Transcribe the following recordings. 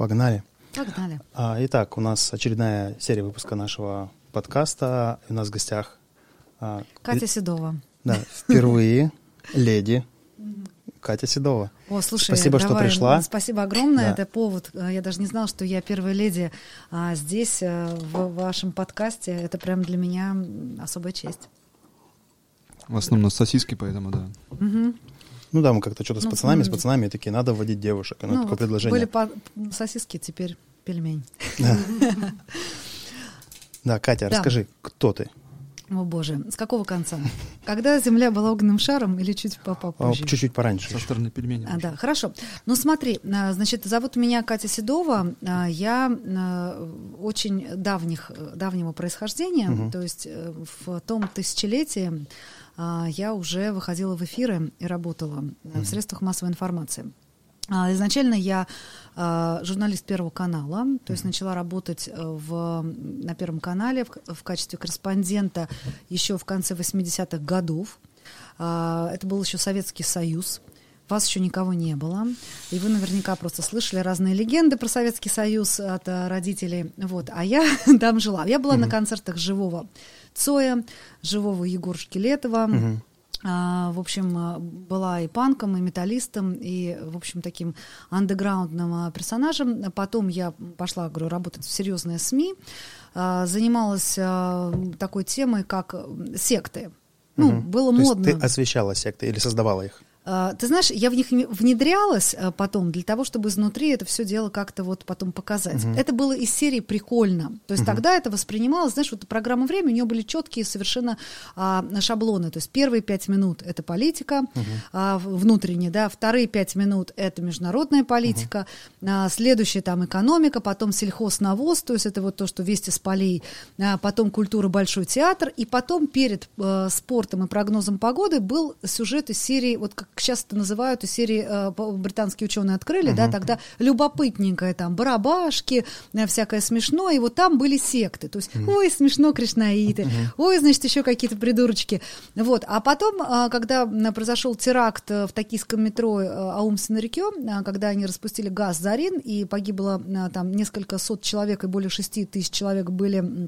Погнали. Погнали. Итак, у нас очередная серия выпуска нашего подкаста. У нас в гостях Катя Седова. Да, впервые леди Катя Седова. О, слушай, спасибо, что пришла. Спасибо огромное. Да. Это повод. Я даже не знала, что я первая леди здесь, в вашем подкасте. Это прям для меня особая честь. В основном сосиски, поэтому да. Угу. Ну да, мы как-то что-то с пацанами такие, надо вводить девушек. Такое вот предложение. Были сосиски, теперь пельмень. Да, Катя, расскажи, кто ты? О боже, с какого конца? Когда Земля была огненным шаром или чуть попозже? Чуть-чуть пораньше. Со стороны пельменей. Да, хорошо. Ну смотри, значит, зовут меня Катя Седова. Я очень давнего происхождения, то есть в том тысячелетии я уже выходила в эфиры и работала в средствах массовой информации. Изначально я журналист Первого канала, то есть начала работать на Первом канале в качестве корреспондента еще в конце 80-х годов. Это был еще Советский Союз. Вас еще никого не было. И вы наверняка просто слышали разные легенды про Советский Союз от родителей. Вот. А я там жила. Я была на концертах живого Цоя, живого Егора Шкелетова. В общем, была и панком, и металлистом, и, в общем, таким андеграундным персонажем. Потом я пошла, говорю, работать в серьезные СМИ, занималась такой темой, как секты. Ну, было То модно. есть ты освещала секты или создавала их? Ты знаешь, я в них внедрялась потом для того, чтобы изнутри это все дело как-то вот потом показать. Это было из серии прикольно. То есть тогда это воспринималось, знаешь, вот программа «Время», у нее были четкие совершенно шаблоны. То есть первые 5 минут — это политика внутренняя, да, вторые 5 минут — это международная политика, следующая там экономика, потом сельхознавоз, то есть это вот то, что вести с полей, потом культура, большой театр, и потом перед спортом и прогнозом погоды был сюжет из серии, вот как сейчас это называют, из серии британские ученые открыли, да, тогда любопытненькое, там, барабашки, всякое смешное, и вот там были секты, то есть, ой, смешно, кришнаиты, ой, значит, еще какие-то придурочки, вот, а потом, когда произошел теракт в токийском метро Аум-Синрикё, когда они распустили газ «Зарин», и погибло там несколько сот человек, и более 6 тысяч человек были...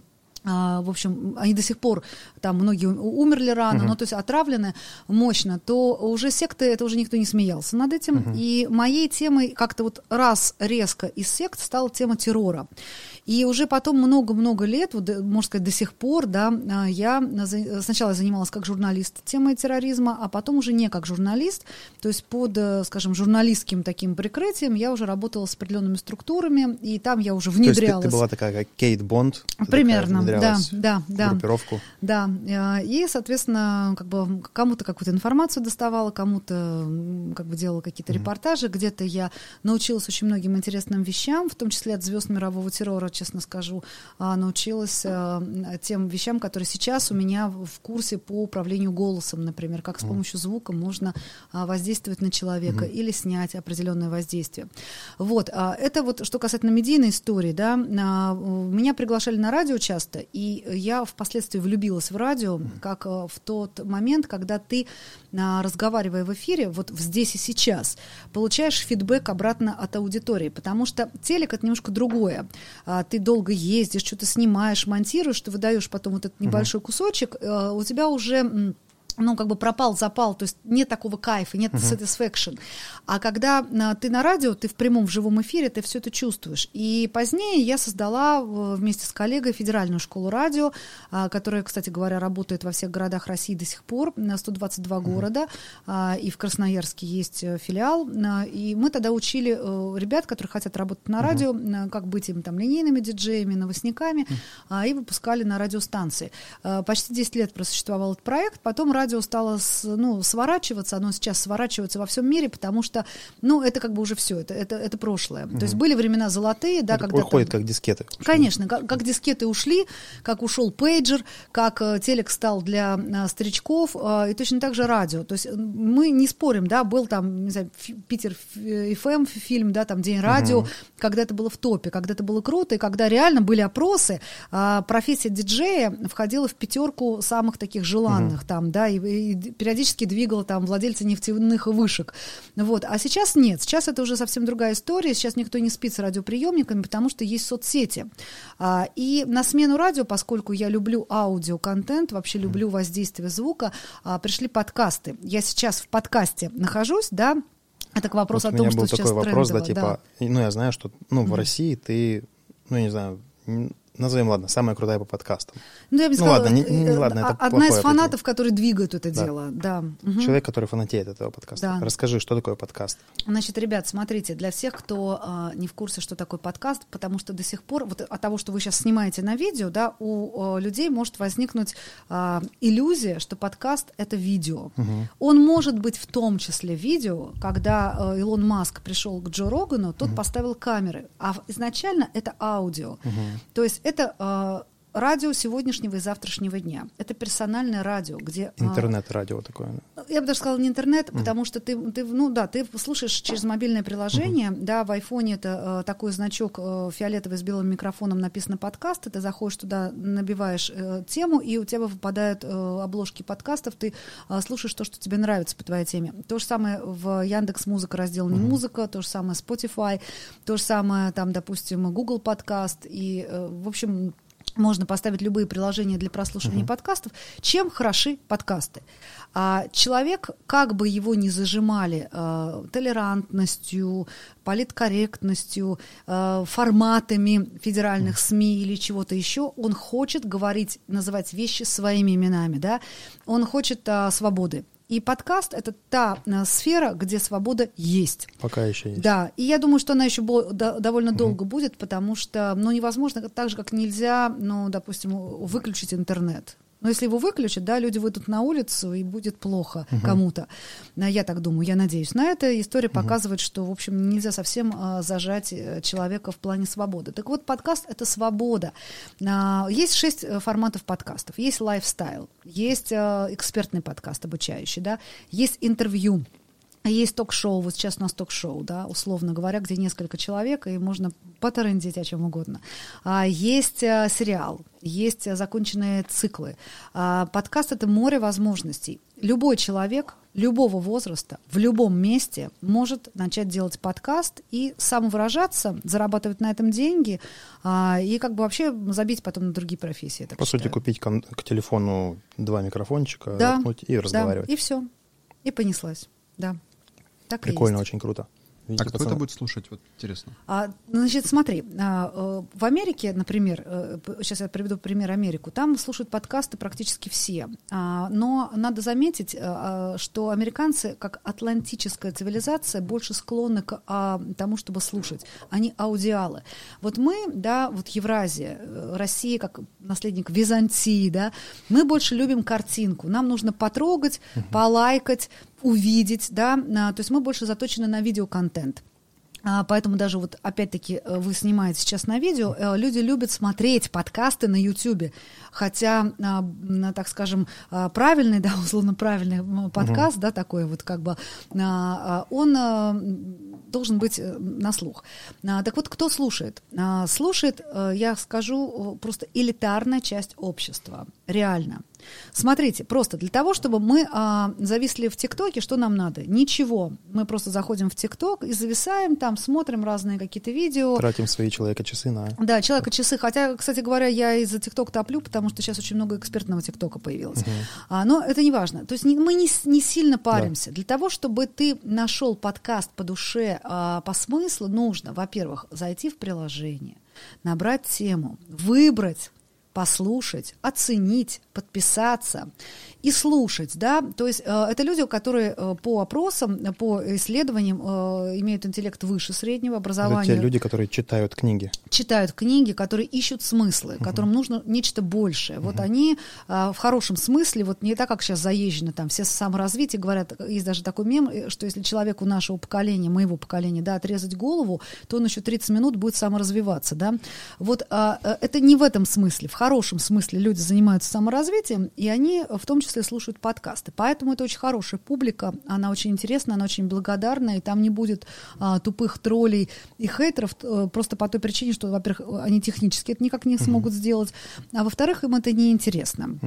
В общем, они до сих пор, там многие умерли рано, но то есть отравлены мощно, то уже секты, это уже никто не смеялся над этим. И моей темой как-то вот раз резко из сект стала тема террора. И уже потом много-много лет, вот, можно сказать, до сих пор, да, я сначала занималась как журналист темой терроризма, а потом уже не как журналист, то есть под, скажем, журналистским таким прикрытием я уже работала с определенными структурами, и там я уже внедрялась. То есть ты была такая, как Кейт Бонд? Примерно, да. В группировку? Да, и, соответственно, как бы кому-то какую-то информацию доставала, кому-то как бы делала какие-то репортажи, где-то я научилась очень многим интересным вещам, в том числе от звезд мирового террора, честно скажу, научилась тем вещам, которые сейчас у меня в курсе по управлению голосом, например, как с помощью звука можно воздействовать на человека или снять определенное воздействие. Вот, это вот что касательно медийной истории, да, меня приглашали на радио часто, и я впоследствии влюбилась в радио, как в тот момент, когда ты, разговаривая в эфире, вот здесь и сейчас, получаешь фидбэк обратно от аудитории, потому что телек — это немножко другое. Ты долго ездишь, что-то снимаешь, монтируешь, ты выдаешь потом вот этот небольшой кусочек, у тебя уже... ну, как бы пропал запал, то есть нет такого кайфа, нет satisfaction. А когда ты на радио, ты в прямом, в живом эфире, ты все это чувствуешь. И позднее я создала вместе с коллегой федеральную школу радио, которая, кстати говоря, работает во всех городах России до сих пор, 122 города, и в Красноярске есть филиал. И мы тогда учили ребят, которые хотят работать на радио, как быть им там линейными диджеями, новостниками, и выпускали на радиостанции. Почти 10 лет просуществовал этот проект, потом радио стало сворачиваться, оно сейчас сворачивается во всем мире, потому что, ну, это как бы уже все, это прошлое. То есть были времена золотые, да, когда... Уходит как дискеты. Конечно, как дискеты ушли, как ушел пейджер, как телек стал для старичков, и точно так же радио. То есть мы не спорим, да, был там, не знаю, Питер ФМ фильм, да, там День радио, когда это было в топе, когда это было круто, и когда реально были опросы, профессия диджея входила в 5 самых таких желанных там, да, и периодически двигал там владельца нефтяных вышек. Вот. А сейчас нет, сейчас это уже совсем другая история, сейчас никто не спит с радиоприемниками, потому что есть соцсети. И на смену радио, поскольку я люблю аудиоконтент, вообще люблю воздействие звука, пришли подкасты. Я сейчас в подкасте нахожусь, да. Это к вопросу вот о том, что у меня был сейчас такой вопрос, трендово, да, типа, ну, я знаю, что, ну, в России ты, ну, я не знаю, назовем, ладно, самая крутая по подкастам. Ну, я бы сказала, ладно, ладно, это одна из плохое фанатов, которые двигают это дело, да. Человек, который фанатеет этого подкаста. Да. Расскажи, что такое подкаст? Значит, ребят, смотрите, для всех, кто не в курсе, что такое подкаст, потому что до сих пор, вот от того, что вы сейчас снимаете на видео, да, у людей может возникнуть иллюзия, что подкаст — это видео. Он может быть в том числе видео, когда Илон Маск пришел к Джо Рогану, тот поставил камеры, а изначально это аудио. То есть это радио сегодняшнего и завтрашнего дня. Это персональное радио, где... Интернет-радио такое. Я бы даже сказала не интернет, потому что ты слушаешь через мобильное приложение, да, в айфоне это такой значок фиолетовый с белым микрофоном, написано подкаст, ты заходишь туда, набиваешь тему, и у тебя выпадают обложки подкастов, ты слушаешь то, что тебе нравится по твоей теме. То же самое в Яндекс.Музыка, раздел «Не музыка», то же самое Spotify, то же самое там, допустим, Google подкаст, и, в общем... Можно поставить любые приложения для прослушивания подкастов. Чем хороши подкасты? Человек, как бы его ни зажимали толерантностью, политкорректностью, форматами федеральных СМИ или чего-то еще, он хочет говорить, называть вещи своими именами, да? Он хочет свободы. И подкаст — это та сфера, где свобода есть. Пока еще есть. Да, и я думаю, что она еще довольно долго будет, потому что, невозможно, так же, как нельзя, допустим, выключить интернет. Но если его выключат, да, люди выйдут на улицу, и будет плохо кому-то. Я так думаю, я надеюсь на это. История показывает, что, в общем, нельзя совсем зажать человека в плане свободы. Так вот, подкаст — это свобода. Есть 6 форматов подкастов. Есть лайфстайл, есть экспертный подкаст обучающий, да, есть интервью. Есть ток-шоу, вот сейчас у нас ток-шоу, да, условно говоря, где несколько человек, и можно потрындеть о чем угодно. Есть сериал, есть законченные циклы. Подкаст — это море возможностей. Любой человек любого возраста в любом месте может начать делать подкаст и самовыражаться, зарабатывать на этом деньги и как бы вообще забить потом на другие профессии. По сути, купить к телефону 2 микрофончика, да, воткнуть и разговаривать. Да, и все. И понеслась, да. Так прикольно, очень круто. Видите, кто это будет слушать? Вот интересно. Значит, смотри, в Америке, например, сейчас я приведу пример Америку, там слушают подкасты практически все. Но надо заметить, что американцы, как атлантическая цивилизация, больше склонны к тому, чтобы слушать. Они аудиалы. Вот мы, да, вот Евразия, Россия, как наследник Византии, да, мы больше любим картинку. Нам нужно потрогать, полайкать, увидеть, да, то есть мы больше заточены на видеоконтент. Поэтому даже вот опять-таки вы снимаете сейчас на видео, люди любят смотреть подкасты на YouTube, хотя, так скажем, правильный, да, условно правильный подкаст, да, такой вот как бы, он должен быть на слух. Так вот, кто слушает? Слушает, я скажу, просто элитарная часть общества, реально. Смотрите, просто для того, чтобы мы зависли в ТикТоке, что нам надо? Ничего. Мы просто заходим в ТикТок и зависаем там, смотрим разные какие-то видео. Тратим свои человека-часы на... Да, человека-часы. Хотя, кстати говоря, я из-за ТикТока топлю, потому что сейчас очень много экспертного ТикТока появилось. Но это не важно. То есть мы не сильно паримся. Да. Для того, чтобы ты нашел подкаст по душе, по смыслу, нужно, во-первых, зайти в приложение, набрать тему, выбрать, послушать, оценить, подписаться и слушать, да, то есть это люди, которые по опросам, по исследованиям имеют интеллект выше среднего образования. Это те люди, которые читают книги. Читают книги, которые ищут смыслы, которым нужно нечто большее. Вот они в хорошем смысле, вот не так, как сейчас заезжено, там все саморазвитие говорят, есть даже такой мем, что если человеку нашего поколения, моего поколения, да, отрезать голову, то он еще 30 минут будет саморазвиваться, да. Вот это не в этом смысле, в хорошем смысле люди занимаются саморазвитием, и они в том числе слушают подкасты. Поэтому это очень хорошая публика, она очень интересна, она очень благодарна, и там не будет тупых троллей и хейтеров, просто по той причине, что, во-первых, они технически это никак не смогут сделать, а во-вторых, им это неинтересно.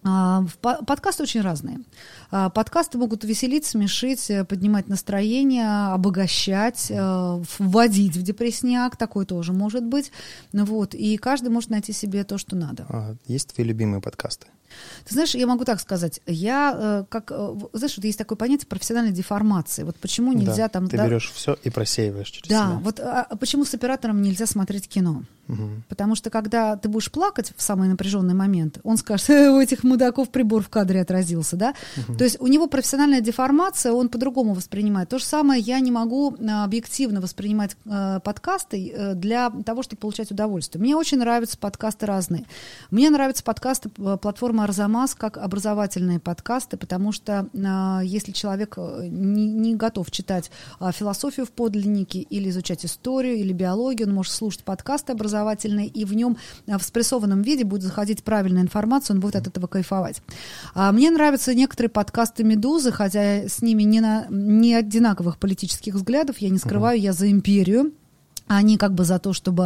Подкасты очень разные. Подкасты могут веселить, смешить, поднимать настроение, обогащать, вводить в депрессняк, такое тоже может быть. Вот. И каждый может найти себе то, что надо. Есть твои любимые подкасты? Ты знаешь, я могу так сказать, знаешь, вот есть такое понятие профессиональной деформации. Вот почему нельзя там... Ты берешь все и просеиваешь через себя. Вот почему с оператором нельзя смотреть кино? Потому что когда ты будешь плакать в самый напряженный момент, он скажет, у этих мудаков прибор в кадре отразился, да? То есть у него профессиональная деформация, он по-другому воспринимает. То же самое я не могу объективно воспринимать подкасты для того, чтобы получать удовольствие. Мне очень нравятся подкасты разные. Мне нравятся подкасты платформы Арзамас как образовательные подкасты, потому что если человек не готов читать философию в подлиннике или изучать историю или биологию, он может слушать подкасты образовательные, и в нем в спрессованном виде будет заходить правильная информация, он будет от этого кайфовать. Мне нравятся некоторые подкасты «Медузы», хотя с ними не одинаковых политических взглядов, я не скрываю, я за империю. Они как бы за то, чтобы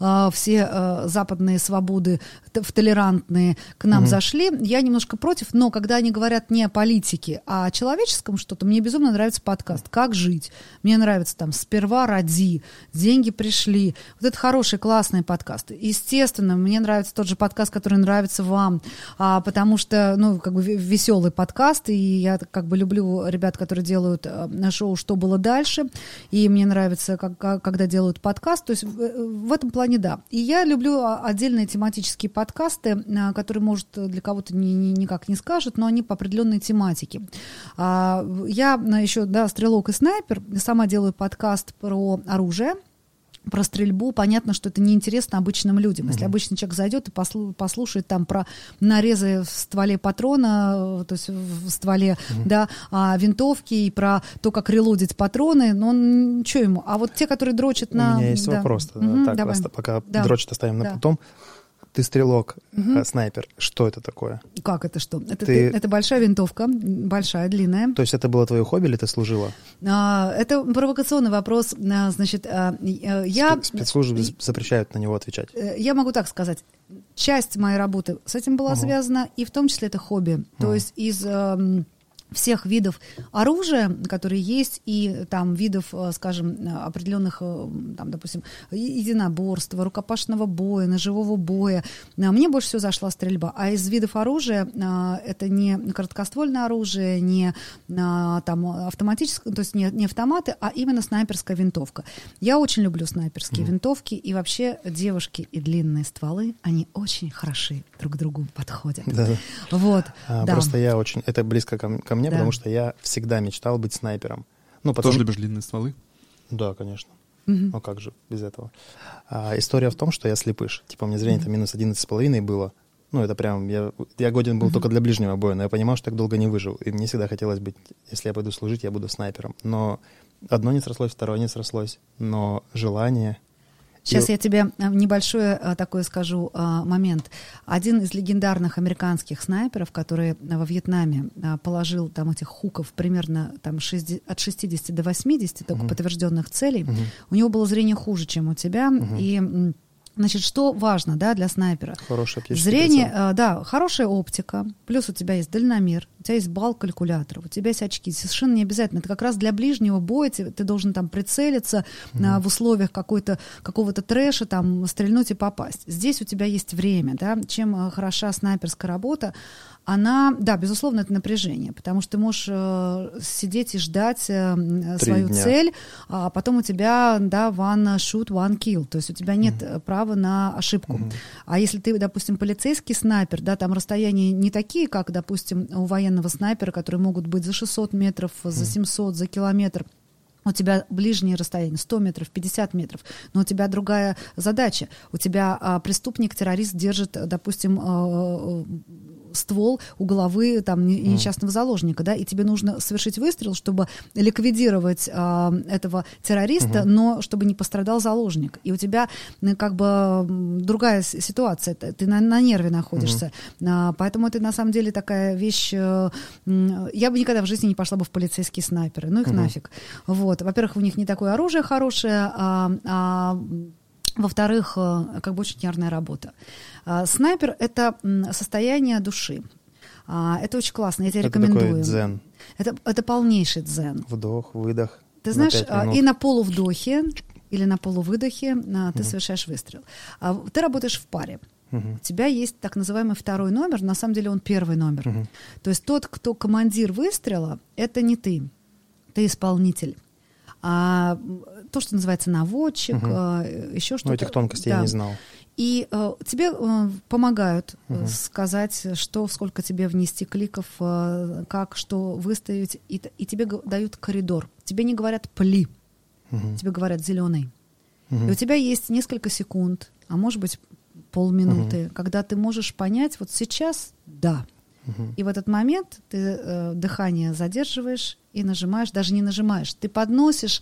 все западные свободы толерантные к нам зашли. Я немножко против, но когда они говорят не о политике, а о человеческом что-то, мне безумно нравится подкаст «Как жить». Мне нравится там «Сперва роди», «Деньги пришли». Вот это хорошие, классные подкасты. Естественно, мне нравится тот же подкаст, который нравится вам, потому что, как бы веселый подкаст, и я как бы люблю ребят, которые делают шоу «Что было дальше», и мне нравится, когда делают подкаст, то есть в этом плане да. И я люблю отдельные тематические подкасты, которые, может, для кого-то никак не скажут, но они по определенной тематике. Я еще, стрелок и снайпер, сама делаю подкаст про оружие, про стрельбу. Понятно, что это неинтересно обычным людям. Если обычный человек зайдет и послушает там про нарезы в стволе патрона, то есть в стволе винтовки, и про то, как релодить патроны, но что ему? А вот те, которые дрочат на... У меня есть вопрос. Пока дрочат оставим на потом. Ты стрелок, снайпер. Что это такое? Как это что? Это большая винтовка, большая, длинная. То есть это было твое хобби или ты служила? Это провокационный вопрос. Значит, спецслужбы запрещают на него отвечать. Я могу так сказать. Часть моей работы с этим была связана, и в том числе это хобби. То есть из... всех видов оружия, которые есть, и там видов, скажем, определенных, там, допустим, единоборства, рукопашного боя, ножевого боя. Мне больше всего зашла стрельба. А из видов оружия это не короткоствольное оружие, не там автоматическое, то есть не автоматы, а именно снайперская винтовка. Я очень люблю снайперские винтовки, и вообще девушки и длинные стволы, они очень хороши друг к другу подходят. Да. Вот. Просто я очень... Это близко ко мне, потому что я всегда мечтал быть снайпером. Тоже любишь длинные стволы? Да, конечно. Ну как же без этого? История в том, что я слепыш. Типа у меня зрение там минус 11,5 было. Это прям... Я годен был только для ближнего боя, но я понимал, что так долго не выживу. И мне всегда хотелось быть... Если я пойду служить, я буду снайпером. Но одно не срослось, второе не срослось. Но желание... Сейчас я тебе небольшой такой скажу момент. Один из легендарных американских снайперов, который во Вьетнаме положил там этих хуков примерно там, от 60 до 80 только подтвержденных целей, у него было зрение хуже, чем у тебя, и... Значит, что важно, для снайпера? Хорошее оптическое зрение, хорошая оптика, плюс у тебя есть дальномер, у тебя есть балл калькулятора, у тебя есть очки. Совершенно не обязательно. Это как раз для ближнего боя ты должен там прицелиться в условиях какого-то трэша, там, стрельнуть и попасть. Здесь у тебя есть время, Чем хороша снайперская работа, она, безусловно, это напряжение, потому что ты можешь сидеть и ждать свою цель, а потом у тебя, one shoot, one kill, то есть у тебя нет права на ошибку. А если ты, допустим, полицейский снайпер, там расстояния не такие, как, допустим, у военного снайпера, которые могут быть за 600 метров, за 700, за километр, у тебя ближние расстояния, 100 метров, 50 метров, но у тебя другая задача. У тебя преступник, террорист держит, допустим, ствол у головы там, несчастного заложника, и тебе нужно совершить выстрел, чтобы ликвидировать этого террориста, но чтобы не пострадал заложник. И у тебя как бы другая ситуация, ты на нерве находишься. Поэтому это на самом деле такая вещь... Я бы никогда в жизни не пошла бы в полицейские снайперы, их нафиг. Вот. Во-первых, у них не такое оружие хорошее, во-вторых, как бы очень нервная работа. Снайпер — это состояние души. Это очень классно, я тебе Это рекомендую. такой дзен. Это полнейший дзен. Вдох, выдох. Ты знаешь, 5 минут. и на полувдохе или на полувыдохе ты совершаешь выстрел. Ты работаешь в паре. У тебя есть так называемый второй номер, на самом деле он первый номер. То есть тот, кто командир выстрела, это не ты исполнитель. А то, что называется наводчик, еще что-то. Этих тонкостей я не знал. И тебе помогают сказать, сколько тебе внести кликов, как, что выставить, и тебе дают коридор. Тебе не говорят «пли», тебе говорят «зеленый». И у тебя есть несколько секунд, а может быть полминуты, когда ты можешь понять, вот сейчас «да». И в этот момент ты дыхание задерживаешь и нажимаешь, даже не нажимаешь, ты подносишь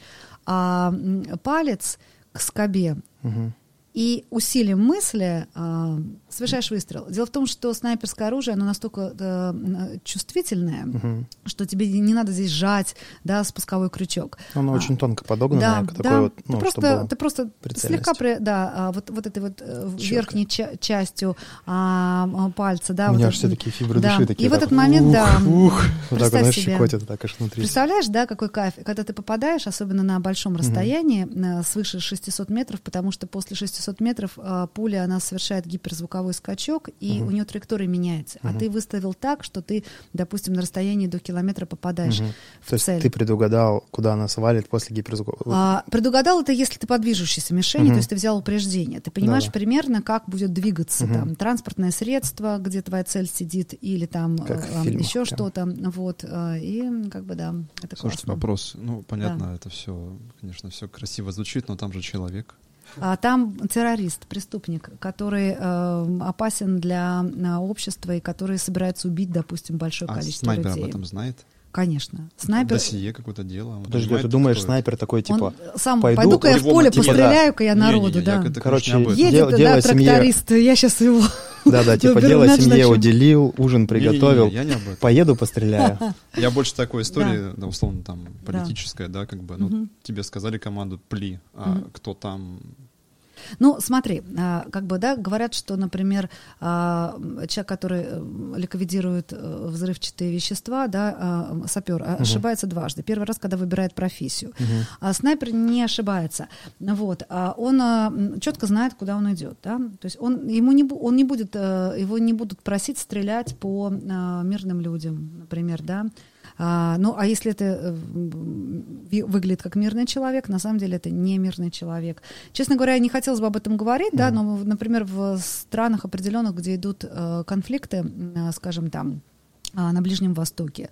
палец к скобе, и усилием мысли совершаешь выстрел. Дело в том, что снайперское оружие, оно настолько чувствительное, что тебе не надо здесь сжать, да, спусковой крючок. Оно очень тонко подогнанное. Ты просто слегка вот этой вот верхней частью пальца. Да, у меня вот аж все такие фибры души такие. И в этот момент, вот так оно щекотит, так аж внутри. Представляешь, да, какой кайф, когда ты попадаешь, особенно на большом расстоянии, свыше 600 метров, потому что после 600 метров пуля, она совершает гиперзвуковой скачок, и у нее траектория меняется. А ты выставил так, что ты, допустим, на расстоянии до километра попадаешь в цель. То есть ты предугадал, куда она свалит после гиперзвукового? Предугадал это, если ты по движущейся мишени, то есть ты взял упреждение. Ты понимаешь примерно, как будет двигаться там транспортное средство, где твоя цель сидит, или там еще что-то. Вот. И как бы, да, это Слушайте, классно. вопрос. Ну, понятно, это все, конечно, все красиво звучит, но там же человек. Там террорист, преступник, который опасен для общества и который собирается убить, допустим, большое количество людей. Снайпер об этом знает? Конечно. Снайпер... Досье какое-то дело. Подожди, ты думаешь, снайпер такой, типа, пойду-ка я в поле, постреляю-ка я народу, да. Короче, едет, да, тракторист, я сейчас его... Да-да, типа, дело семье уделил, ужин приготовил, я не об этом. поеду постреляю. Я больше такой истории, да, условно, там, политическая, да, как бы, ну, тебе сказали команду «пли», а кто там... Ну, смотри, как бы, да, говорят, что, например, человек, который ликвидирует взрывчатые вещества, да, сапер, ошибается дважды. Первый раз, когда выбирает профессию. А снайпер не ошибается. Вот. Он четко знает, куда он идет. Да? То есть его не будут просить стрелять по мирным людям, например, да. Ну, а если это выглядит как мирный человек, на самом деле это не мирный человек. Честно говоря, не хотелось бы об этом говорить, да, но, например, в странах определенных, где идут конфликты, скажем, там, на Ближнем Востоке,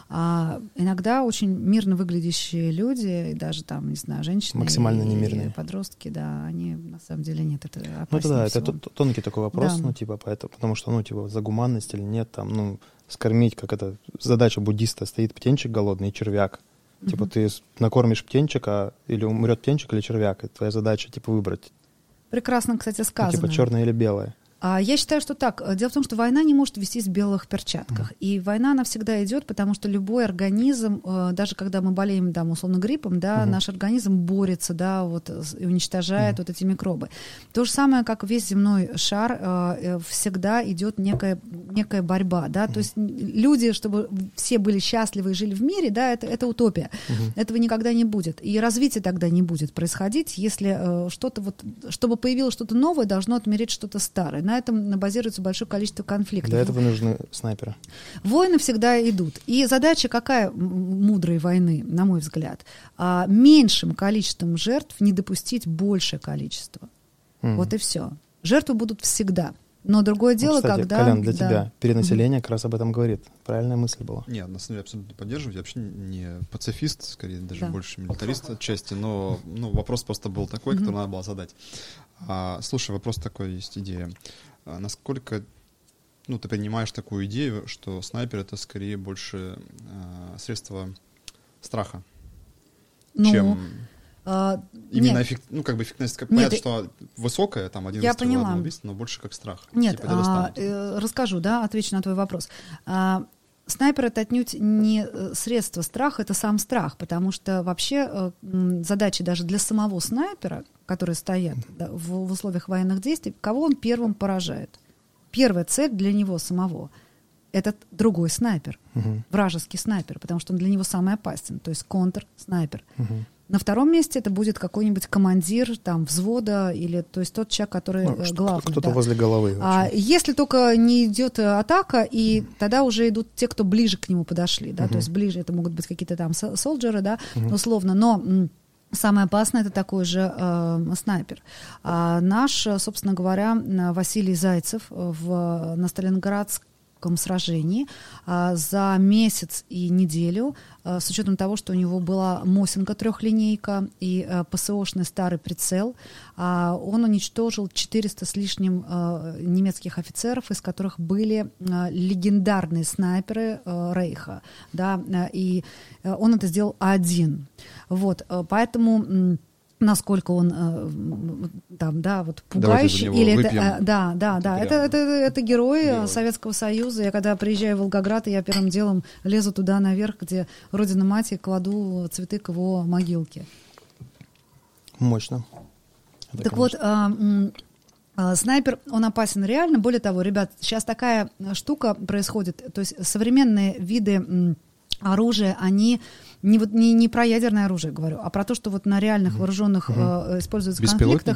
иногда очень мирно выглядящие люди, и даже там, не знаю, женщины, максимально немирные подростки, да, они на самом деле нет, это опаснее Ну, да, всего. это тонкий такой вопрос, Да. ну, типа, потому что, ну, типа, за гуманность или нет, там, ну, скормить, как это, задача буддиста, стоит птенчик голодный и червяк. Типа, ты накормишь птенчика, или умрет птенчик или червяк, и твоя задача, типа, выбрать. Прекрасно, кстати, Ну, сказано. типа, черное или белое. Я считаю, что так. Дело в том, что война не может вестись в белых перчатках. И война, она всегда идет, потому что любой организм, даже когда мы болеем, да, условно, гриппом, да, наш организм борется, да, вот, и уничтожает вот эти микробы. То же самое, как весь земной шар, всегда идет некая борьба, да, то есть люди, чтобы все были счастливы и жили в мире, да, это утопия. Этого никогда не будет. И развития тогда не будет происходить, если что-то вот, чтобы появилось что-то новое, должно отмереть что-то старое. На этом базируется большое количество конфликтов. Для этого нужны снайперы. Войны всегда идут. И задача какая мудрой войны, на мой взгляд? Меньшим количеством жертв не допустить большее количество. Вот и все. Жертвы будут всегда. Но другое дело, кстати, когда... Колян, для тебя перенаселение как раз об этом говорит. Правильная мысль была. Нет, на самом деле абсолютно поддерживаю. Я вообще не пацифист, скорее даже больше милитарист отчасти, но вопрос просто был такой, который надо было задать. Слушай, вопрос такой, есть идея. Насколько ты принимаешь такую идею, что снайпер — это скорее больше средство страха, чем... Именно эффективность, понятно, что высокая, там, один выстрел, одно убийство, но больше как страх. Нет, типа, расскажу, да, отвечу на твой вопрос. Снайпер — это отнюдь не средство страха, это сам страх, потому что вообще задача даже для самого снайпера, которые стоят в условиях военных действий, кого он первым поражает. Первая цель для него самого — этот другой снайпер, вражеский снайпер, потому что он для него самый опасен, то есть контр-снайпер. На втором месте это будет какой-нибудь командир там, взвода, или то есть тот человек, который главный. Кто-то возле головы. Если только не идет атака, и тогда уже идут те, кто ближе к нему подошли, да, то есть ближе, это могут быть какие-то там солджеры, да, условно, но самое опасное — это такой же снайпер. Наш, собственно говоря, Василий Зайцев на Сталинградском сражении за месяц и неделю, с учетом того, что у него была Мосинка трехлинейка и ПСОшный старый прицел, он уничтожил 400 с лишним немецких офицеров, из которых были легендарные снайперы Рейха, да, и он это сделал один. Вот, поэтому насколько он там, да, вот пугающий, или это герой Советского Союза. Я когда приезжаю в Волгоград, я первым делом лезу туда наверх, где Родина-мать, и кладу цветы к его могилке. Мощно. Это, так конечно. Вот, снайпер, он опасен реально. Более того, ребят, сейчас такая штука происходит, то есть современные виды оружия, они не про ядерное оружие говорю, а про то, что вот на реальных вооруженных используются в конфликтах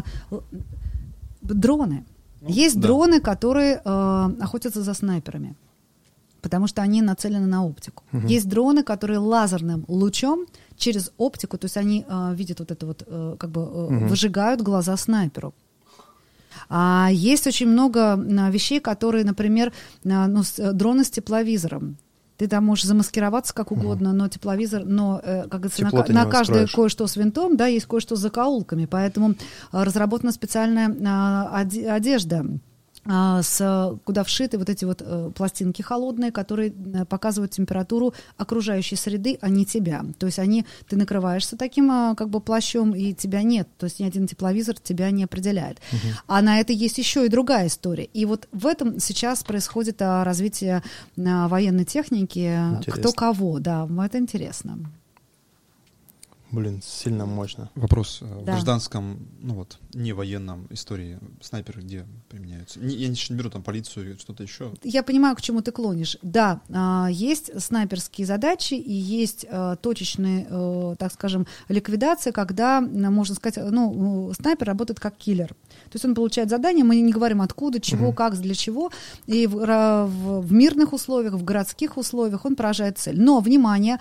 дроны. Есть дроны, которые охотятся за снайперами, потому что они нацелены на оптику. Есть дроны, которые лазерным лучом через оптику, то есть они видят вот это вот, как бы выжигают глаза снайперу. Есть очень много вещей, которые, например, дроны с тепловизором. Ты там можешь замаскироваться как угодно, но тепловизор, как говорится, на каждое кое-что с винтом, да, есть кое-что с закоулками, поэтому разработана специальная одежда, куда вшиты вот эти вот пластинки холодные, которые показывают температуру окружающей среды, а не тебя. То есть ты накрываешься таким как бы плащом, и тебя нет. То есть ни один тепловизор тебя не определяет. А на это есть еще и другая история. И вот в этом сейчас происходит развитие военной техники. Интересно. Кто кого, да, это интересно. Блин, сильно мощно. Вопрос. В гражданском, не военном истории снайперы где применяются? Я не беру там полицию или что-то еще. Я понимаю, к чему ты клонишь. Да, есть снайперские задачи и есть точечные, так скажем, ликвидации, когда, можно сказать, снайпер работает как киллер. То есть он получает задание, мы не говорим откуда, чего, как, для чего. И в мирных условиях, в городских условиях он поражает цель. Но, внимание,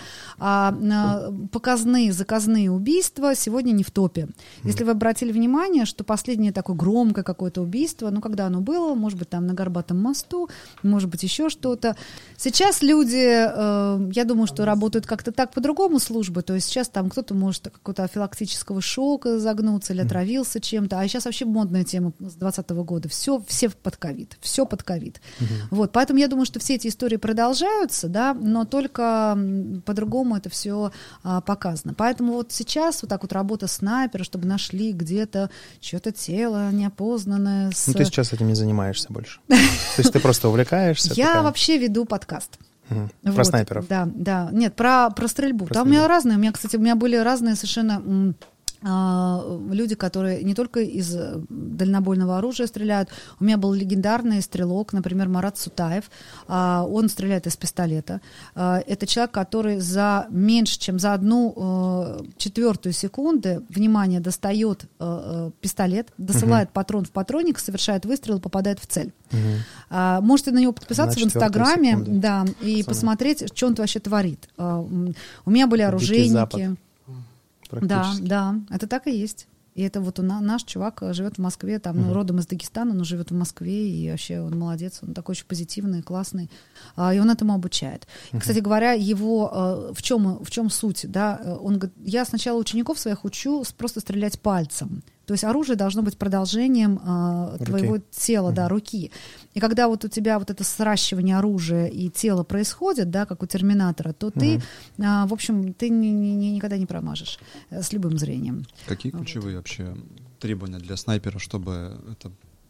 заказные убийства сегодня не в топе. Если вы обратили внимание, что последнее такое громкое какое-то убийство, когда оно было, может быть, там на Горбатом мосту, может быть, еще что-то. Сейчас люди, я думаю, что работают как-то так по-другому службы, то есть сейчас там кто-то может какого-то афилактического шока загнуться или отравился чем-то, а сейчас вообще модная тема с 2020 года. Все под ковид, все под ковид. Вот, поэтому я думаю, что все эти истории продолжаются, да, но только по-другому это все показано. Поэтому вот сейчас вот так вот работа снайпера, чтобы нашли где-то что-то тело неопознанное. Ты сейчас этим не занимаешься больше. То есть ты просто увлекаешься? Я вообще веду подкаст. Про снайперов? Да. Нет, про стрельбу. Там у меня разные. У меня были разные совершенно люди, которые не только из дальнобойного оружия стреляют. У меня был легендарный стрелок, например, Марат Сутаев. Он стреляет из пистолета. Это человек, который за меньше, чем за 1/4 секунды, внимание, достает пистолет, досылает патрон в патронник, совершает выстрел, попадает в цель. Можете на него подписаться в Инстаграме, да, и посмотреть, что он вообще творит. У меня были оружейники. Да, это так и есть. И это вот наш чувак живет в Москве, там, родом из Дагестана, но живет в Москве, и вообще он молодец, он такой очень позитивный, классный, и он этому обучает. И, кстати говоря, его в чем суть, да? Он говорит, я сначала учеников своих учу просто стрелять пальцем. То есть оружие должно быть продолжением твоего тела, да, руки. И когда вот у тебя вот это сращивание оружия и тела происходит, да, как у Терминатора, то ты, в общем, ты никогда не промажешь с любым зрением. Какие ключевые вообще требования для снайпера, чтобы это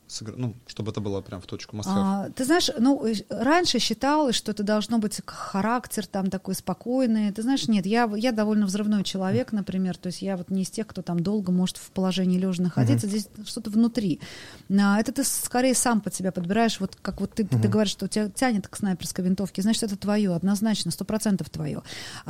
чтобы это было прям в точку Ты знаешь, раньше считалось, что это должно быть характер там такой спокойный. Ты знаешь, нет, я довольно взрывной человек, например, то есть я вот не из тех, кто там долго может в положении лежа находиться, здесь что-то внутри. Это ты скорее сам под себя подбираешь, вот как вот ты говоришь, что тебя тянет к снайперской винтовке, значит, это твое, однозначно, 100% твое.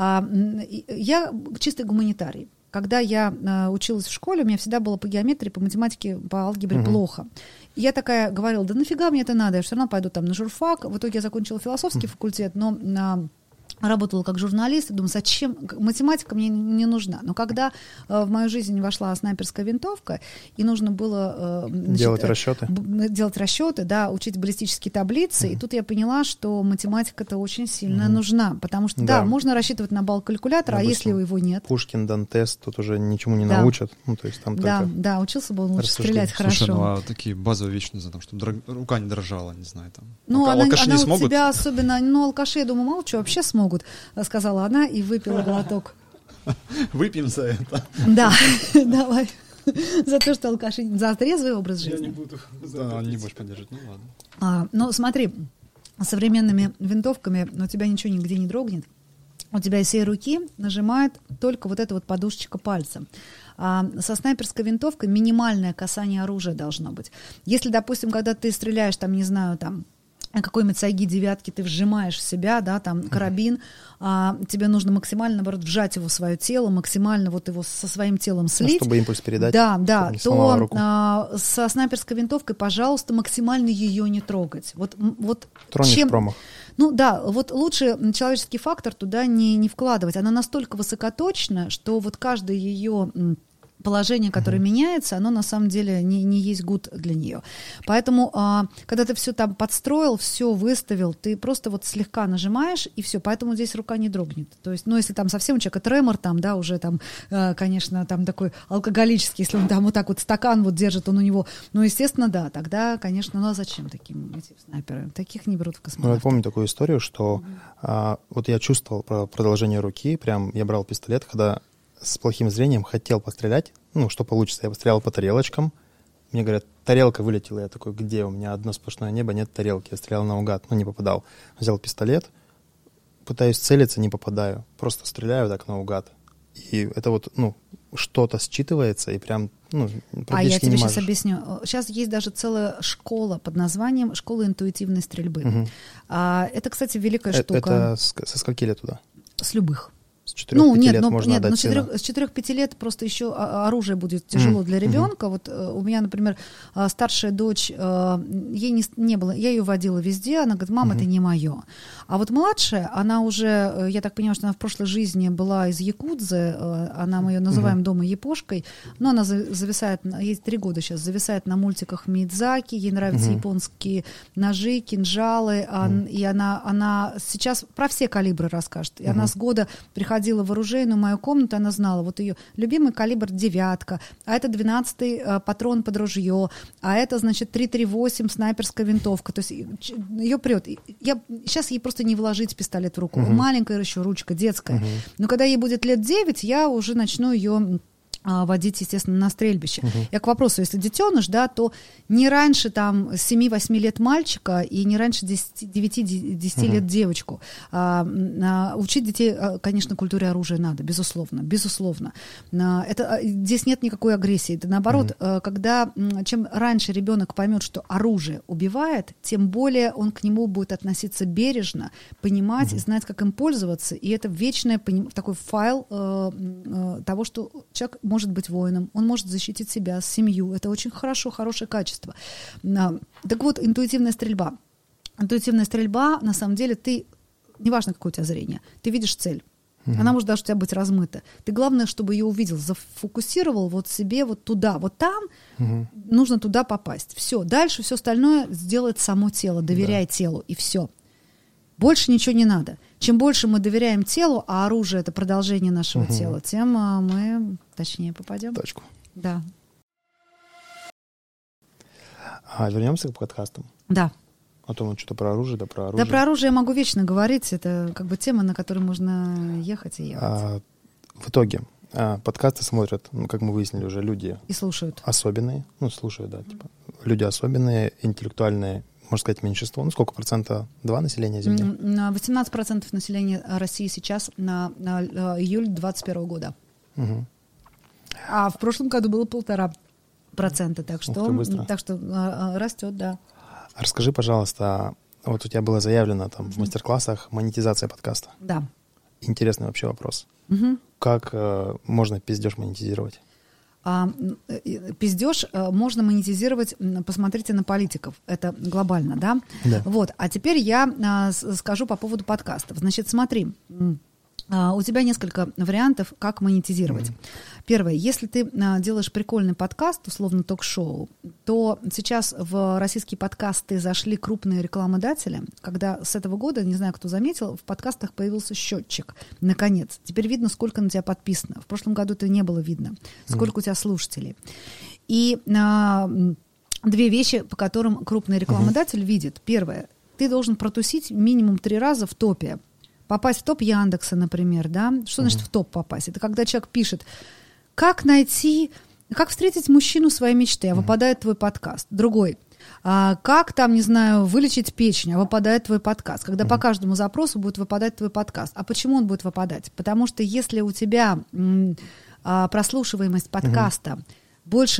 Я чистый гуманитарий. Когда я училась в школе, у меня всегда было по геометрии, по математике, по алгебре плохо. И я такая говорила, да нафига мне это надо, я все равно пойду там на журфак. В итоге я закончила философский факультет, но работала как журналист, и думаю, зачем, математика мне не нужна. Но когда в мою жизнь вошла снайперская винтовка, и нужно было делать расчеты, да, учить баллистические таблицы, и тут я поняла, что математика-то очень сильно нужна, потому что, да, можно рассчитывать на балл калькулятора, а если его нет? Пушкин, Дантес тут уже ничему не научат. То есть там да, учился бы он лучше стрелять хорошо. Слушай, такие базовые вещи, не знаю, там, чтобы рука не дрожала, не знаю, там. Она у тебя особенно, алкаши, я думаю, мало чего вообще смогут, сказала она и выпила глоток. Выпьем за это. Да, давай. За то, что алкаши... За трезвый образ жизни. Я не буду. Да, не будешь поддерживать, ладно. Ну, смотри, современными винтовками у тебя ничего нигде не дрогнет. У тебя из всей руки нажимает только вот эта вот подушечка пальца. Со снайперской винтовкой минимальное касание оружия должно быть. Если, допустим, когда ты стреляешь, там, не знаю, там, какой-нибудь сайги девятки ты вжимаешь в себя, да, там карабин, тебе нужно максимально, наоборот, вжать его в свое тело, максимально вот его со своим телом слить. Чтобы импульс передать. Да, то со снайперской винтовкой, пожалуйста, максимально ее не трогать. Тронешь промах. Вот лучше человеческий фактор туда не вкладывать. Она настолько высокоточна, что вот каждое ее положение, которое меняется, оно на самом деле не есть гуд для нее. Поэтому, когда ты все там подстроил, все выставил, ты просто вот слегка нажимаешь, и все. Поэтому здесь рука не дрогнет. То есть, если там совсем у человека тремор, там, да, уже там, конечно, там такой алкоголический, если он там вот так вот стакан вот держит, он у него, естественно, да, тогда, конечно, а зачем таким эти снайперы? Таких не берут в космонавты. Я помню такую историю, что вот я чувствовал продолжение руки, прям я брал пистолет, когда с плохим зрением хотел пострелять, что получится. Я пострелял по тарелочкам. Мне говорят, тарелка вылетела. Я такой, где? У меня одно сплошное небо, нет тарелки. Я стрелял наугад, не попадал. Взял пистолет, пытаюсь целиться, не попадаю. Просто стреляю так наугад. И это вот, что-то считывается, и прям, практически я тебе сейчас объясню. Сейчас есть даже целая школа под названием «Школа интуитивной стрельбы». Это, кстати, великая штука. Это со скольки лет туда? С любых. С 4-5 лет можно отдать сына. С 4-5 лет просто еще оружие будет тяжело для ребенка. Вот у меня, например, старшая дочь, ей не было, я ее водила везде, она говорит, мама, это не мое. А вот младшая, она уже, я так понимаю, что она в прошлой жизни была из Якудзы, мы ее называем дома Япошкой, но она зависает, ей 3 года сейчас, зависает на мультиках Миядзаки, ей нравятся японские ножи, кинжалы, и она сейчас про все калибры расскажет. И она с года приходила в оружейную мою комнату, она знала, вот ее любимый калибр 9, а это 12-й патрон под ружье, а это, значит, 338 снайперская винтовка. То есть ее прет. Сейчас ей просто не вложить пистолет в руку. Маленькая еще ручка, детская. Но когда ей будет лет 9, я уже начну ее водить, естественно, на стрельбище. Я к вопросу, если детеныш, да, то не раньше там 7-8 лет мальчика и не раньше 9-10 лет девочку. Учить детей, конечно, культуре оружия надо, безусловно. Здесь нет никакой агрессии. Это наоборот, чем раньше ребенок поймет, что оружие убивает, тем более он к нему будет относиться бережно, понимать и знать, как им пользоваться. И это вечный такой файл того, что человек может быть воином, он может защитить себя, семью. Это очень хорошее качество. Так вот, интуитивная стрельба. Интуитивная стрельба, на самом деле, неважно, какое у тебя зрение, ты видишь цель. Она может даже у тебя быть размыта. Ты, главное, чтобы ее увидел, зафокусировал вот себе вот туда, вот там, нужно туда попасть. Все, дальше все остальное сделает само тело, доверяй телу, и все. Больше ничего не надо. Чем больше мы доверяем телу, а оружие — это продолжение нашего тела, тем мы точнее попадем. Точку. Да. Вернемся к подкастам. Да. А то мы что-то про оружие, Да, про оружие я могу вечно говорить. Это как бы тема, на которой можно ехать и ехать. В итоге, Подкасты смотрят, как мы выяснили уже, люди... И слушают. Особенные. Слушают, да. Типа, люди особенные, интеллектуальные, можно сказать, меньшинство. Сколько процента? 2 населения Земли? 18% населения России сейчас на июль 2021 года. Угу. А в прошлом году было 1,5%. Так что растет, да. Расскажи, пожалуйста, вот у тебя было заявлено там в мастер-классах монетизация подкаста. Да. Интересный вообще вопрос. Угу. Как можно пиздеж монетизировать? Пиздеж можно монетизировать, посмотрите на политиков, это глобально, да? Да. Вот. А теперь я скажу по поводу подкастов. Значит, смотри, у тебя несколько вариантов, как монетизировать. Первое, если ты делаешь прикольный подкаст, условно ток-шоу, то сейчас в российские подкасты зашли крупные рекламодатели, когда с этого года, не знаю, кто заметил, в подкастах появился счетчик, наконец. Теперь видно, сколько на тебя подписано. В прошлом году это не было видно, сколько у тебя слушателей. И 2 вещи, по которым крупный рекламодатель видит. Первое, ты должен протусить минимум 3 раза в топе. Попасть в топ Яндекса, например, да? Что значит в топ попасть? Это когда человек пишет, как встретить мужчину своей мечты, а выпадает твой подкаст. Другой, как там, не знаю, вылечить печень, а выпадает твой подкаст. Когда по каждому запросу будет выпадать твой подкаст. А почему он будет выпадать? Потому что если у тебя прослушиваемость подкаста больше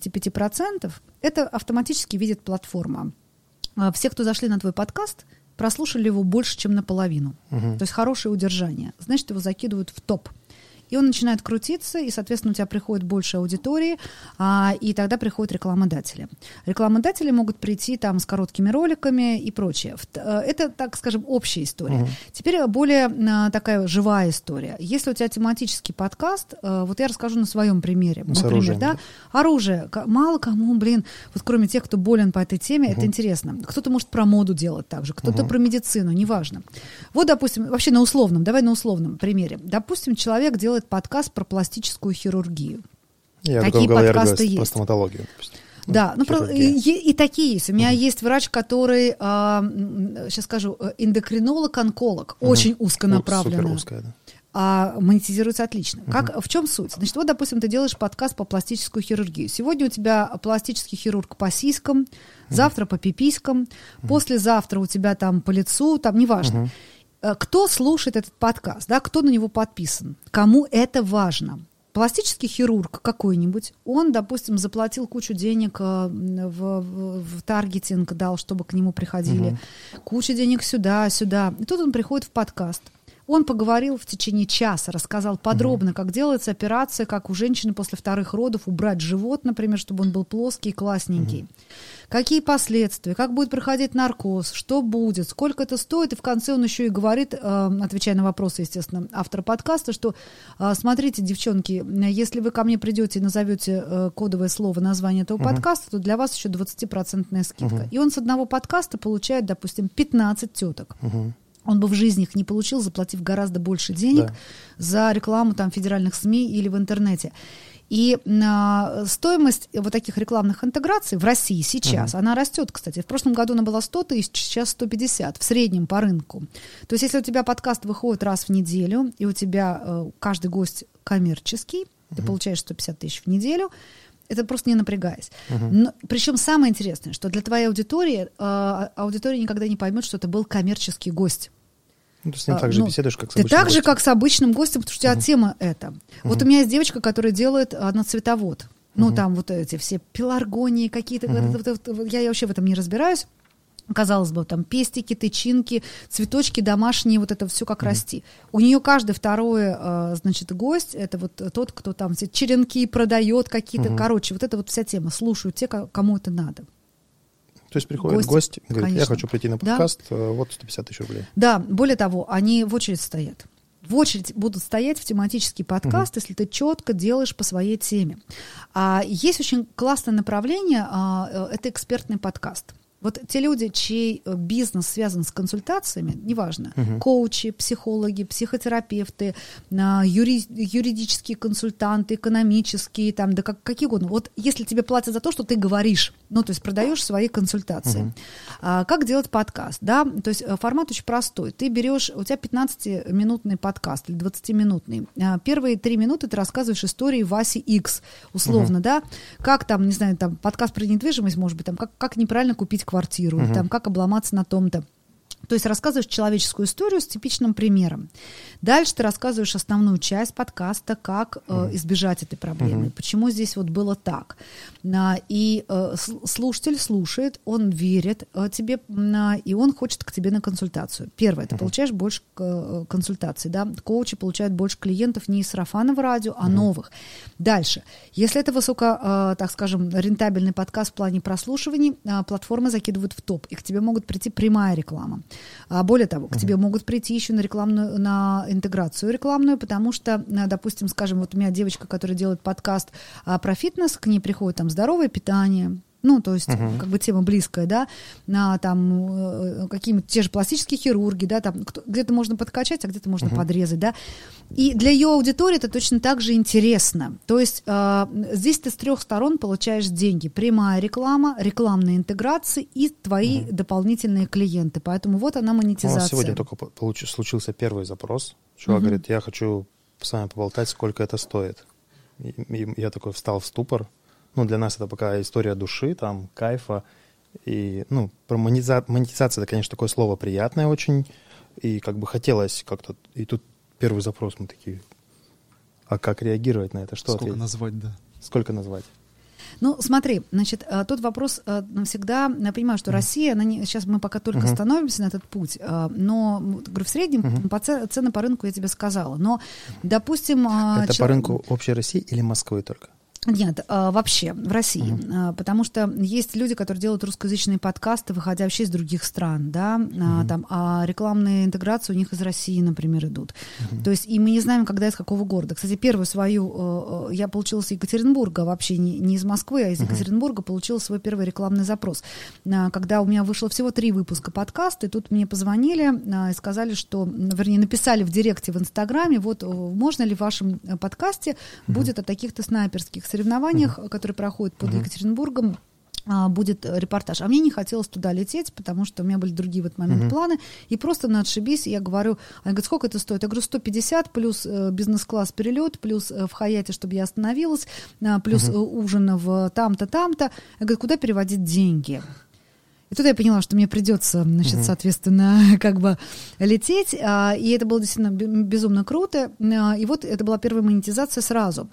65%, это автоматически видит платформа. Все, кто зашли на твой подкаст, прослушали его больше, чем наполовину. То есть хорошее удержание. Значит, его закидывают в топ. И он начинает крутиться, и, соответственно, у тебя приходит больше аудитории, и тогда приходят рекламодатели. Рекламодатели могут прийти там с короткими роликами и прочее. Это, так скажем, общая история. Теперь более такая живая история. Если у тебя тематический подкаст, вот я расскажу на своем примере. С оружием, да? Оружие. Мало кому, вот кроме тех, кто болен по этой теме, это интересно. Кто-то может про моду делать также, кто-то про медицину, неважно. Вот, допустим, вообще давай на условном примере. Допустим, человек делает подкаст про пластическую хирургию. Такие подкасты есть. Про стоматологию. Да, и такие есть. У меня есть врач, который, сейчас скажу, эндокринолог-онколог, очень узконаправленный. Супер узкая, да. Монетизируется отлично. В чем суть? Значит, вот, допустим, ты делаешь подкаст по пластическую хирургию. Сегодня у тебя пластический хирург по сиськам, завтра по пиписькам, послезавтра у тебя там по лицу, там неважно. Кто слушает этот подкаст, да, кто на него подписан, кому это важно. Пластический хирург какой-нибудь, он, допустим, заплатил кучу денег в таргетинг, дал, чтобы к нему приходили, кучу денег сюда. И тут он приходит в подкаст. Он поговорил в течение часа, рассказал подробно, как делается операция, как у женщины после 2-х родов убрать живот, например, чтобы он был плоский и классненький. Какие последствия, как будет проходить наркоз, что будет, сколько это стоит. И в конце он еще и говорит, отвечая на вопросы, естественно, автора подкаста, что смотрите, девчонки, если вы ко мне придете и назовете кодовое слово название этого подкаста, то для вас еще 20% скидка. И он с одного подкаста получает, допустим, 15 теток. Он бы в жизни их не получил, заплатив гораздо больше денег за рекламу там, федеральных СМИ или в интернете. И стоимость вот таких рекламных интеграций в России сейчас, она растет, кстати. В прошлом году она была 100 тысяч, сейчас 150 в среднем по рынку. То есть если у тебя подкаст выходит раз в неделю, и у тебя каждый гость коммерческий, ты получаешь 150 тысяч в неделю, это просто не напрягаясь. Причем самое интересное, что для твоей аудитории, аудитория никогда не поймет, что это был коммерческий гость. Ты с ним так же беседуешь, как с обычным гостем. Так же, как с обычным гостем, потому что у тебя тема эта. Вот у меня есть девочка, которая делает одноцветовод. Там вот эти все пеларгонии какие-то. Я вообще в этом не разбираюсь. Казалось бы, там пестики, тычинки, цветочки домашние, вот это все как расти. У нее каждый второй, значит, гость, это вот тот, кто там все черенки продает какие-то. Короче, вот эта вот вся тема. Слушают те, кому это надо. То есть приходит гость и говорит, конечно. Я хочу прийти на подкаст, вот 150 тысяч рублей. Да, более того, они в очередь стоят. В очередь будут стоять в тематический подкаст, если ты четко делаешь по своей теме. Есть очень классное направление, это экспертный подкаст. Вот те люди, чей бизнес связан с консультациями, неважно, коучи, психологи, психотерапевты, юридические консультанты, экономические, там, да какие угодно. Вот если тебе платят за то, что ты говоришь, ну, то есть продаешь свои консультации. Как делать подкаст, да? То есть формат очень простой. Ты берешь, у тебя 15-минутный подкаст или 20-минутный. Первые 3 минуты ты рассказываешь истории Васи X, условно, да? Как там, не знаю, там подкаст про недвижимость, может быть, там, как неправильно купить квартиру, там, как обломаться на том-то. То есть рассказываешь человеческую историю с типичным примером. Дальше ты рассказываешь основную часть подкаста, как избежать этой проблемы, почему здесь вот было так. И слушатель слушает, он верит тебе, и он хочет к тебе на консультацию. Первое, ты получаешь больше консультаций, да? Коучи получают больше клиентов не из сарафанного радио, а новых. Дальше, если это высоко, так скажем, рентабельный подкаст в плане прослушиваний, платформы закидывают в топ, и к тебе могут прийти прямая реклама. Более того, к тебе могут прийти еще на интеграцию рекламную, потому что, допустим, скажем, вот у меня девочка, которая делает подкаст про фитнес, к ней приходит там здоровое питание, ну, то есть, как бы тема близкая, да, там какие-то те же пластические хирурги, да, там где-то можно подкачать, а где-то можно подрезать, да. И для ее аудитории это точно так же интересно. То есть здесь ты с 3 сторон получаешь деньги. Прямая реклама, рекламные интеграции и твои дополнительные клиенты. Поэтому вот она монетизация. У нас сегодня только случился первый запрос. Чувак говорит, я хочу с вами поболтать, сколько это стоит. И я такой встал в ступор. Ну, для нас это пока история души, там, кайфа. И, ну, про монетизация, это, конечно, такое слово приятное очень. И как бы хотелось как-то... И тут первый запрос, мы такие, а как реагировать на это? Что сколько ответить? Назвать, да. Сколько назвать? Ну, смотри, значит, тут вопрос навсегда, я понимаю, что Россия, сейчас мы пока только становимся на этот путь, но, говорю, в среднем цены по рынку я тебе сказала, но, допустим... Это по рынку общей России или Москвы только? Нет, вообще в России, потому что есть люди, которые делают русскоязычные подкасты, выходя вообще из других стран, да, там, а рекламные интеграции у них из России, например, идут. То есть, и мы не знаем, когда из какого города. Кстати, первую свою, я получила с Екатеринбурга, вообще не из Москвы, а из Екатеринбурга получила свой первый рекламный запрос. Когда у меня вышло всего 3 выпуска подкаста, и тут мне позвонили и сказали, что, вернее, написали в директе в Инстаграме, вот, можно ли в вашем подкасте будет о таких-то снайперских соревнованиях, которые проходят под Екатеринбургом, будет репортаж. А мне не хотелось туда лететь, потому что у меня были другие в этот момент планы. И просто на отшибись я говорю, они говорят, сколько это стоит? Я говорю, 150 плюс бизнес-класс перелет, плюс в Хаяте, чтобы я остановилась, плюс ужин в там-то, там-то. Я говорю, куда переводить деньги? И тут я поняла, что мне придется, значит, соответственно, как бы лететь, и это было действительно безумно круто, и вот это была первая монетизация сразу.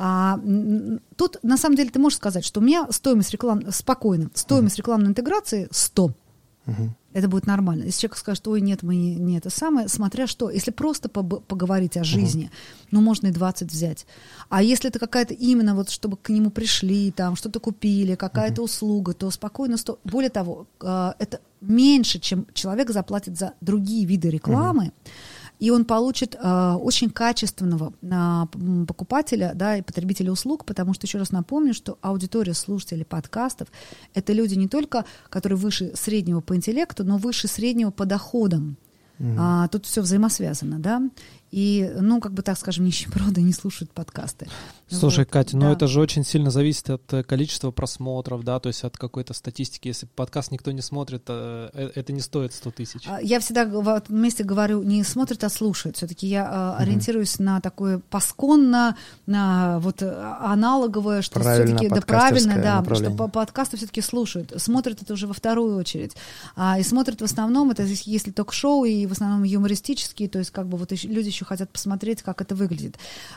Тут, на самом деле, ты можешь сказать, что у меня стоимость рекламной интеграции 100. Это будет нормально. Если человек скажет, ой, нет, мы не это самое, смотря что. Если просто поговорить о жизни, ну, можно и 20 взять. А если это какая-то именно вот, чтобы к нему пришли, там, что-то купили, какая-то услуга, то спокойно 100. Более того, это меньше, чем человек заплатит за другие виды рекламы, и он получит очень качественного покупателя, да, и потребителя услуг, потому что, еще раз напомню, что аудитория слушателей подкастов — это люди не только, которые выше среднего по интеллекту, но выше среднего по доходам. Тут все взаимосвязано, да. И, ну, как бы так скажем, нищеброды не слушают подкасты. Слушай, вот, Катя, да. но это же очень сильно зависит от количества просмотров, да, то есть от какой-то статистики. Если подкаст никто не смотрит, это не стоит 100 тысяч. Я всегда в этом месте говорю, не смотрят, а слушают. Все-таки я ориентируюсь на такое посконно, на вот аналоговое, что все-таки, да, правильно, да, что подкасты все-таки слушают. Смотрят это уже во вторую очередь. И смотрят в основном, это если ток-шоу, и в основном юмористические, то есть как бы вот люди еще хотят посмотреть, как это выглядит.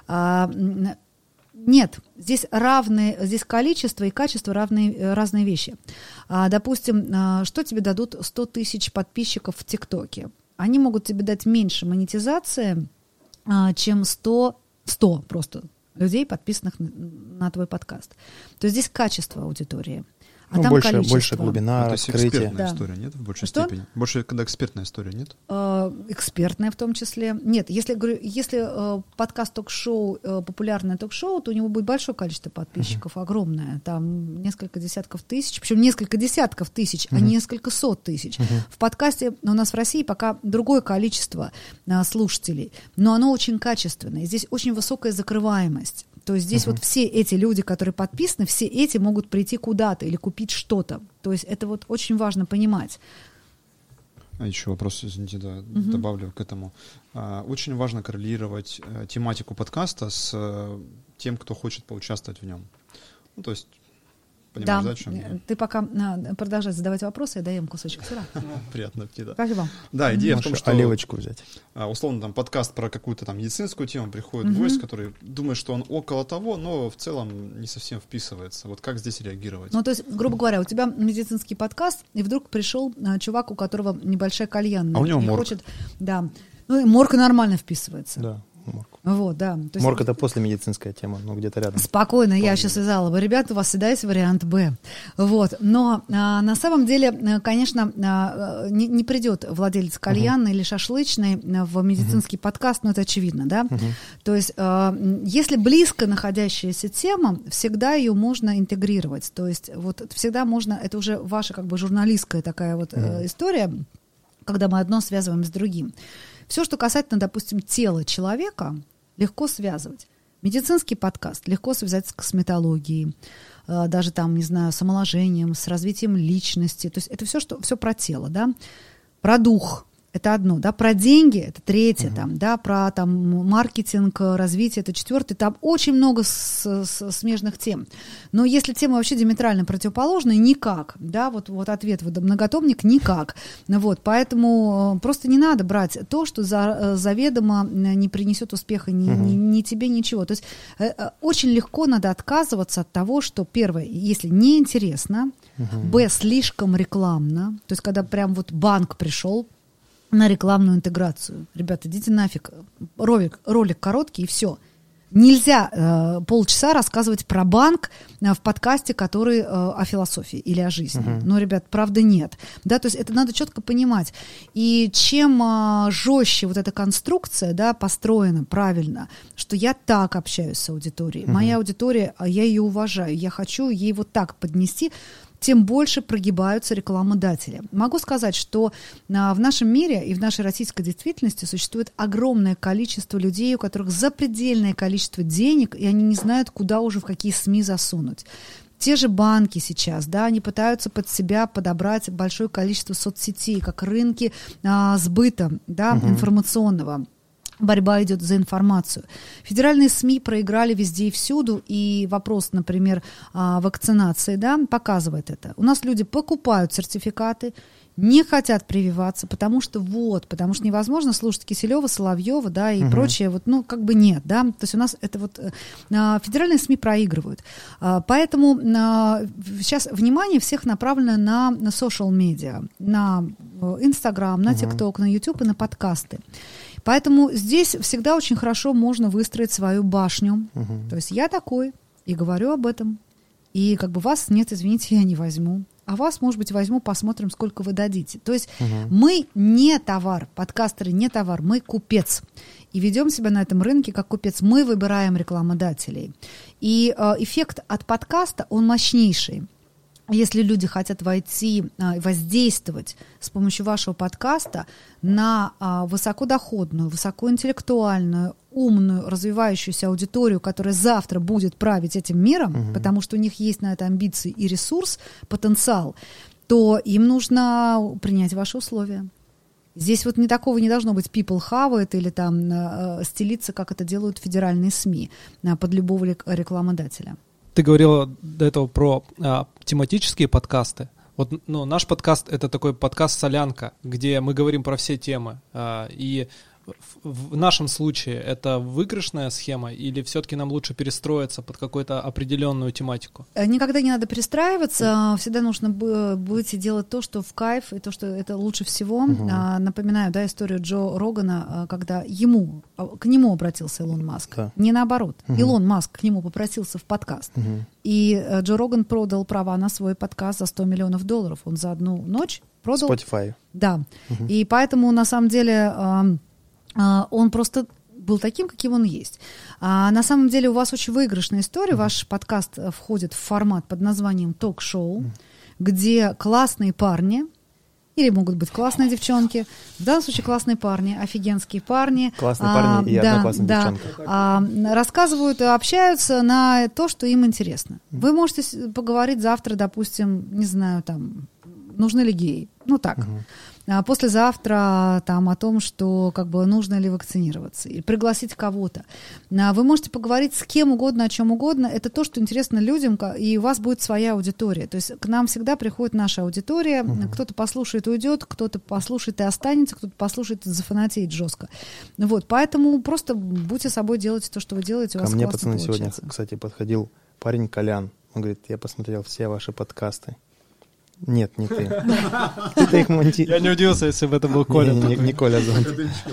Нет, здесь количество и качество разные вещи. Допустим, что тебе дадут 100 тысяч подписчиков в ТикТоке? Они могут тебе дать меньше монетизации, чем 100 просто людей, подписанных на твой подкаст. То есть здесь качество аудитории. А там больше глубина, то есть раскрытие. экспертная история, нет, в большей степени? Больше, когда экспертная история, нет? Экспертная в том числе. Нет, если подкаст ток-шоу, популярное ток-шоу, то у него будет большое количество подписчиков, огромное. Там несколько десятков тысяч, причем несколько десятков тысяч, а несколько сот тысяч. В подкасте у нас в России пока другое количество слушателей, но оно очень качественное. Здесь очень высокая закрываемость. То есть здесь вот все эти люди, которые подписаны, все эти могут прийти куда-то или купить что-то. То есть это вот очень важно понимать. А еще вопрос, извините, добавлю к этому. Очень важно коррелировать тематику подкаста с тем, кто хочет поучаствовать в нем. Ну, то есть, понимаешь, да, о чем я? Ты пока продолжай задавать вопросы, я даем кусочек сыра. Приятно аппетита. Спасибо. Да, идея в том, что... оливочку взять. Условно, там подкаст про какую-то там медицинскую тему, приходит гость, который думает, что он около того, но в целом не совсем вписывается. Вот как здесь реагировать? Ну, то есть, грубо говоря, у тебя медицинский подкаст, и вдруг пришел чувак, у которого небольшая кальянная. А у него морг. Хочет, да. Ну, и морг нормально вписывается. Да, морг. Вот, да. То есть, морг — это после медицинская тема, но где-то рядом. Спокойно, я сейчас связала бы. Ребята, у вас всегда есть вариант Б. Вот. Но на самом деле, конечно, не придет владелец кальянной или шашлычной в медицинский подкаст, но это очевидно, да? То есть, если близко находящаяся тема, всегда ее можно интегрировать. То есть, вот всегда можно, это уже ваша как бы журналистская такая вот история, когда мы одно связываем с другим. Все, что касательно, допустим, тела человека, легко связывать. Медицинский подкаст легко связать с косметологией, даже там, не знаю, с омоложением, с развитием личности. То есть это все про тело, да. Про дух — это одно, да, про деньги — это третье, там, да, про там маркетинг, развитие — это четвертое. Там очень много смежных тем. Но если темы вообще диаметрально противоположные, никак, да, вот ответ, вот многотомник — никак. Вот, поэтому просто не надо брать то, что заведомо не принесет успеха ни тебе, ничего. То есть очень легко надо отказываться от того, что, первое, если неинтересно, б, слишком рекламно, то есть когда прям вот банк пришел на рекламную интеграцию. Ребята, идите нафиг. Ролик короткий, и все. Нельзя полчаса рассказывать про банк в подкасте, который о философии или о жизни. Но, ребят, правда нет. Да, то есть это надо четко понимать. И чем жестче вот эта конструкция, да, построена правильно, что я так общаюсь с аудиторией. Моя аудитория, я ее уважаю, я хочу ей вот так поднести, тем больше прогибаются рекламодатели. Могу сказать, что в нашем мире и в нашей российской действительности существует огромное количество людей, у которых запредельное количество денег, и они не знают, куда уже, в какие СМИ засунуть. Те же банки сейчас, да, они пытаются под себя подобрать большое количество соцсетей, как рынки сбыта, да, информационного. Борьба идет за информацию. Федеральные СМИ проиграли везде и всюду, и вопрос, например, вакцинации, да, показывает это. У нас люди покупают сертификаты, не хотят прививаться, потому что невозможно слушать Киселева, Соловьева, да, и прочее, вот, ну, как бы нет, да, то есть у нас это вот, федеральные СМИ проигрывают, поэтому сейчас внимание всех направлено на social media, на Instagram, на TikTok, на YouTube и на подкасты. Поэтому здесь всегда очень хорошо можно выстроить свою башню. То есть я такой и говорю об этом. И как бы вас нет, извините, я не возьму. А вас, может быть, возьму, посмотрим, сколько вы дадите. То есть мы не товар, подкастеры не товар, мы купец. И ведем себя на этом рынке как купец. Мы выбираем рекламодателей. И эффект от подкаста, он мощнейший. Если люди хотят войти, воздействовать с помощью вашего подкаста на высокодоходную, высокоинтеллектуальную, умную, развивающуюся аудиторию, которая завтра будет править этим миром, потому что у них есть на это амбиции и ресурс, потенциал, то им нужно принять ваши условия. Здесь вот такого не должно быть people have it или там стелиться, как это делают федеральные СМИ под любого рекламодателя. Ты говорила до этого про тематические подкасты. Вот, ну, наш подкаст — это такой подкаст-солянка, где мы говорим про все темы. И в нашем случае это выигрышная схема или все-таки нам лучше перестроиться под какую-то определенную тематику? Никогда не надо перестраиваться, всегда нужно быть и делать то, что в кайф, и то, что это лучше всего. Напоминаю, да, историю Джо Рогана, когда к нему обратился Илон Маск, не наоборот. Илон Маск к нему попросился в подкаст, и Джо Роган продал права на свой подкаст за $100 миллионов. Он за одну ночь продал. Spotify. Да, и поэтому на самом деле он просто был таким, каким он есть. На самом деле у вас очень выигрышная история. Ваш подкаст входит в формат под названием ток-шоу, где классные парни, или могут быть классные девчонки, в данном случае классные парни, офигенские парни. Классные парни и одна классная девчонка. Рассказывают, общаются на то, что им интересно. Вы можете поговорить завтра, допустим, не знаю, там, нужны ли геи. Ну так. Послезавтра там о том, что как бы нужно ли вакцинироваться, или пригласить кого-то. Вы можете поговорить с кем угодно, о чем угодно. Это то, что интересно людям, и у вас будет своя аудитория. То есть к нам всегда приходит наша аудитория. Кто-то послушает и уйдет, кто-то послушает и останется, кто-то послушает и зафанатеет жестко. Вот, поэтому просто будьте собой, делайте то, что вы делаете. Ко мне, пацаны, сегодня, кстати, подходил парень Колян. Он говорит, я посмотрел все ваши подкасты. Нет, не ты. Ты их монтируешь. Я не удивился, если бы это был Коля. Не Коля Зонт.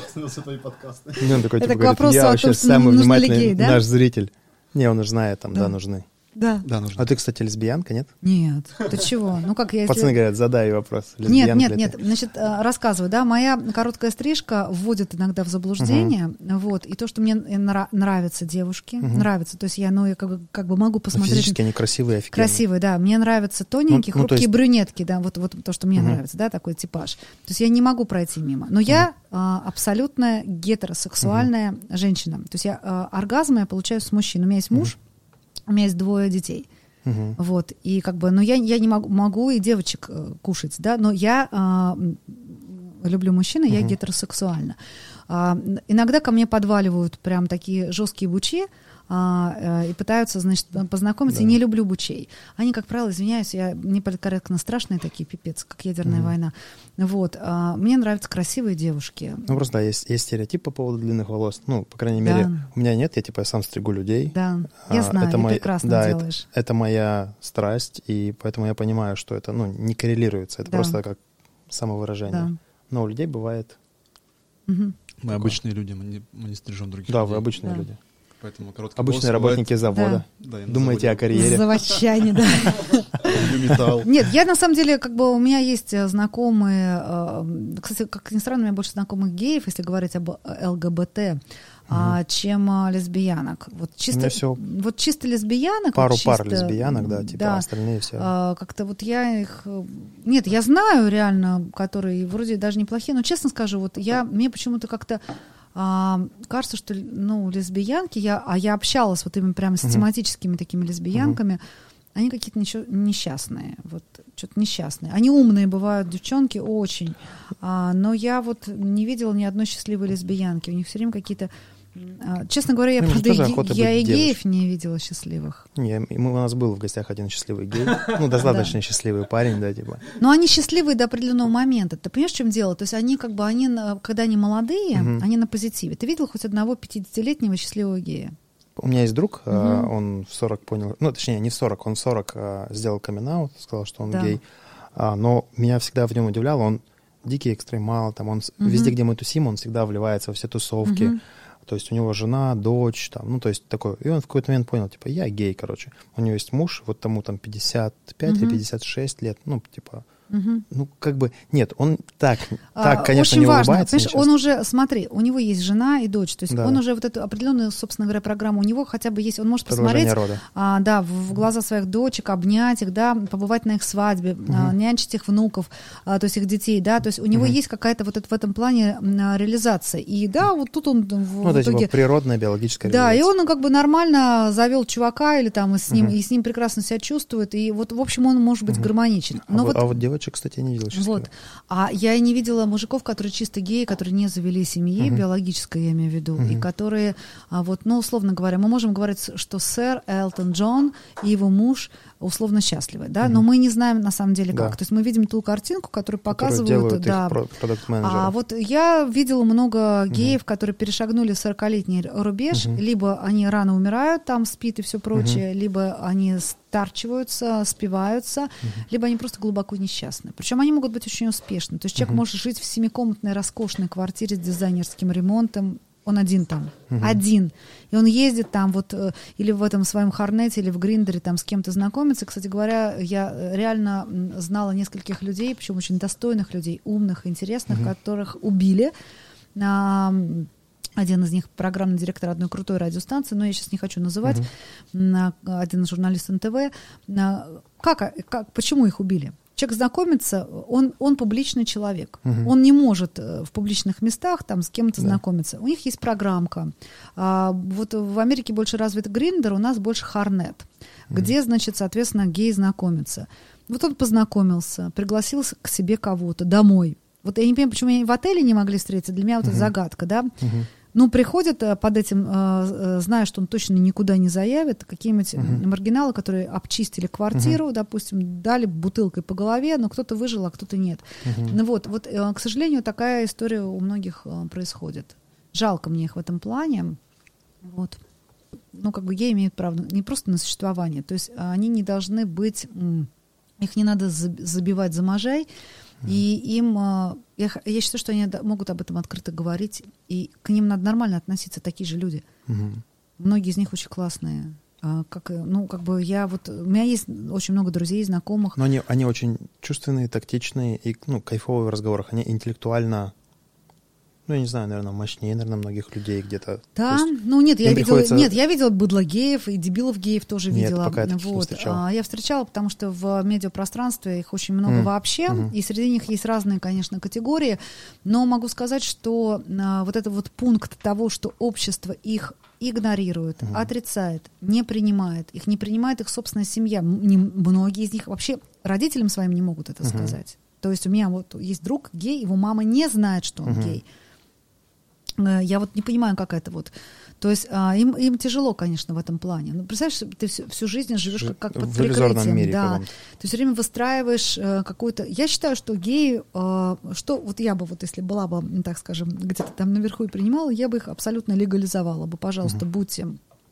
Он такой, это типа, говорит, я вообще самый внимательный наш зритель. Не, он уже знает, там, да, нужны. Да. А ты, кстати, лесбиянка, нет? Нет. Ты чего? Ну как я... Пацаны говорят, задай вопрос. Нет. Значит, рассказываю, да, моя короткая стрижка вводит иногда в заблуждение, вот, и то, что мне нравятся девушки, нравится, то есть я как бы могу посмотреть... Физически они красивые, офигенные. Красивые, да. Мне нравятся тоненькие, хрупкие брюнетки, да, вот то, что мне нравится, да, такой типаж. То есть я не могу пройти мимо. Но я абсолютно гетеросексуальная женщина. То есть оргазмы я получаю с мужчин. У меня есть муж, у меня есть 2 детей. Вот. И как бы, но я не могу и девочек кушать, да, но я люблю мужчин, и я гетеросексуальна. Иногда ко мне подваливают прям такие жесткие бучи, и пытаются, значит, познакомиться, и не люблю бучей. Они, как правило, извиняюсь, не политкорректно страшные такие, пипец, как ядерная война. Вот. Мне нравятся красивые девушки. Ну, просто да, есть стереотип по поводу длинных волос. Ну, по крайней мере, у меня нет, я сам стригу людей. Да, я знаю, ты прекрасно делаешь. Это моя страсть, и поэтому я понимаю, что это, не коррелируется, это просто как самовыражение. Да. Но у людей бывает... Мы обычные люди, мы не стрижем других людей. Да, вы обычные люди. Поэтому обычные работники завода. Да, думаете о карьере. Заводчане, да. Нет, я на самом деле, как бы у меня есть знакомые, кстати, как ни странно, у меня больше знакомых геев, если говорить об ЛГБТ, чем лесбиянок. Вот чисто лесбиянок. Пару пар лесбиянок, да, типа остальные все. Как-то вот я их... Нет, я знаю реально, которые вроде даже неплохие, но честно скажу, вот мне почему-то как-то кажется, что лесбиянки, я общалась вот именно прямо с тематическими такими лесбиянками, они какие-то несчастные, вот что-то несчастные. Они умные бывают, девчонки, очень, но я вот не видела ни одной счастливой лесбиянки, у них все время какие-то... Честно говоря, я и геев не видела счастливых. У нас был в гостях один счастливый гей, достаточно счастливый парень, да, типа. Но они счастливые до определенного момента. Ты понимаешь, в чем дело? То есть они когда они молодые, они на позитиве. Ты видел хоть одного 50-летнего счастливого гея? У меня есть друг, он в 40 понял, точнее, не в 40, он в 40 сделал камин-аут, сказал, что он гей. Но меня всегда в нем удивляло, он дикий экстремал, там он везде, где мы тусим, он всегда вливается во все тусовки. То есть у него жена, дочь, там, то есть такой. И он в какой-то момент понял, типа, я гей, короче. У него есть муж, вот тому там 55 или 56 лет, нет, он так, конечно, очень не важно, улыбается. Понимаешь, он уже, смотри, у него есть жена и дочь, то есть он уже вот эту определенную, собственно говоря, программу, у него хотя бы есть, он может посмотреть, в глаза своих дочек, обнять их, да, побывать на их свадьбе, нянчить их внуков, то есть их детей, да, то есть у него есть какая-то вот в этом плане реализация. И да, вот тут он в итоге... Типа природная биологическая реализация. Да, и он как бы нормально завел чувака или там и с ним прекрасно себя чувствует, и вот, в общем, он может быть гармоничен. А вот девочки Короче, кстати, я не видел сейчас. Вот. А я и не видела мужиков, которые чисто геи, которые не завели семьи, биологической, я имею в виду, и которые, вот, ну, условно говоря, мы можем говорить, что сэр Элтон Джон и его муж условно счастливы, да, но мы не знаем на самом деле как. То есть мы видим ту картинку, которую показывают, да. А вот я видела много геев, которые перешагнули 40-летний рубеж, либо они рано умирают, там спит и все прочее, либо они старчиваются, спиваются, либо они просто глубоко несчастны. Причем они могут быть очень успешны. То есть человек может жить в 7-комнатной роскошной квартире с дизайнерским ремонтом, он один там, один. И он ездит там вот, или в этом своем Хорнете, или в Гриндере там с кем-то знакомится. Кстати говоря, я реально знала нескольких людей, причем очень достойных людей, умных, интересных, которых убили. Один из них программный директор одной крутой радиостанции, но я сейчас не хочу называть, один журналист НТВ. Почему их убили? Человек знакомится, он публичный человек. Он не может в публичных местах там с кем-то знакомиться. У них есть программка. Вот в Америке больше развит Гриндер, у нас больше Хорнет, где, значит, соответственно, геи знакомятся. Вот он познакомился, пригласил к себе кого-то домой. Вот я не понимаю, почему они в отеле не могли встретиться. Для меня вот это загадка, да? Ну, приходят под этим, зная, что он точно никуда не заявит, какие-нибудь маргиналы, которые обчистили квартиру, допустим, дали бутылкой по голове, но кто-то выжил, а кто-то нет. Ну вот, к сожалению, такая история у многих происходит. Жалко мне их в этом плане. Вот. Ну, как бы геи имеют право не просто на существование, то есть они не должны быть, их не надо забивать за можжай, и им, я считаю, что они могут об этом открыто говорить, и к ним надо нормально относиться, такие же люди. Многие из них очень классные. У меня есть очень много друзей, знакомых. Но они очень чувственные, тактичные и кайфовые в разговорах. Они интеллектуально, я не знаю, наверное, мощнее, многих людей где-то. Да, я видела быдлогеев и дебилов геев тоже видела. Пока я таких не встречала. Я встречала, потому что в медиапространстве их очень много вообще, и среди них есть разные, конечно, категории, но могу сказать, что вот этот вот пункт того, что общество их игнорирует, отрицает, не принимает, их не принимает их собственная семья. Многие из них вообще родителям своим не могут это сказать. То есть у меня вот есть друг гей, его мама не знает, что он гей. Я вот не понимаю, как это вот. То есть им тяжело, конечно, в этом плане. Ну, представляешь, ты всю жизнь живешь как под прикрытием. Мире да. Ты все время выстраиваешь какую-то... Я считаю, что геи... вот я бы, вот если была бы, так скажем, где-то там наверху и принимала, я бы их абсолютно легализовала бы. Пожалуйста, будьте.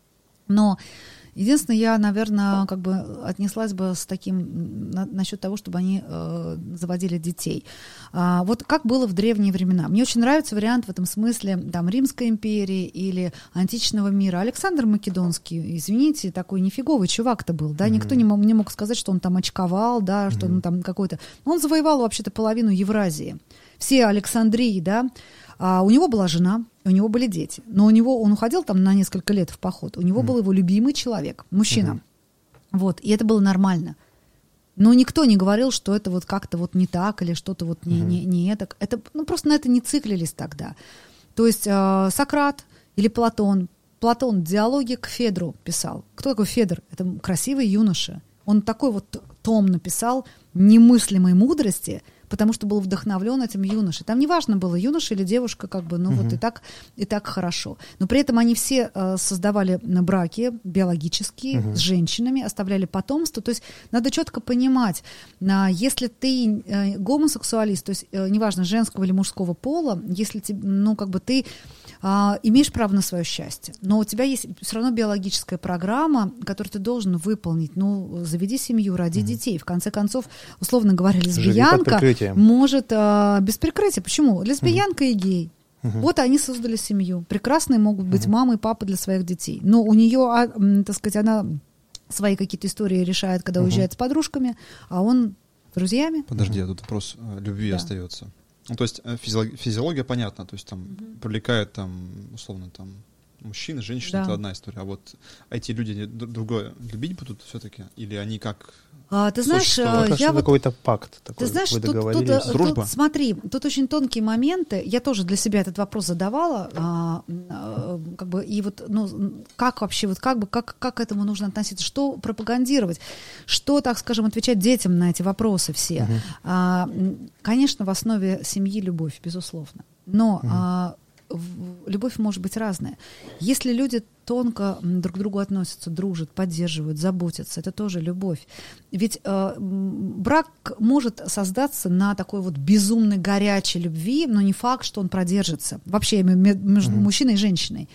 Но... Единственное, я, наверное, как бы отнеслась бы с таким насчет того, чтобы они заводили детей. Вот как было в древние времена. Мне очень нравится вариант в этом смысле там, Римской империи или античного мира. Александр Македонский, извините, такой нифиговый чувак-то был. Да? Никто не мог сказать, что он там очковал, да, что он там какой-то... Он завоевал вообще-то половину Евразии. Все Александрии, да. У него была жена, у него были дети. Но он уходил там на несколько лет в поход. У него был его любимый человек, мужчина. Вот, и это было нормально. Но никто не говорил, что это вот как-то вот не так или что-то вот не так. Это, просто на это не циклились тогда. То есть Сократ или Платон диалоги к Федру писал. Кто такой Федр? Это красивый юноша. Он такой вот том написал немыслимой мудрости, потому что был вдохновлен этим юношей. Там неважно было, юноша или девушка, как бы, вот и так хорошо. Но при этом они все создавали браки биологические с женщинами, оставляли потомство. То есть надо четко понимать, если ты гомосексуалист, то есть неважно, женского или мужского пола, если ты, ты имеешь право на свое счастье, но у тебя есть все равно биологическая программа, которую ты должен выполнить. Заведи семью, роди детей. В конце концов, условно говоря, лесбиянка может без прикрытия. Почему? Лесбиянка и гей. Вот они создали семью. Прекрасные могут быть мамы и папы для своих детей. Но у нее, так сказать, она свои какие-то истории решает, когда уезжает с подружками, а он с друзьями. Подожди, тут вопрос любви остается. То есть физиология понятна, то есть там привлекают там, условно, там мужчины, женщины, это одна история. А вот эти люди другое любить будут все-таки? Или они как Ты знаешь, я вот... какой-то пакт такой, ты знаешь, вы договорились. Дружба. Тут, смотри, тут очень тонкие моменты. Я тоже для себя этот вопрос задавала, как бы, и вот, ну, как вообще, вот как к этому нужно относиться, что пропагандировать, что, так скажем, отвечать детям на эти вопросы все. Конечно, в основе семьи любовь, безусловно, но любовь может быть разная. Если люди тонко друг к другу относятся, дружат, поддерживают, заботятся, это тоже любовь. Ведь брак может создаться на такой вот безумной горячей любви, но не факт, что он продержится. Вообще, я имею в виду между мужчиной и женщиной.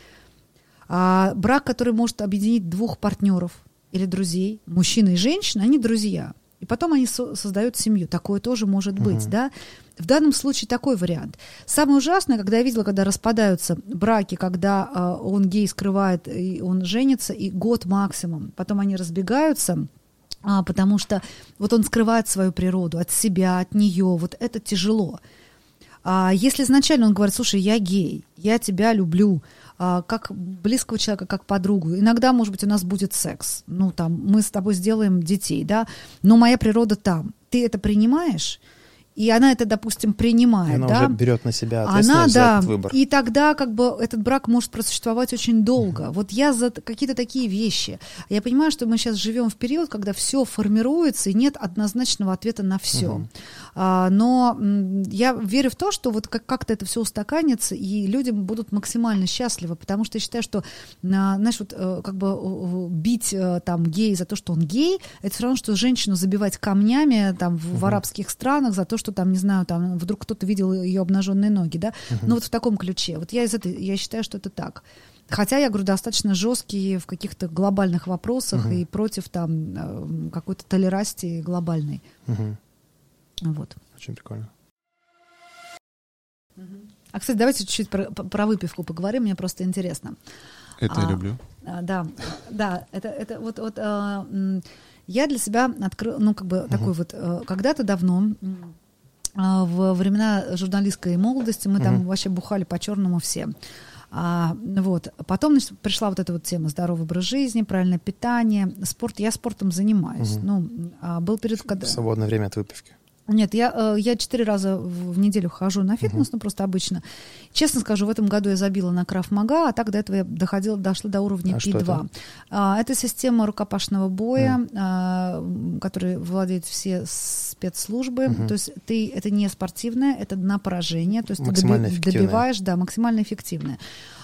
Брак, который может объединить двух партнеров или друзей, мужчина и женщина, они друзья. И потом они создают семью. Такое тоже может быть, да? В данном случае такой вариант. Самое ужасное, когда я видела, когда распадаются браки, когда он гей скрывает, и он женится, и год максимум. Потом они разбегаются, потому что вот он скрывает свою природу от себя, от нее. Вот это тяжело. Если изначально он говорит: слушай, я гей, я тебя люблю, как близкого человека, как подругу. Иногда, может быть, у нас будет секс. Ну, там, мы с тобой сделаем детей, да, но моя природа там. Ты это принимаешь? И она это, допустим, принимает, она да? уже берет на себя ответственность за этот выбор. И тогда как бы этот брак может просуществовать очень долго. Вот я за какие-то такие вещи. Я понимаю, что мы сейчас живем в период, когда все формируется, и нет однозначного ответа на все. Но я верю в то, что вот как-то это все устаканится, и люди будут максимально счастливы, потому что я считаю, что, знаешь, вот как бы бить там гея за то, что он гей, это все равно, что женщину забивать камнями там в арабских странах за то, что там, не знаю, там вдруг кто-то видел ее обнаженные ноги, да, ну вот в таком ключе. Вот я считаю, что это так. Хотя, я говорю, достаточно жесткие в каких-то глобальных вопросах и против там какой-то толерантности глобальной. Вот. Очень прикольно. А, кстати, давайте чуть-чуть про выпивку поговорим, мне просто интересно. Это я люблю. Да, это вот я для себя открыла, ну, как бы такой вот, когда-то давно, во времена журналистской молодости, мы там вообще бухали по-черному все. Вот. Потом, значит, пришла вот эта вот тема здоровый образ жизни, правильное питание, спорт. Я спортом занимаюсь. Ну, был период, когда... В свободное время от выпивки. Нет, я 4 раза в неделю хожу на фитнес, ну просто обычно. Честно скажу, в этом году я забила на Крав-Мага, а так до этого я дошла до уровня P2. Это система рукопашного боя, которой владеют все спецслужбы. То есть это не спортивное, это на поражение. То есть ты добиваешь, да, максимально эффективное.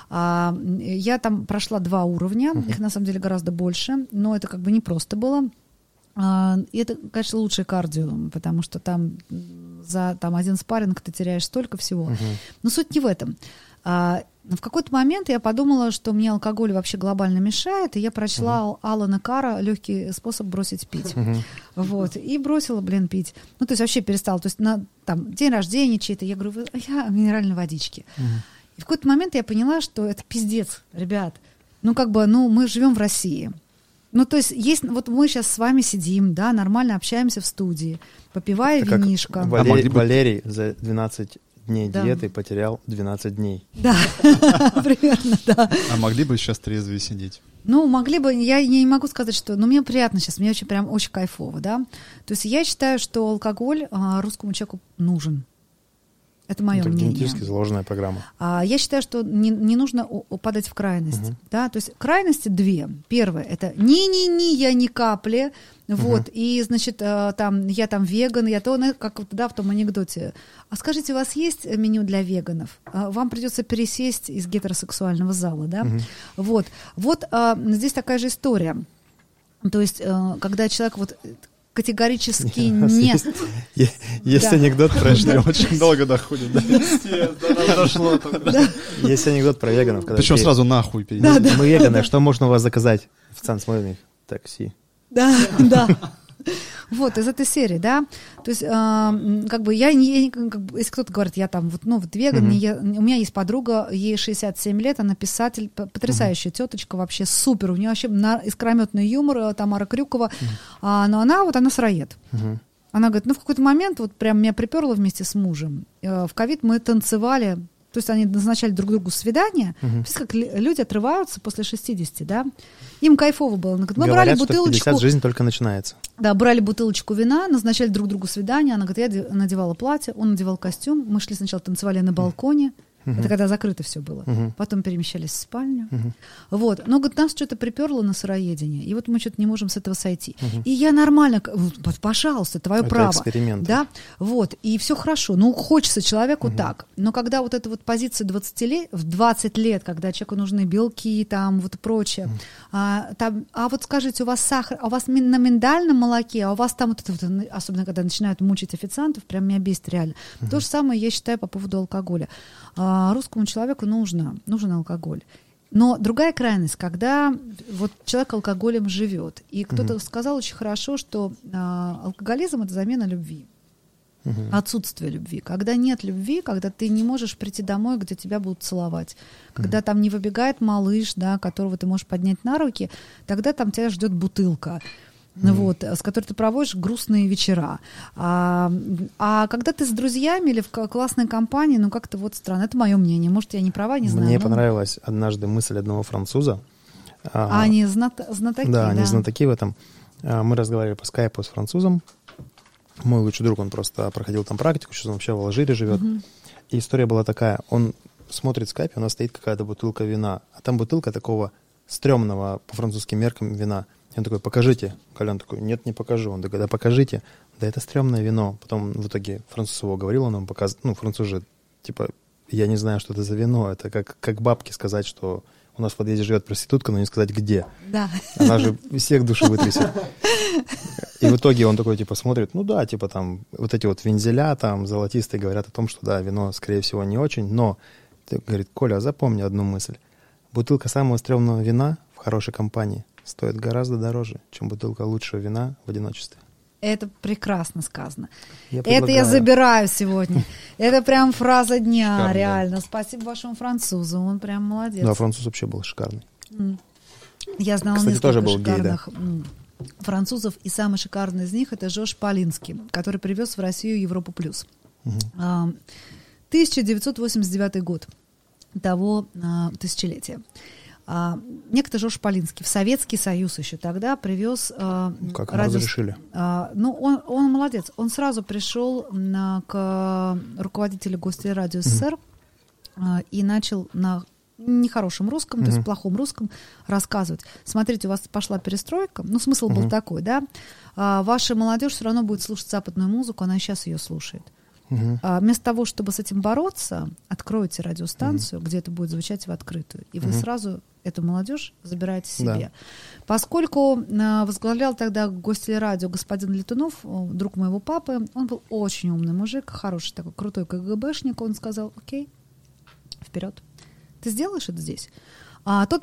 Я там прошла 2 уровня, их на самом деле гораздо больше, но это как бы не просто было. И это, конечно, лучшее кардио, потому что там за один спарринг ты теряешь столько всего. Но суть не в этом. В какой-то момент я подумала, что мне алкоголь вообще глобально мешает, и я прочла Алана Карра «Легкий способ бросить пить». Вот, и бросила, пить. Ну, то есть вообще перестала. То есть на день рождения чей-то, я говорю: я минеральной водички. И в какой-то момент я поняла, что это пиздец, ребят. Ну, как бы, мы живем в России. Ну, то есть, вот мы сейчас с вами сидим, да, нормально общаемся в студии, попивая винишко. Валерий за 12 дней диеты потерял 12 дней. Да, примерно, да. А могли бы сейчас трезвее сидеть? Ну, могли бы, я не могу сказать, что... Но мне приятно сейчас, мне очень кайфово, да. То есть я считаю, что алкоголь русскому человеку нужен. Это мое мнение. Генетически заложенная программа. Я считаю, что не нужно упадать в крайность. Да? То есть крайности 2. Первое — это не-не-не, я ни капли. Вот. И, значит, я там веган, я то, как в том анекдоте. А скажите, у вас есть меню для веганов? Вам придется пересесть из гетеросексуального зала, да? Вот. Здесь такая же история. То есть, когда человек категорически нет. Есть анекдот про... Очень долго доходит. Дошло. Есть анекдот про веганов. Причем сразу нахуй перейдем. Мы веганы, что можно у вас заказать? Официант смотрит, такси. Да. Вот, из этой серии, да. То есть, как бы если кто-то говорит, я там веган, у меня есть подруга, ей 67 лет, она писатель, потрясающая теточка, вообще супер, у нее вообще искрометный юмор, Тамара Крюкова, но она сыроед. Она говорит, в какой-то момент прям меня приперло вместе с мужем. В ковид мы танцевали То есть они назначали друг другу свидания. Видите, как люди отрываются после 60, да? Им кайфово было. Мы говорят, брали что бутылочку. в 50 жизнь только начинается. Да, брали бутылочку вина, назначали друг другу свидание. Она говорит, я надевала платье, он надевал костюм. Мы шли сначала танцевали на балконе. Это когда закрыто все было. Потом перемещались в спальню. Вот. Но, говорит, нас что-то приперло на сыроедение. И вот мы что-то не можем с этого сойти. И я нормально, пожалуйста, твое право. Эксперимент. Да? Вот. И все хорошо. Ну, хочется человеку так. Но когда вот эта вот позиция 20 лет, когда человеку нужны белки, там, вот и прочее. А вот скажите, у вас сахар, а у вас на миндальном молоке, а у вас там вот это вот, особенно когда начинают мучить официантов, прям меня бесит реально. То же самое я считаю по поводу алкоголя. Русскому человеку нужен алкоголь. Но другая крайность, когда вот человек алкоголем живет. И кто-то сказал очень хорошо, что алкоголизм — это замена любви. Отсутствие любви. Когда нет любви, когда ты не можешь прийти домой, где тебя будут целовать, когда там не выбегает малыш, да, которого ты можешь поднять на руки, тогда там тебя ждет бутылка. Вот, с которой ты проводишь грустные вечера. А когда ты с друзьями или в классной компании, ну как-то вот странно. Это мое мнение. Может, я не права, не знаю. Мне понравилась однажды мысль одного француза. Они знатоки, да? Они знатоки в этом. Мы разговаривали по скайпу с французом. Мой лучший друг, он просто проходил там практику, сейчас он вообще в Алжире живет. И история была такая. Он смотрит в скайпе, у нас стоит какая-то бутылка вина. А там бутылка такого стрёмного по французским меркам вина. Он такой, покажите. Колян такой, нет, не покажу. Он такой, да покажите. Да это стрёмное вино. Потом в итоге француз его говорил, он ему показывал. Ну, француз же, типа, я не знаю, что это за вино. Это как бабке сказать, что у нас в подъезде живет проститутка, но не сказать, где. Да. Она же всех души вытрясет. И в итоге он такой, типа, смотрит, ну да, типа там, вот эти вот вензеля там золотистые говорят о том, что да, вино, скорее всего, не очень, но, говорит, Коля, запомни одну мысль. Бутылка самого стрёмного вина в хорошей компании стоит гораздо дороже, чем бутылка лучшего вина в одиночестве. Это прекрасно сказано. Это я забираю сегодня. Это прям фраза дня, шикарно, реально. Да. Спасибо вашему французу, он прям молодец. Да, француз вообще был шикарный. Я знала, кстати, несколько тоже был шикарных гей, да? французов, и самый шикарный из них — это Жош Полинский, который привез в Россию Европу плюс. 1989 год того тысячелетия. Некто Жош Полинский в Советский Союз еще тогда привез... Как ему разрешили? Ну, он молодец. Он сразу пришел к руководителю Гостелерадио СССР и начал на нехорошем русском, то есть плохом русском, рассказывать. Смотрите, у вас пошла перестройка. Ну, смысл был такой, да? Ваша молодежь все равно будет слушать западную музыку, она и сейчас ее слушает. Вместо того, чтобы с этим бороться, откройте радиостанцию, где это будет звучать в открытую. И вы сразу эту молодежь забираете себе. Да. Поскольку возглавлял тогда Гостелерадио господин Летунов, друг моего папы, он был очень умный мужик, хороший такой крутой КГБшник, он сказал, окей, вперед. Ты сделаешь это здесь? Тот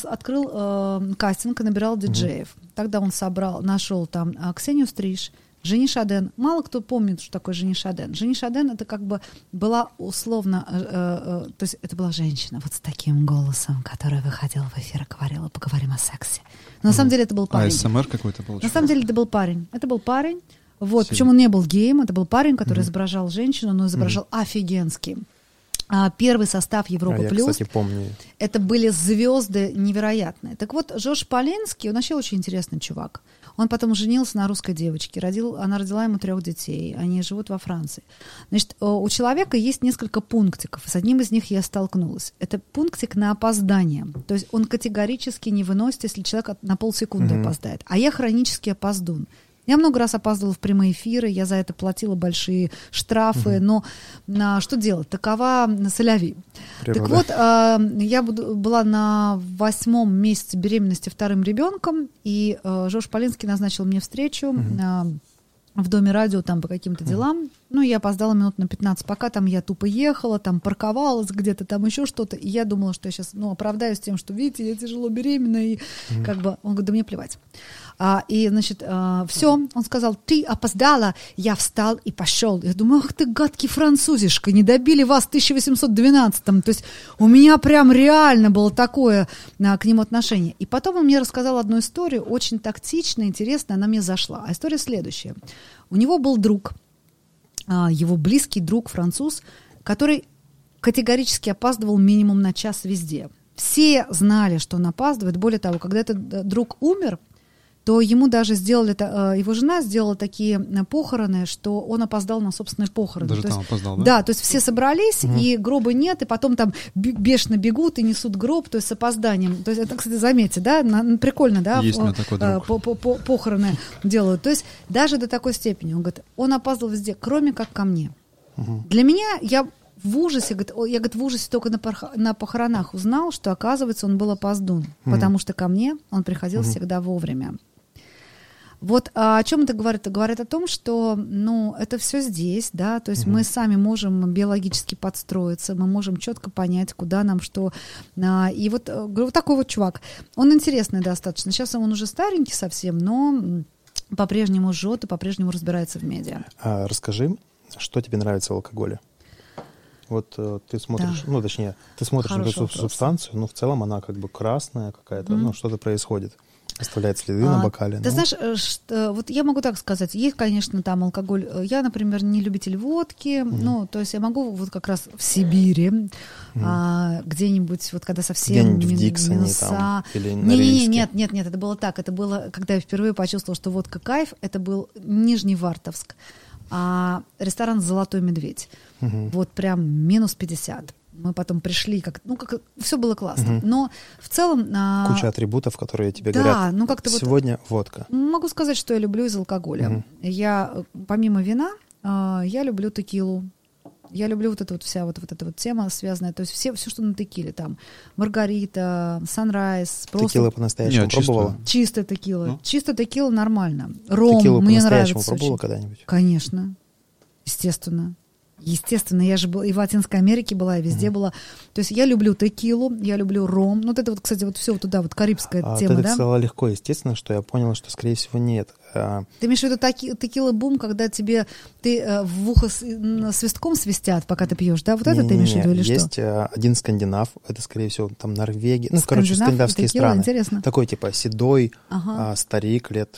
открыл кастинг и набирал диджеев. Тогда он нашел там Ксению Стриж, Жени Шаден. Мало кто помнит, что такое Жени Шаден. Жени Шаден — это как бы была условно... то есть это была женщина вот с таким голосом, которая выходила в эфир и говорила, поговорим о сексе. Но на самом деле это был парень. АСМР какой-то получился? На самом деле это был парень. Это был парень. Вот. Причем он не был геем. Это был парень, который изображал женщину, но изображал офигенски. Первый состав Европа Плюс. Я, кстати, помню. Это были звезды невероятные. Так вот, Жош Полинский, он вообще очень интересный чувак. Он потом женился на русской девочке. Она родила ему 3 детей. Они живут во Франции. Значит, у человека есть несколько пунктиков. С одним из них я столкнулась. Это пунктик на опоздание. То есть он категорически не выносит, если человек на полсекунды опоздает. А я хронический опоздун. Я много раз опаздывала в прямые эфиры, я за это платила большие штрафы, но что делать? Такова соляви. Так вот, я была на 8-м месяце беременности 2-м ребенком, и Жош Полинский назначил мне встречу в Доме радио там по каким-то делам. Ну, я опоздала минут на 15, пока там я тупо ехала, там парковалась где-то, там еще что-то, и я думала, что я сейчас, оправдаюсь тем, что, видите, я тяжело беременна, и как бы, он говорит, да мне плевать. И, значит, все, он сказал, ты опоздала, я встал и пошел. Я думаю, ах ты гадкий французишка, не добили вас в 1812-м. То есть у меня прям реально было такое к нему отношение. И потом он мне рассказал одну историю, очень тактичная, интересная, она мне зашла. А история следующая. У него был друг, его близкий друг, француз, который категорически опаздывал минимум на час везде. Все знали, что он опаздывает. Более того, когда этот друг умер, то ему даже сделали, его жена сделала такие похороны, что он опоздал на собственные похороны. Даже то там есть, опоздал, да? Да, то есть все собрались, и гроба нет, и потом там бешено бегут и несут гроб, то есть с опозданием. То есть это, кстати, заметьте, да, прикольно, да, Есть у меня такой друг. похороны делают. То есть даже до такой степени. Он говорит, он опаздывал везде, кроме как ко мне. Для меня, я в ужасе, говорит, в ужасе только на похоронах узнал, что, оказывается, он был опоздун, потому что ко мне он приходил всегда вовремя. Вот о чем это говорит? Это говорит о том, что, ну, это все здесь, да, то есть мы сами можем биологически подстроиться, мы можем четко понять, куда нам что. И вот, говорю, вот такой вот чувак, он интересный достаточно. Сейчас он уже старенький совсем, но по-прежнему жжет и по-прежнему разбирается в медиа. Расскажи, что тебе нравится в алкоголе? Вот ты смотришь, Да. Ну, точнее, ты смотришь на эту субстанцию, но в целом она как бы красная какая-то, ну, что-то происходит. Оставляет следы на бокале. Ты знаешь, вот я могу так сказать, есть, конечно, там алкоголь. Я, например, не любитель водки, ну, то есть я могу вот как раз в Сибири, где-нибудь, вот когда совсем где-нибудь в Диксоне минуса. там, или на Рильске. Нет, это было так. Это было, когда я впервые почувствовала, что водка кайф, это был Нижневартовск, ресторан «Золотой медведь». Вот прям минус 50. Мы потом пришли, все было классно. Но в целом... Куча атрибутов, которые тебе да, говорят, ну как-то сегодня водка. Могу сказать, что я люблю из алкоголя. Я, помимо вина, я люблю текилу. Я люблю вот эта вот тема связанная, то есть все, что на текиле, там, Маргарита, Санрайз. Текила по-настоящему пробовала? Чистая текила. Ну? Чистая текила нормально. Ром текилу мне по-настоящему нравится пробовала очень. когда-нибудь? Конечно. Естественно. Я же была и в Латинской Америке была, и везде была. То есть я люблю текилу, я люблю ром. Ну, вот это вот, кстати, вот все вот туда, вот карибская тема, ты да? сказала легко, естественно, что я понял, что, скорее всего, нет. Ты имеешь в виду текила-бум, когда тебе в ухо свистком свистят, пока ты пьешь, да? Вот это ты имеешь в виду или что? Есть один скандинав, это, скорее всего, там Норвегия, ну, короче, скандинавские страны. Интересно. Такой, типа, седой старик, лет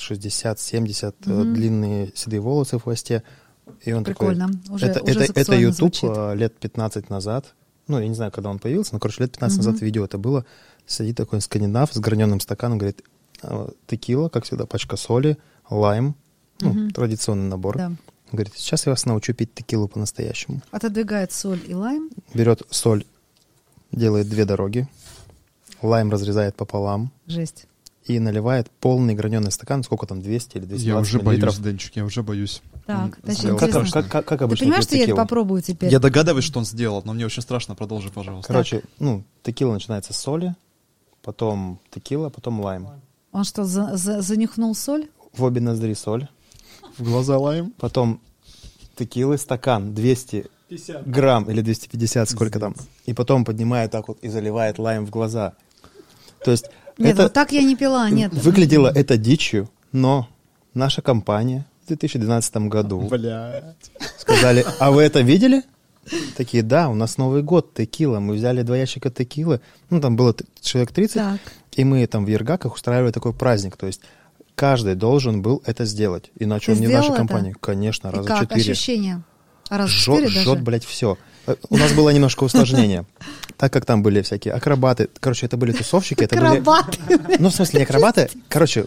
60-70, длинные седые волосы в хвосте. И он прикольно. Такой, это YouTube лет 15 назад. Ну, я не знаю, когда он появился, но, короче, лет 15 назад видео это было. Сидит такой скандинав с граненым стаканом, говорит, текила, как всегда, пачка соли, лайм, традиционный набор. Да. Говорит, сейчас я вас научу пить текилу по-настоящему. Отодвигает соль и лайм. Берет соль, делает 2 дороги, лайм разрезает пополам. Жесть. И наливает полный граненый стакан, сколько там, 200 или 220 Я уже миллилитров. боюсь, Денчик, я уже боюсь. Так, значит, интересно. Как обычно ты понимаешь, что я это текилу? попробую теперь? Я догадываюсь, что он сделал, но мне очень страшно. Продолжи, пожалуйста. Короче, текила начинается с соли, потом текила, потом лайм. Он что, занюхнул соль? В обе ноздри соль. В глаза лайм. Потом текилы, стакан 200 грамм или 250, сколько там. И потом поднимает так вот и заливает лайм в глаза. То есть нет, вот так я не пила, нет. Выглядело это дичью, но наша компания в 2012 году сказали, а вы это видели? Такие, да, у нас Новый год, текила. Мы взяли 2 ящика текилы. Ну, там было человек 30. Так. И мы там в Ергаках устраивали такой праздник. То есть каждый должен был это сделать. Иначе он не в нашей компании. Конечно, раза 4. Как ощущения? Раза 4 даже? Жжет, блядь, все. У нас было немножко усложнение. Так как там были всякие акробаты. Короче, это были тусовщики. Акробаты? Ну, в смысле, не акробаты. Короче,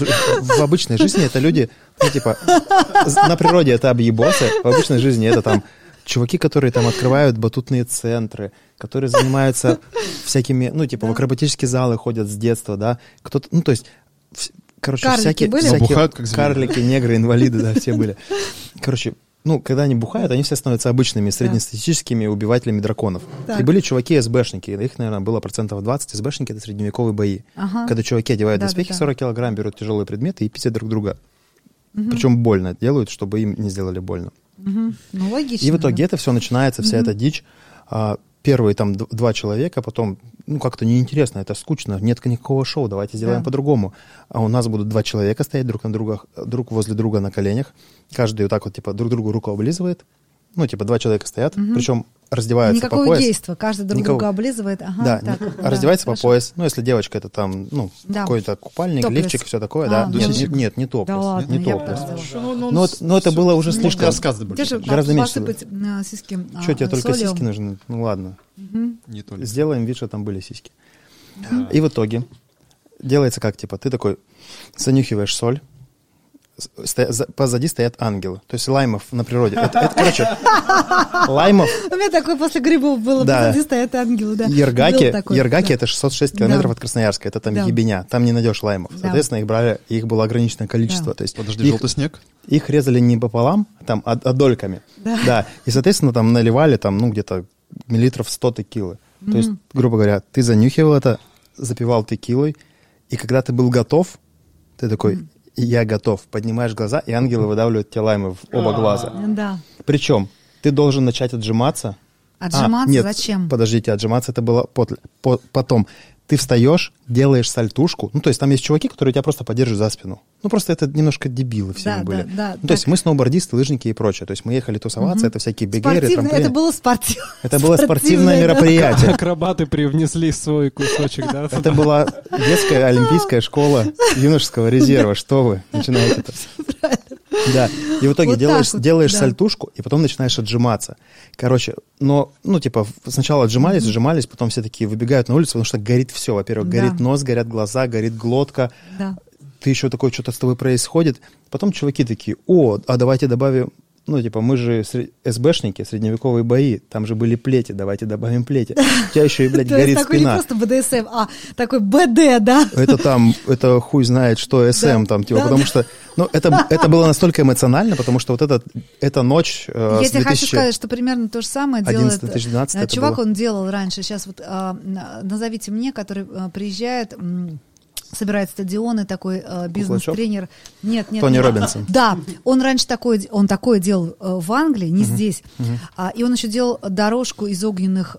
в обычной жизни это люди, ну, типа, на природе это объебосы. В обычной жизни это там чуваки, которые там открывают батутные центры, которые занимаются всякими, ну, типа, в акробатические залы ходят с детства, да. Кто-то, ну, то есть, короче, всякие бухают, как карлики, негры, инвалиды, да, все были. Короче, ну, когда они бухают, они все становятся обычными среднестатистическими убивателями драконов. Так. И были чуваки СБшники, их, наверное, было 20%. СБшники — это средневековые бои. Когда чуваки одевают доспехи 40 килограмм, берут тяжелые предметы и пиздят друг друга. Причем больно делают, чтобы им не сделали больно. Ну, логично. И в итоге это все начинается, вся эта дичь. Первые там 2 человека, потом, ну, как-то неинтересно, это скучно, нет никакого шоу, давайте сделаем по-другому. А у нас будут 2 человека стоять друг возле друга на коленях, каждый вот так вот, типа, друг другу руку облизывает, ну, типа, 2 человека стоят, причем раздеваются по Никакого пояс. гейства, каждый друг Никого. друга облизывает. Ага, Да, так, раздевается по хорошо. пояс. Ну, если девочка, это там, Да. какой-то купальник, Топлес. лифчик, все такое, А, да. ну, Нет, не топлес. Да ладно, не я бы топлес. так сделала. Но это было уже Может, слишком... рассказы больше. Те же Гораздо меньше посыпать сиськи Что, тебе только солью. сиськи нужны? Ну, ладно. Не только. Сделаем вид, что там были сиськи. И в итоге делается как, типа, ты такой занюхиваешь соль, позади стоят ангелы. То есть лаймов на природе. Это, короче, лаймов... У меня такое после грибов было, Да. позади стоят ангелы, да. Ергаки, Был такой, Ергаки да. это 606 километров Да. от Красноярска. Это там Да. ебеня. Там не найдешь лаймов. Да. Соответственно, их брали, их было ограниченное количество. Да. То есть Подожди, их, желтый снег? их резали не пополам, там, а дольками. Да. И, соответственно, там наливали там, где-то миллилитров 100 текилы. То есть, грубо говоря, ты занюхивал это, запивал текилой, и когда ты был готов, ты такой, я готов. Поднимаешь глаза, и ангелы выдавливают тебе лаймы в оба глаза. Да. Причем ты должен начать отжиматься. Отжиматься нет, зачем? Подождите, отжиматься это было потом. Ты встаешь, делаешь сальтушку. Ну, то есть там есть чуваки, которые тебя просто поддерживают за спину. Ну, просто это немножко дебилы все Да, были. да, Ну, то есть мы сноубордисты, лыжники и прочее. То есть мы ехали тусоваться, это всякие бегеры, Спортивное, трамплины. это было спортивное. Это было спортивное мероприятие. Акробаты привнесли свой кусочек, да? Это была детская олимпийская школа юношеского резерва. Что вы начинаете-то? Да. И в итоге Вот так вот, делаешь да. сальтушку, и потом начинаешь отжиматься. Короче, сначала отжимались, потом все такие выбегают на улицу, потому что горит все. Во-первых, Да. горит нос, горят глаза, горит глотка. Да. Ты еще такой, что-то с тобой происходит. Потом чуваки такие, а давайте добавим, мы же СБшники, средневековые бои, там же были плети, давайте добавим плети. У тебя еще и, блядь, То есть горит такой спина. не просто БДСМ, а такой БД, да? Это хуй знает, что СМ там, Да, потому что, это было настолько эмоционально, потому что вот эта ночь Я с тебе хочу 2011 сказать, что примерно то же самое делает 2012 это чувак, было. он делал раньше. Сейчас вот назовите мне, который приезжает, собирает стадионы, такой бизнес-тренер. Нет. Тони Робинсон. Да, он раньше такое делал в Англии, не здесь. И он еще делал дорожку из огненных,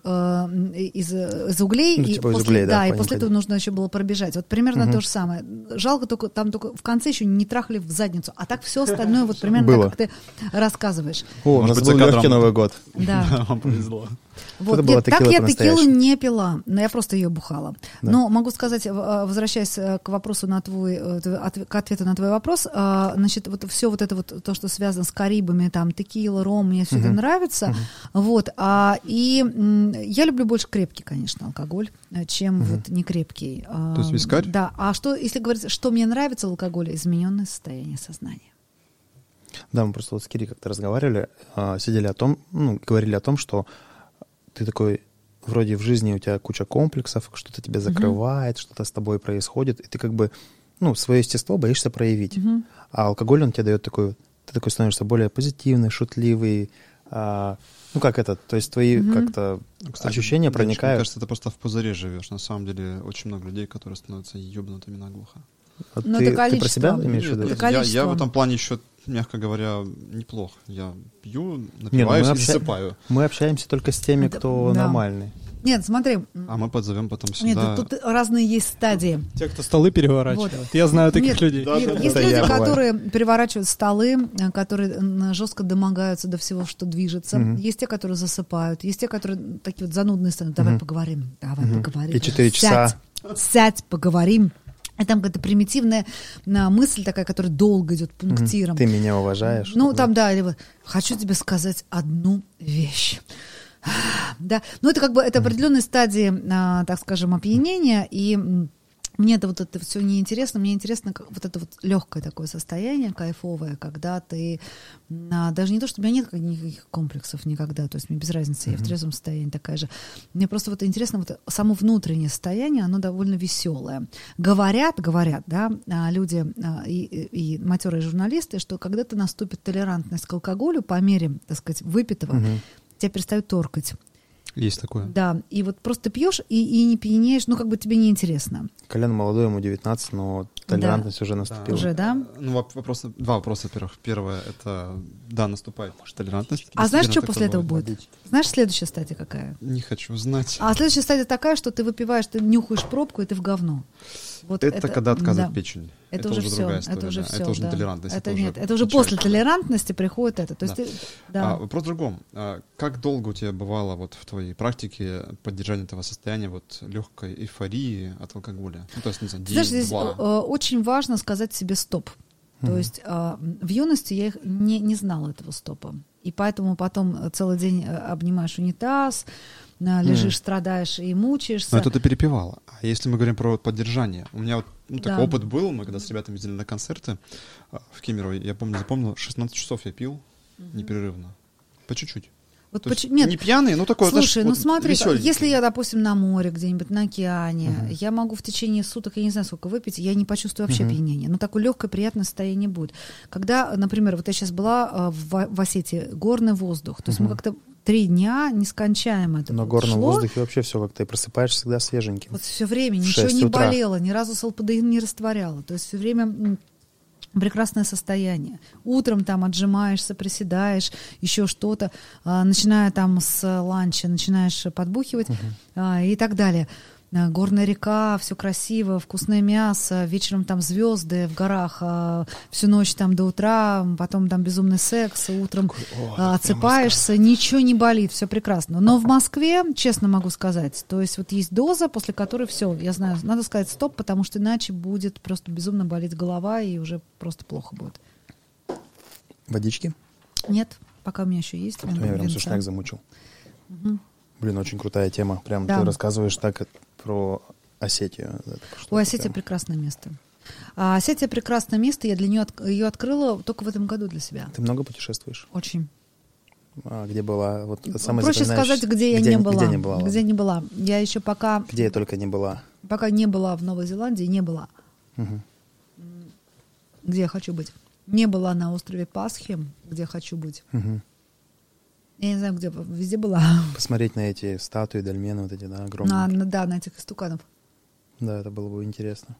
из углей. Ну, и типа из после, углей, да, и понял, после этого нужно еще было пробежать. Вот примерно то же самое. Жалко, только в конце еще не трахали в задницу. А так все остальное вот примерно Было. так, как ты рассказываешь. У нас быть, был за кадром. легкий Новый год. Да. Вам повезло. Вот. Это была Нет, так текила я текилу по-настоящему. не пила, но я просто ее бухала. Но могу сказать, возвращаясь к вопросу к ответу на твой вопрос, значит, вот все вот это вот то, что связано с Карибами, там, текила, ром, мне все это нравится. Вот. И я люблю больше крепкий, конечно, алкоголь, чем вот не крепкий. То есть вискарь? Да. А что, если говорить, что мне нравится в алкоголе? Измененное состояние сознания. Да, мы просто вот с Кири как-то разговаривали, говорили о том, что ты такой, вроде в жизни у тебя куча комплексов, что-то тебя закрывает, что-то с тобой происходит, и ты как бы, свое естество боишься проявить. А алкоголь, он тебе дает такой, ты такой становишься более позитивный, шутливый, то есть твои как-то ощущения девочка, мне проникают. кажется, ты просто в пузыре живешь. На самом деле, очень много людей, которые становятся ебнутыми наглухо. Вот Но ты это про количество. себя имеешь в виду? Это Я количество. в этом плане еще, мягко говоря, неплох. Я пью, Не, напиваюсь мы и засыпаю. Мы общаемся только с теми, кто Да. нормальный. Нет, смотри. А мы подзовем потом Нет, сюда. тут разные есть стадии. Те, кто столы переворачивают. Я знаю таких Нет, людей. Есть Это люди, я бываю. которые переворачивают столы, которые жестко домогаются до всего, что движется. Есть те, которые засыпают. Есть те, которые такие вот занудные становятся. Давай поговорим. И 4 часа. Сядь, поговорим. И там какая-то примитивная мысль такая, которая долго идет пунктиром. Ты меня уважаешь. Ну, там, да, или вот, хочу тебе сказать одну вещь. Да, ну это как бы это определенные стадии, так скажем, опьянения, и мне это все неинтересно, мне интересно вот это вот легкое такое состояние, кайфовое, когда ты, даже не то, что у меня нет никаких комплексов никогда, то есть мне без разницы, я в трезвом состоянии такая же. Мне просто вот интересно вот само внутреннее состояние, оно довольно веселое. Говорят, да, люди и матерые журналисты, что когда-то наступит толерантность к алкоголю по мере, так сказать, выпитого, тебя перестают торкать. Есть такое. Да, и вот просто пьешь и не пьянеешь, тебе неинтересно. Колян молодой, ему 19, но толерантность уже наступила. Уже, да? Ну, два вопроса, во-первых. Первое, это, да, наступает, может, толерантность. А знаешь, что Действительно, после этого такое будет? Знаешь, следующая стадия какая? Не хочу знать. А следующая стадия такая, что ты выпиваешь, ты нюхаешь пробку, и ты в говно. Вот это когда отказывает да. печень. Это уже уже все, другая история. это уже все. Это уже да. толерантность. Это нет, это уже после толерантности приходит это. То есть Вопрос в другом. Как долго у тебя бывало вот в твоей практике поддержание этого состояния вот легкой эйфории от алкоголя? Ну, то есть, не знаю, день, знаешь, здесь два. очень важно сказать себе стоп. То есть в юности я не знала этого стопа. И поэтому потом целый день обнимаешь унитаз, лежишь, страдаешь и мучаешься. Но это ты перепевала. А если мы говорим про поддержание? У меня вот такой опыт был. Мы когда с ребятами ездили на концерты в Кемерово, я запомнил, 16 часов я пил непрерывно. По чуть-чуть. Вот нет, не пьяный, но такой. Слушай, вот смотри, весёленький. если я, допустим, на море где-нибудь, на океане, я могу в течение суток, я не знаю, сколько выпить, я не почувствую вообще опьянения. Но такое легкое, приятное состояние будет. Когда, например, вот я сейчас была в Осетии, горный воздух, то есть мы как-то 3 дня нескончаемо это Но в горном воздухе вообще все как-то, и просыпаешься всегда свеженьким. Вот все время, ничего не болело, ни разу салпадеин не растворяло. То есть все время прекрасное состояние. Утром там отжимаешься, приседаешь, еще что-то, начиная там с ланча, начинаешь подбухивать и так далее. Горная река, все красиво, вкусное мясо, вечером там звезды в горах, всю ночь там до утра, потом там безумный секс, утром отсыпаешься, ничего не болит, все прекрасно. Но в Москве, честно могу сказать, то есть вот есть доза, после которой все, я знаю, надо сказать стоп, потому что иначе будет просто безумно болеть голова и уже просто плохо будет. Водички? Нет, пока у меня еще есть. Я прям сушняк замучил. Блин, очень крутая тема. Прям ты рассказываешь так про Осетию. Ой, Осетия прекрасное место. Осетия прекрасное место. Я для нее ее открыла только в этом году для себя. Ты много путешествуешь? Очень. Где была? Вот самое проще сказать, где я не была. Где не была. Я еще пока... Где я только не была? Пока не была в Новой Зеландии, не была. Где я хочу быть. Не была на острове Пасхи, где хочу быть. Я не знаю, где, везде была. Посмотреть на эти статуи, дольмены вот эти, да, огромные. На этих истуканов. Да, это было бы интересно.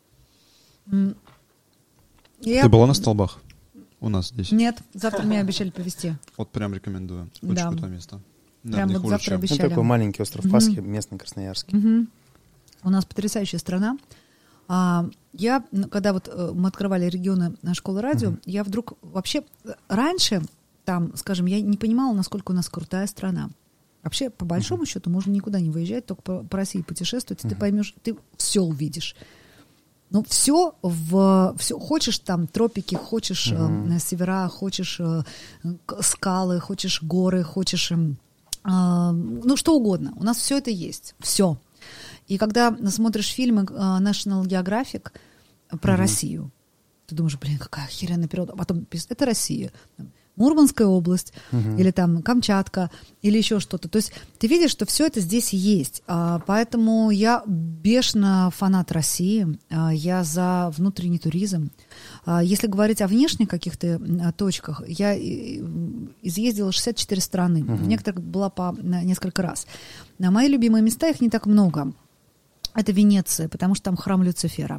Ты была на столбах у нас здесь? Нет, завтра мне обещали повезти. Вот прям рекомендую. Очень крутое место. Прям вот завтра обещали. Ну, такой маленький остров Пасхи, местный красноярский. У нас потрясающая страна. Я, когда вот мы открывали регионы школы радио, я вдруг вообще раньше... Там, скажем, я не понимала, насколько у нас крутая страна. Вообще, по большому счету, можно никуда не выезжать, только по России путешествовать, и ты поймешь, ты все увидишь. Ну, все, хочешь там тропики, хочешь севера, хочешь скалы, хочешь горы, хочешь, ну, что угодно. У нас все это есть, все. И когда смотришь фильмы National Geographic про Россию, ты думаешь, блин, какая охеренная природа. А потом пишут, это Россия. Мурманская область, или там Камчатка, или еще что-то. То есть ты видишь, что все это здесь есть. Поэтому я бешено фанат России, я за внутренний туризм. Если говорить о внешних каких-то точках, я изъездила 64 страны. В некоторых была по несколько раз. Мои любимые места, их не так много. Это Венеция, потому что там храм Люцифера.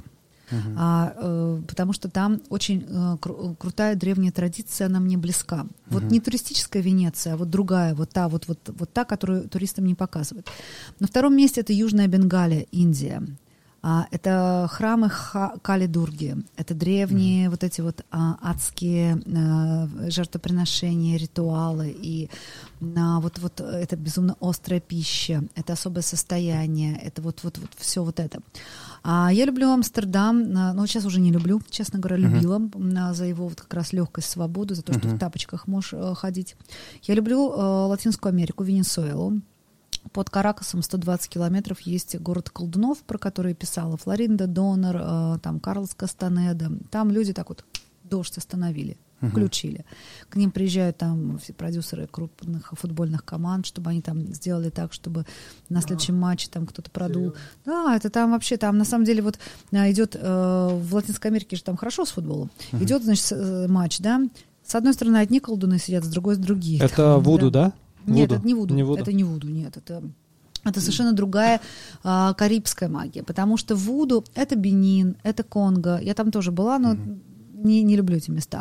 Потому что там очень крутая древняя традиция, она мне близка. Вот не туристическая Венеция, а вот другая, вот та, которую туристам не показывают. На втором месте это Южная Бенгалия, Индия. Это храмы Кали-Дурги, это древние вот эти вот адские жертвоприношения, ритуалы, и вот это безумно острая пища, это особое состояние, это вот все вот это. Я люблю Амстердам, но сейчас уже не люблю, честно говоря, любила за его вот как раз легкость, свободу, за то, что в тапочках можешь ходить. Я люблю Латинскую Америку, Венесуэлу. Под Каракасом 120 километров есть город колдунов, про который писала Флоринда Донор, там Карлос Кастанеда. Там люди так вот дождь остановили, включили. К ним приезжают там все продюсеры крупных футбольных команд, чтобы они там сделали так, чтобы на следующем матче там кто-то продул. Да, это там вообще, там на самом деле вот идет в Латинской Америке же там хорошо с футболом. Идет, значит, матч, да. С одной стороны одни колдуны сидят, с другой другие. Это вуду, да? Нет, это не вуду. Это не вуду, нет. Это совершенно другая карибская магия, потому что вуду — это Бенин, это Конго. Я там тоже была, но не люблю эти места.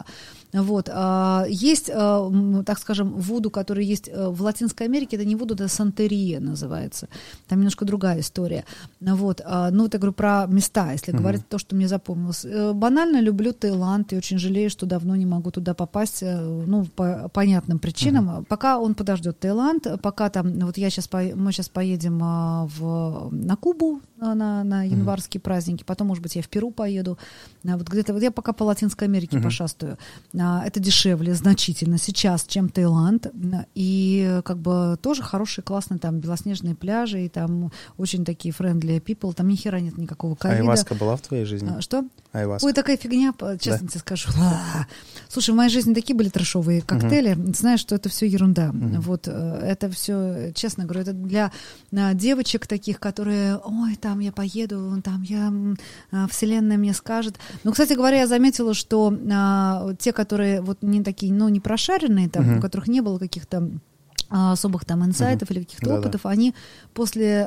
Вот. Есть, так скажем, вуду, который есть в Латинской Америке, это не вуду, это сантерия называется. Там немножко другая история. Вот. Ну, вот я говорю про места, если говорить то, что мне запомнилось. Банально люблю Таиланд и очень жалею, что давно не могу туда попасть, ну, по понятным причинам. Пока он подождет Таиланд, пока там, вот мы сейчас поедем на Кубу на январские праздники, потом, может быть, я в Перу поеду. Вот где-то, вот я пока по Латинской Америке пошастаю. Это дешевле значительно сейчас, чем Таиланд. И как бы тоже хорошие, классные там белоснежные пляжи, и там очень такие friendly people, там ни хера нет никакого ковида. Айваска была в твоей жизни? Что? Айваска. Ой, такая фигня, честно тебе скажу. Слушай, в моей жизни такие были трэшовые коктейли. Знаешь, что это все ерунда. Вот это все, честно говорю, это для девочек таких, которые, ой, там я поеду, там вселенная мне скажет. Но, кстати говоря, я заметила, что те, которые вот не такие, ну, не прошаренные, там, у которых не было каких-то особых там инсайтов или каких-то опытов, они после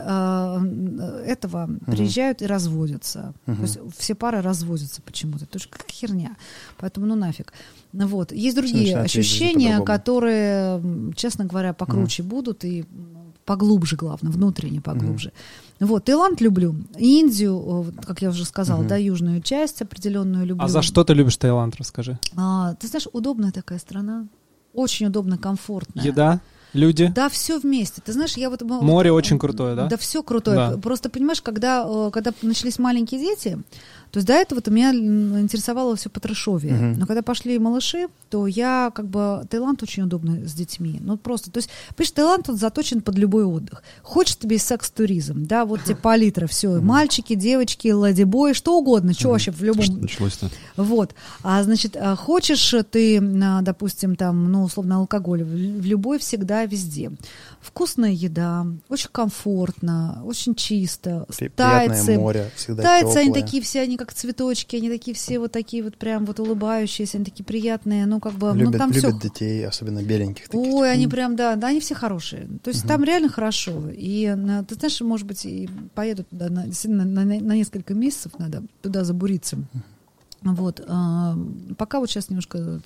этого приезжают и разводятся. То есть все пары разводятся почему-то. Это же как херня. Поэтому ну нафиг. Вот. Есть другие ощущения, которые, честно говоря, покруче будут и поглубже, главное, внутренне поглубже. Вот, Таиланд люблю. Индию, как я уже сказала, да, южную часть определенную люблю. А за что ты любишь Таиланд, расскажи. Ты знаешь, удобная такая страна. Очень удобно, комфортная. Еда? Люди? Да, все вместе. Ты знаешь, я вот... Море очень крутое, да? Да, все крутое. Да. Просто, понимаешь, когда начались маленькие дети, то есть до этого-то меня интересовало все по трэшовее. Но когда пошли малыши, то я как бы... Таиланд очень удобно с детьми. Ну, просто... То есть, понимаешь, Таиланд, он заточен под любой отдых. Хочешь тебе секс-туризм, да, вот тебе палитра, все. Мальчики, девочки, леди-бои, что угодно. Что вообще в любом... Что началось-то? Вот. Значит, хочешь ты, допустим, там, ну, условно, алкоголь, в любой всегда, везде. Вкусная еда, очень комфортно, очень чисто. Приятное море, всегда тайцы, теплое. Они такие все, они как цветочки, они такие все вот такие вот прям вот улыбающиеся, они такие приятные, ну как бы... Любят, ну, там любят все... детей, особенно беленьких. Таких. Ой, они прям, да, они все хорошие. То есть там реально хорошо. И ты знаешь, может быть, и поеду туда действительно на несколько месяцев, надо туда забуриться. Вот. Пока вот сейчас немножко...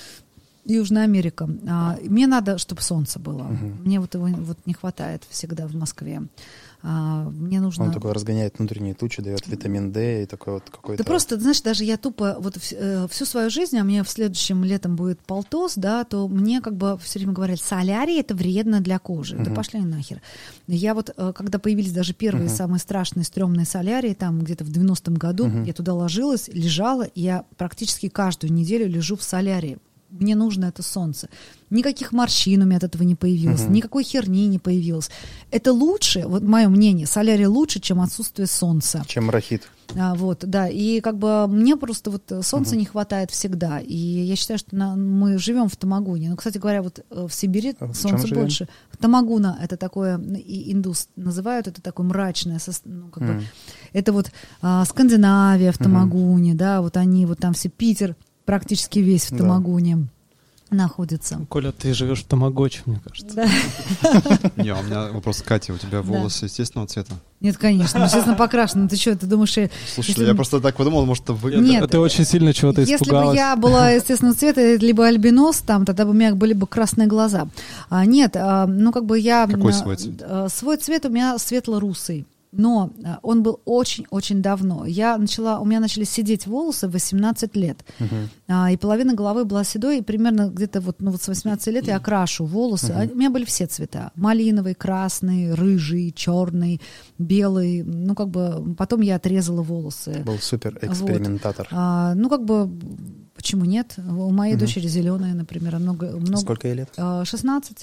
Южная Америка. Мне надо, чтобы солнце было. Мне вот его вот не хватает всегда в Москве. Мне нужно... Он такой разгоняет внутренние тучи, дает витамин D и такой вот какой-то... Да просто, знаешь, даже я тупо вот всю свою жизнь, а мне в следующем летом будет полтос, да, то мне как бы все время говорят, солярий это вредно для кожи. Да пошли нахер. Я вот, когда появились даже первые самые страшные, стрёмные солярии, там где-то в 90-м году, я туда ложилась, лежала, и я практически каждую неделю лежу в солярии. Мне нужно это солнце. Никаких морщин у меня от этого не появилось, никакой херни не появилось. Это лучше, вот мое мнение, солярий лучше, чем отсутствие солнца. Чем рахит. Вот, да, и как бы мне просто вот солнца не хватает всегда, и я считаю, что мы живем в Тамагуне. Ну, кстати говоря, вот в Сибири солнца больше. Тамагуна — это такое, и индус называют, это такое мрачное, ну, как бы, это вот Скандинавия в Тамагуне, да, вот они, вот там все, Питер практически весь в Тамагуне находится. Коля, ты живешь в Тамагочи, мне кажется. Да. Не, у меня вопрос, Катя, у тебя волосы естественного цвета? Нет, конечно, естественно, покрашены. Ты что, ты думаешь... Слушай, я просто так подумал, может, это выглядит... Нет, ты очень сильно чего-то испугалась. Если бы я была естественного цвета, либо альбинос, там, тогда бы у меня были бы красные глаза. Нет, ну как бы я... Какой свой цвет? Свой цвет у меня светло-русый. Но он был очень-очень давно. У меня начали сидеть волосы в 18 лет. И половина головы была седой, и примерно где-то вот с 18 лет я окрашу волосы. У меня были все цвета. Малиновый, красный, рыжий, черный, белый. Ну, как бы потом я отрезала волосы. Был супер экспериментатор. Вот. Ну, как бы, почему нет? У моей дочери зеленая, например. Много... Сколько ей лет? 16.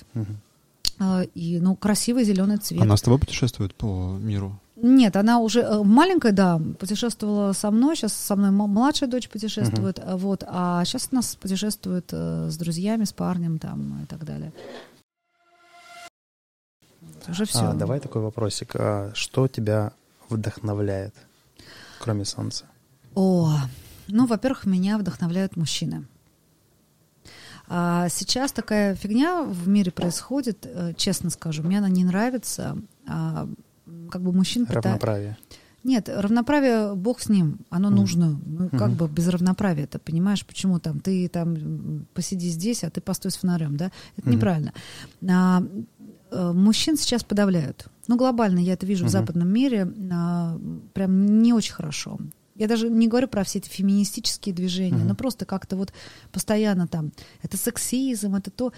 И, красивый зеленый цвет. Она с тобой путешествует по миру? Нет, она уже маленькая, да, путешествовала со мной. Сейчас со мной младшая дочь путешествует. Вот, а сейчас у нас путешествует с друзьями, с парнем там и так далее. Уже все. Давай такой вопросик. Что тебя вдохновляет, кроме солнца? Во-первых, меня вдохновляют мужчины. Сейчас такая фигня в мире происходит, честно скажу, мне она не нравится. Как бы мужчин Равноправие. Нет, равноправие, бог с ним, оно нужно. Ну, как бы без равноправия, ты понимаешь, почему там ты там посиди здесь, а ты постой с фонарем, да? Это неправильно. Мужчин сейчас подавляют. Ну, глобально я это вижу в западном мире, прям не очень хорошо. Я даже не говорю про все эти феминистические движения, но просто как-то вот постоянно там, это сексизм, это то.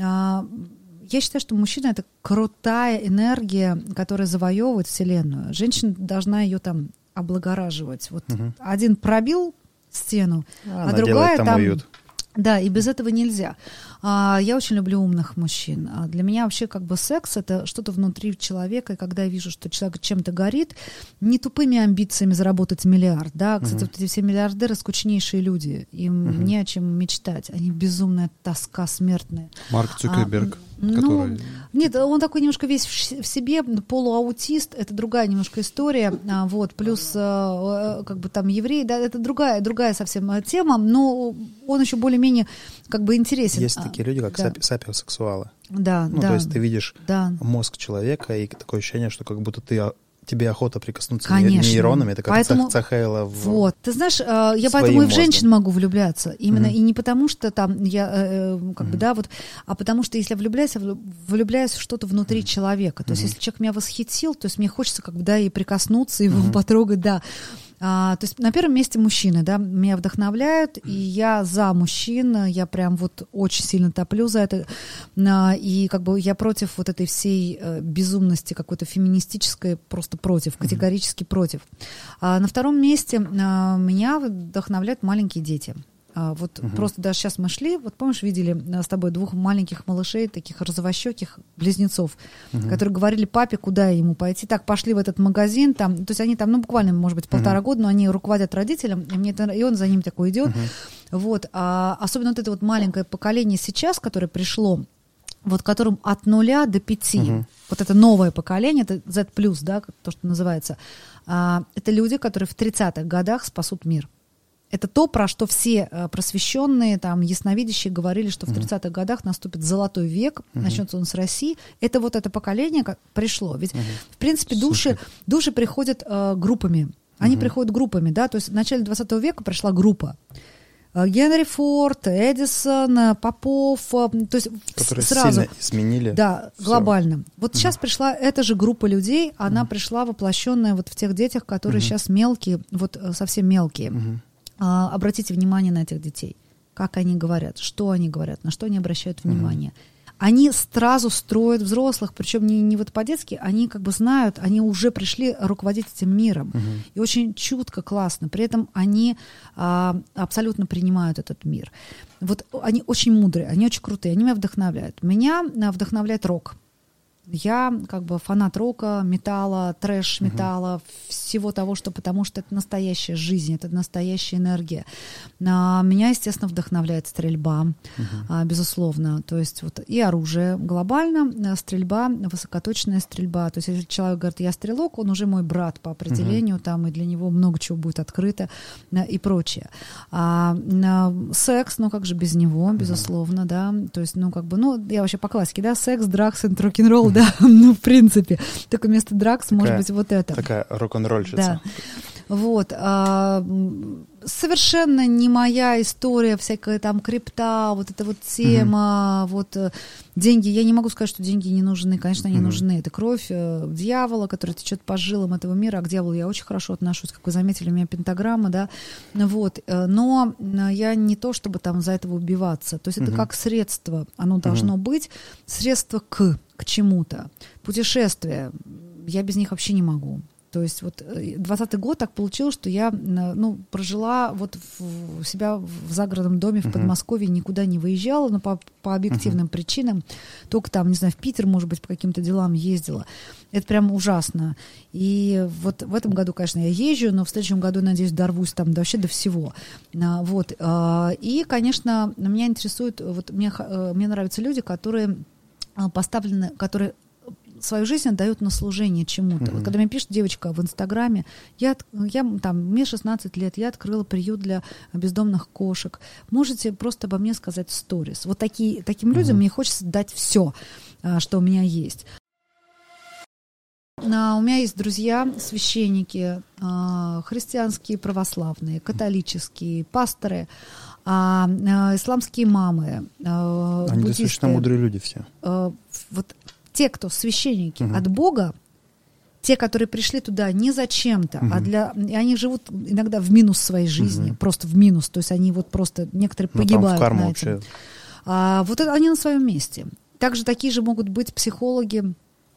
Я считаю, что мужчина — это крутая энергия, которая завоевывает Вселенную. Женщина должна ее там облагораживать. Вот один пробил стену, а другая там... Уют. Да, и без этого нельзя. Я очень люблю умных мужчин. Для меня вообще как бы секс — это что-то внутри человека, и когда я вижу, что человек чем-то горит, не тупыми амбициями заработать миллиард, да, кстати, вот эти все миллиардеры — скучнейшие люди, им не о чем мечтать, они безумная тоска смертная. Марк Цукерберг. Который... Нет, он такой немножко весь в себе, полуаутист, это другая немножко история, вот, плюс как бы там еврей, да, это другая совсем тема, но он еще более-менее как бы интересен. Есть такие люди, как сапиосексуалы. Да, ну, то есть ты видишь мозг человека, и такое ощущение, что как будто тебе охота прикоснуться нейронами, это как поэтому, Цахаэла в вот, ты знаешь, я поэтому и в женщин могу влюбляться, именно, и не потому, что там я, как бы, да, вот, а потому что если я влюбляюсь в что-то внутри человека, то есть если человек меня восхитил, то есть мне хочется, как бы, да, и прикоснуться, и его потрогать, да. То есть на первом месте мужчины, да, меня вдохновляют, и я за мужчин, я прям вот очень сильно топлю за это, и как бы я против вот этой всей безумности какой-то феминистической, просто против, категорически против. На втором месте меня вдохновляют маленькие дети. Вот просто даже сейчас мы шли, вот помнишь, видели с тобой двух маленьких малышей, таких розовощеких близнецов, которые говорили папе, куда ему пойти. Так, пошли в этот магазин, там, то есть они там, ну, буквально, может быть, 1,5 года, но они руководят родителям, и он за ним такой идет. Вот, особенно вот это вот маленькое поколение сейчас, которое пришло, вот которым от 0 до 5, вот это новое поколение, это Z+, да, то, что называется, это люди, которые в 30-х годах спасут мир. Это то, про что все просвещенные, там, ясновидящие говорили, что в 30-х годах наступит золотой век, начнется он с России. Это вот это поколение пришло. Ведь, в принципе, души приходят группами. Они приходят группами, да, то есть в начале 20 века пришла группа. Генри Форд, Эдисон, Попов, то есть которые сразу сильно изменили. Да, глобально. Вот сейчас пришла эта же группа людей, она пришла воплощенная вот в тех детях, которые сейчас мелкие, вот совсем мелкие. Обратите внимание на этих детей, как они говорят, на что они обращают внимание. Они сразу строят взрослых, причем не вот по-детски, они как бы знают, они уже пришли руководить этим миром. И очень чутко, классно. При этом они абсолютно принимают этот мир. Вот они очень мудрые, они очень крутые, они меня вдохновляют. Меня вдохновляет рок. Я как бы фанат рока, металла, трэш-металла, всего того, потому что это настоящая жизнь, это настоящая энергия. Меня, естественно, вдохновляет стрельба, безусловно. То есть вот и оружие глобально, стрельба, высокоточная стрельба. То есть если человек говорит, я стрелок, он уже мой брат по определению, там, и для него много чего будет открыто и прочее. Секс, ну как же без него, безусловно, да. То есть, ну как бы, ну я вообще по классике, да, секс, драгс, рок-н-ролл, да, ну, в принципе. Только вместо драгс может быть вот это. Такая рок-н-ролльщица. Да. Вот. Совершенно не моя история, всякая там крипта, вот эта вот тема, вот деньги. Я не могу сказать, что деньги не нужны. Конечно, они нужны. Это кровь дьявола, которая течет по жилам этого мира. А к дьяволу я очень хорошо отношусь. Как вы заметили, у меня пентаграмма, да. Вот. Но я не то, чтобы там за этого убиваться. То есть это как средство. Оно должно быть. Средство к чему-то. Путешествия. Я без них вообще не могу. То есть вот 20-й год так получилось, что я, ну, прожила вот у себя в загородном доме в Подмосковье, никуда не выезжала, но по объективным причинам, только там, не знаю, в Питер, может быть, по каким-то делам ездила. Это прям ужасно. И вот в этом году, конечно, я езжу, но в следующем году, надеюсь, дорвусь там вообще до всего. Вот. И, конечно, меня интересует, вот мне нравятся люди, которые поставлены, которые свою жизнь отдают на служение чему-то. Вот когда мне пишет девочка в Инстаграме, мне 16 лет, я открыла приют для бездомных кошек. Можете просто обо мне сказать сторис. Вот таким людям мне хочется дать все, что у меня есть. У меня есть друзья, священники, христианские, православные, католические, пасторы, исламские мамы, Они буддисты. достаточно мудрые люди все. Вот те, кто священники от Бога, те, которые пришли туда не зачем-то, и они живут иногда в минус своей жизни, просто в минус, то есть они вот просто, некоторые погибают там в карму на этом. вообще. Вот это, они на своем месте. Также такие же могут быть психологи.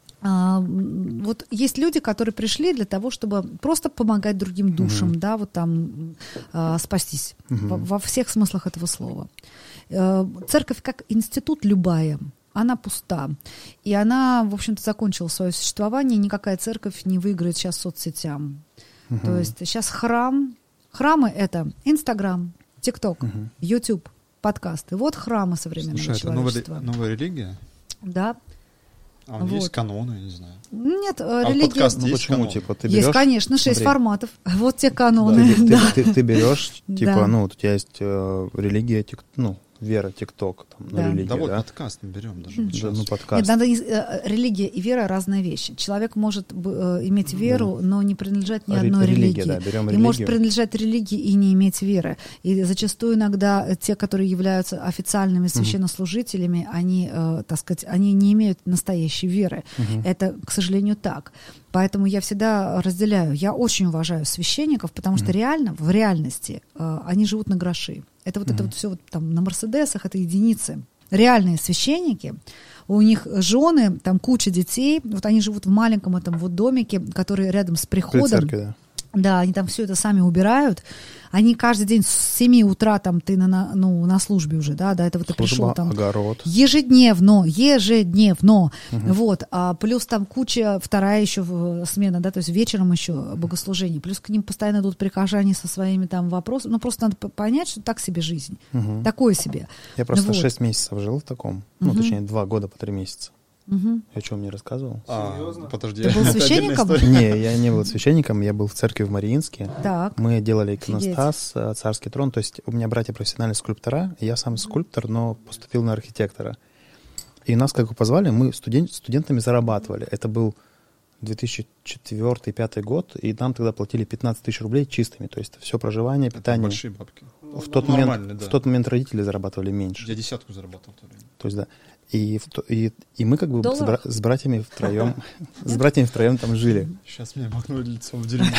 Вот есть люди, которые пришли для того, чтобы просто помогать другим душам, да, вот там спастись во всех смыслах этого слова. Церковь как институт любая, она пуста. И она, в общем-то, закончила свое существование. Никакая церковь не выиграет сейчас соцсетям. То есть сейчас храмы — это Инстаграм, ТикТок, Ютуб, подкасты. Вот храмы современного человечества. Это новая религия? Да. А у нее есть каноны, я не знаю. Нет, религия... подкаст есть почему? канон? Типа, ты берешь, есть, конечно, 6 смотри, форматов. Вот те каноны. Ты берешь, типа, Да. ну, вот у тебя есть религия, вера, ТикТок, там, Да. религия, Да вот да? подкаст мы берем даже. Да, сейчас. ну, подкаст. Нет, религия и вера — разные вещи. Человек может иметь веру, но не принадлежать ни одной религии. Да, берем И религию. может принадлежать религии и не иметь веры. И зачастую иногда те, которые являются официальными священнослужителями, они, так сказать, они не имеют настоящей веры. Это, к сожалению, так. Поэтому я всегда разделяю. Я очень уважаю священников, потому что реально, в реальности, они живут на гроши. Это вот все вот там на Мерседесах, это единицы. Реальные священники, у них жены, там куча детей, вот они живут в маленьком этом вот домике, который рядом с приходом. При церкви, да. Да, они там все это сами убирают. Они каждый день с 7 утра там ты на службе уже, да, до этого ты пришел там. Огород. Ежедневно. Вот. Плюс там куча, вторая еще смена, да, то есть вечером еще богослужение. Плюс к ним постоянно идут прихожане со своими там вопросами. Ну, просто надо понять, что так себе жизнь. Такое себе. Я просто Вот. 6 месяцев жил в таком, ну, точнее, 2 года по 3 месяца. Я что, мне рассказывал? Серьезно? Подожди. Ты был это отдельная священником? история. Не, я не был священником, я был в церкви в Мариинске. Так. Мы делали иконостас, царский трон. То есть у меня братья профессиональные скульптора, я сам скульптор, но поступил на архитектора. И нас как бы позвали, мы студентами зарабатывали. Это был 2004-2005 год, и нам тогда платили 15 тысяч рублей чистыми. То есть все проживание, Это питание. большие бабки. В тот нормально, да. момент родители зарабатывали меньше. Я 10 заработал в то время. То есть, да. И мы как бы Долларах? с братьями втроем там жили. Сейчас меня макнули лицом в дерьмо.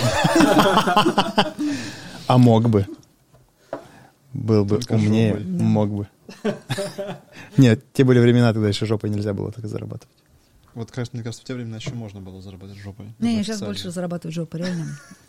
А мог бы. Был бы Только умнее, жопой. мог бы. Нет, те были времена, тогда еще жопой нельзя было так зарабатывать. Вот, конечно, мне кажется, в те времена еще можно было заработать жопой. Не, Это сейчас официально. больше зарабатывают жопы, реально.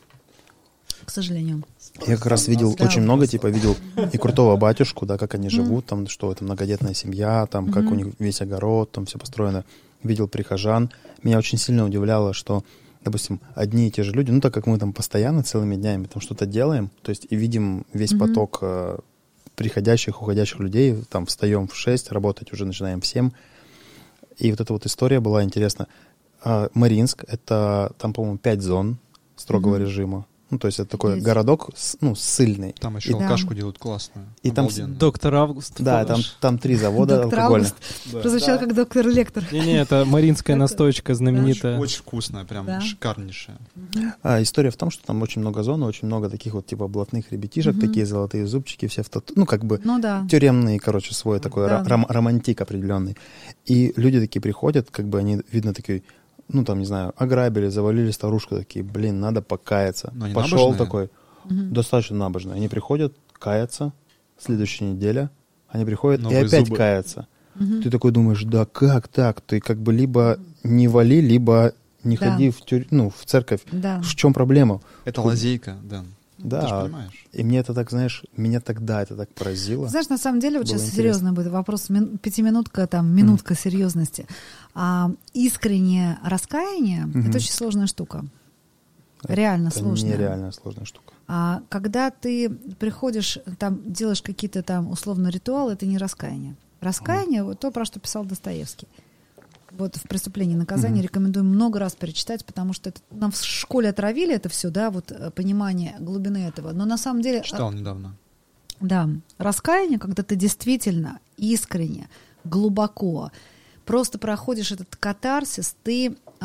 К сожалению. Я как раз видел Да. очень много, типа, видел и крутого батюшку, да, как они живут, там, что это многодетная семья, там, как у них весь огород, там все построено. Видел прихожан. Меня очень сильно удивляло, что, допустим, одни и те же люди, ну, так как мы там постоянно целыми днями там что-то делаем, то есть и видим весь поток приходящих, уходящих людей, там, встаем в 6, работать уже начинаем в 7. И вот эта вот история была интересна. Мариинск, это там, по-моему, 5 зон строгого режима. Ну, то есть это такой Есть. городок, ссыльный. Там еще И- алкашку делают классную. И там Обалденно. Доктор Август. Да, там 3 завода Доктор алкогольных. Август. Да. Прозвучал как доктор-лектор. Не-не, это маринская настойка знаменитая. Очень вкусная, прям Да. шикарнейшая. История в том, что там очень много зон, очень много таких вот типа блатных ребятишек, такие золотые зубчики, все в тату. Ну, как бы Ну да. тюремный, короче, свой такой Да. романтик определенный. И люди такие приходят, как бы они, видно, такие, ну, там, не знаю, ограбили, завалили старушку, такие, блин, надо покаяться. Но они Пошел набожные? такой, достаточно набожный. Они приходят, каются, следующая неделя, они приходят Новые и опять зубы. каются. Ты такой думаешь, да как так? Ты как бы либо не вали, либо не Да. ходи в церковь. Да. В чем проблема? Это лазейка, Дэн. Да. Ты же понимаешь. И мне это так, знаешь, меня тогда это так поразило. Знаешь, на самом деле, вот Было сейчас интересно. серьезный будет вопрос, пятиминутка, там, минутка серьезности. Искреннее раскаяние — это очень сложная штука. Реально Это сложная. нереально сложная штука. А когда ты приходишь, там, делаешь какие-то там условно ритуалы, это не раскаяние. Раскаяние — вот то, про что писал Достоевский. Вот в «Преступлении и наказании» рекомендую много раз перечитать, потому что это, нам в школе отравили это все, да, вот понимание глубины этого. Но на самом деле... Читал недавно. Да, раскаяние, когда ты действительно искренне, глубоко просто проходишь этот катарсис, ты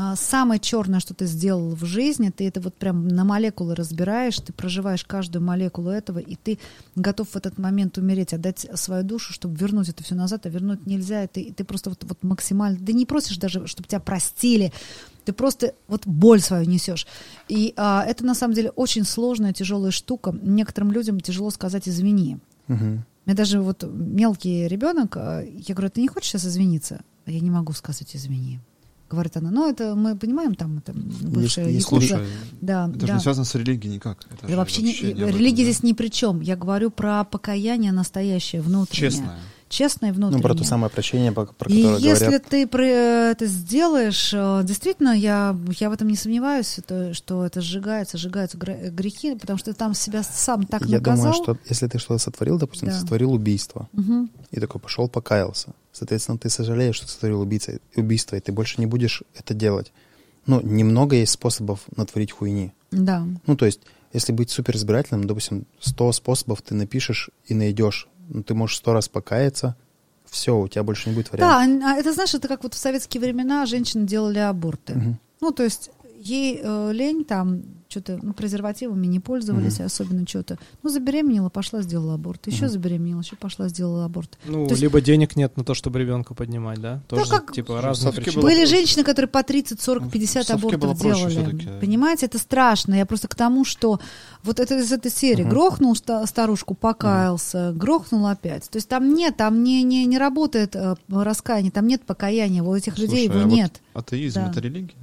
самое черное, что ты сделал в жизни, ты это вот прям на молекулы разбираешь, ты проживаешь каждую молекулу этого, и ты готов в этот момент умереть, отдать свою душу, чтобы вернуть это все назад, а вернуть нельзя, и ты просто вот максимально, ты не просишь даже, чтобы тебя простили, ты просто вот боль свою несешь. И это на самом деле очень сложная, тяжелая штука. Некоторым людям тяжело сказать «извини». Мне даже вот мелкий ребенок, я говорю, ты не хочешь сейчас извиниться? Я не могу сказать «извини». Говорит она, ну это мы понимаем, там это бывшая якудза. Да, это же не связано с религией никак. Это вообще религия здесь ни при чем. Я говорю про покаяние настоящее, внутреннее. Честное внутреннее. Ну, про то самое прощение, про которое и говорят. Если ты это сделаешь, действительно, я в этом не сомневаюсь, что это сжигаются грехи, потому что ты там себя сам так наказал. Я думаю, что если ты что-то сотворил, допустим, ты сотворил убийство, и такой пошел, покаялся, соответственно, ты сожалеешь, что сотворил убийство, и ты больше не будешь это делать. Ну, немного есть способов натворить хуйни. Да. Ну, то есть, если быть супер избирательным, допустим, 100 способов ты напишешь и найдешь. Ну, ты можешь 100 раз покаяться, все, у тебя больше не будет вариантов. Да, это, знаешь, это как вот в советские времена женщины делали аборты. Ну, то есть ей лень там что-то, презервативами не пользовались, особенно что-то. Ну, забеременела, пошла, сделала аборт. Еще забеременела, еще пошла, сделала аборт. Ну, то либо денег нет на то, чтобы ребенка поднимать, да? Тоже, как... типа, разные причины. Были женщины, которые по 30, 40, 50 абортов делали. Понимаете, это страшно. Я просто к тому, что вот это из этой серии. Грохнул старушку, покаялся, грохнул опять. То есть там не работает раскаяние, там нет покаяния. У этих людей его нет. Атеизм — это религия?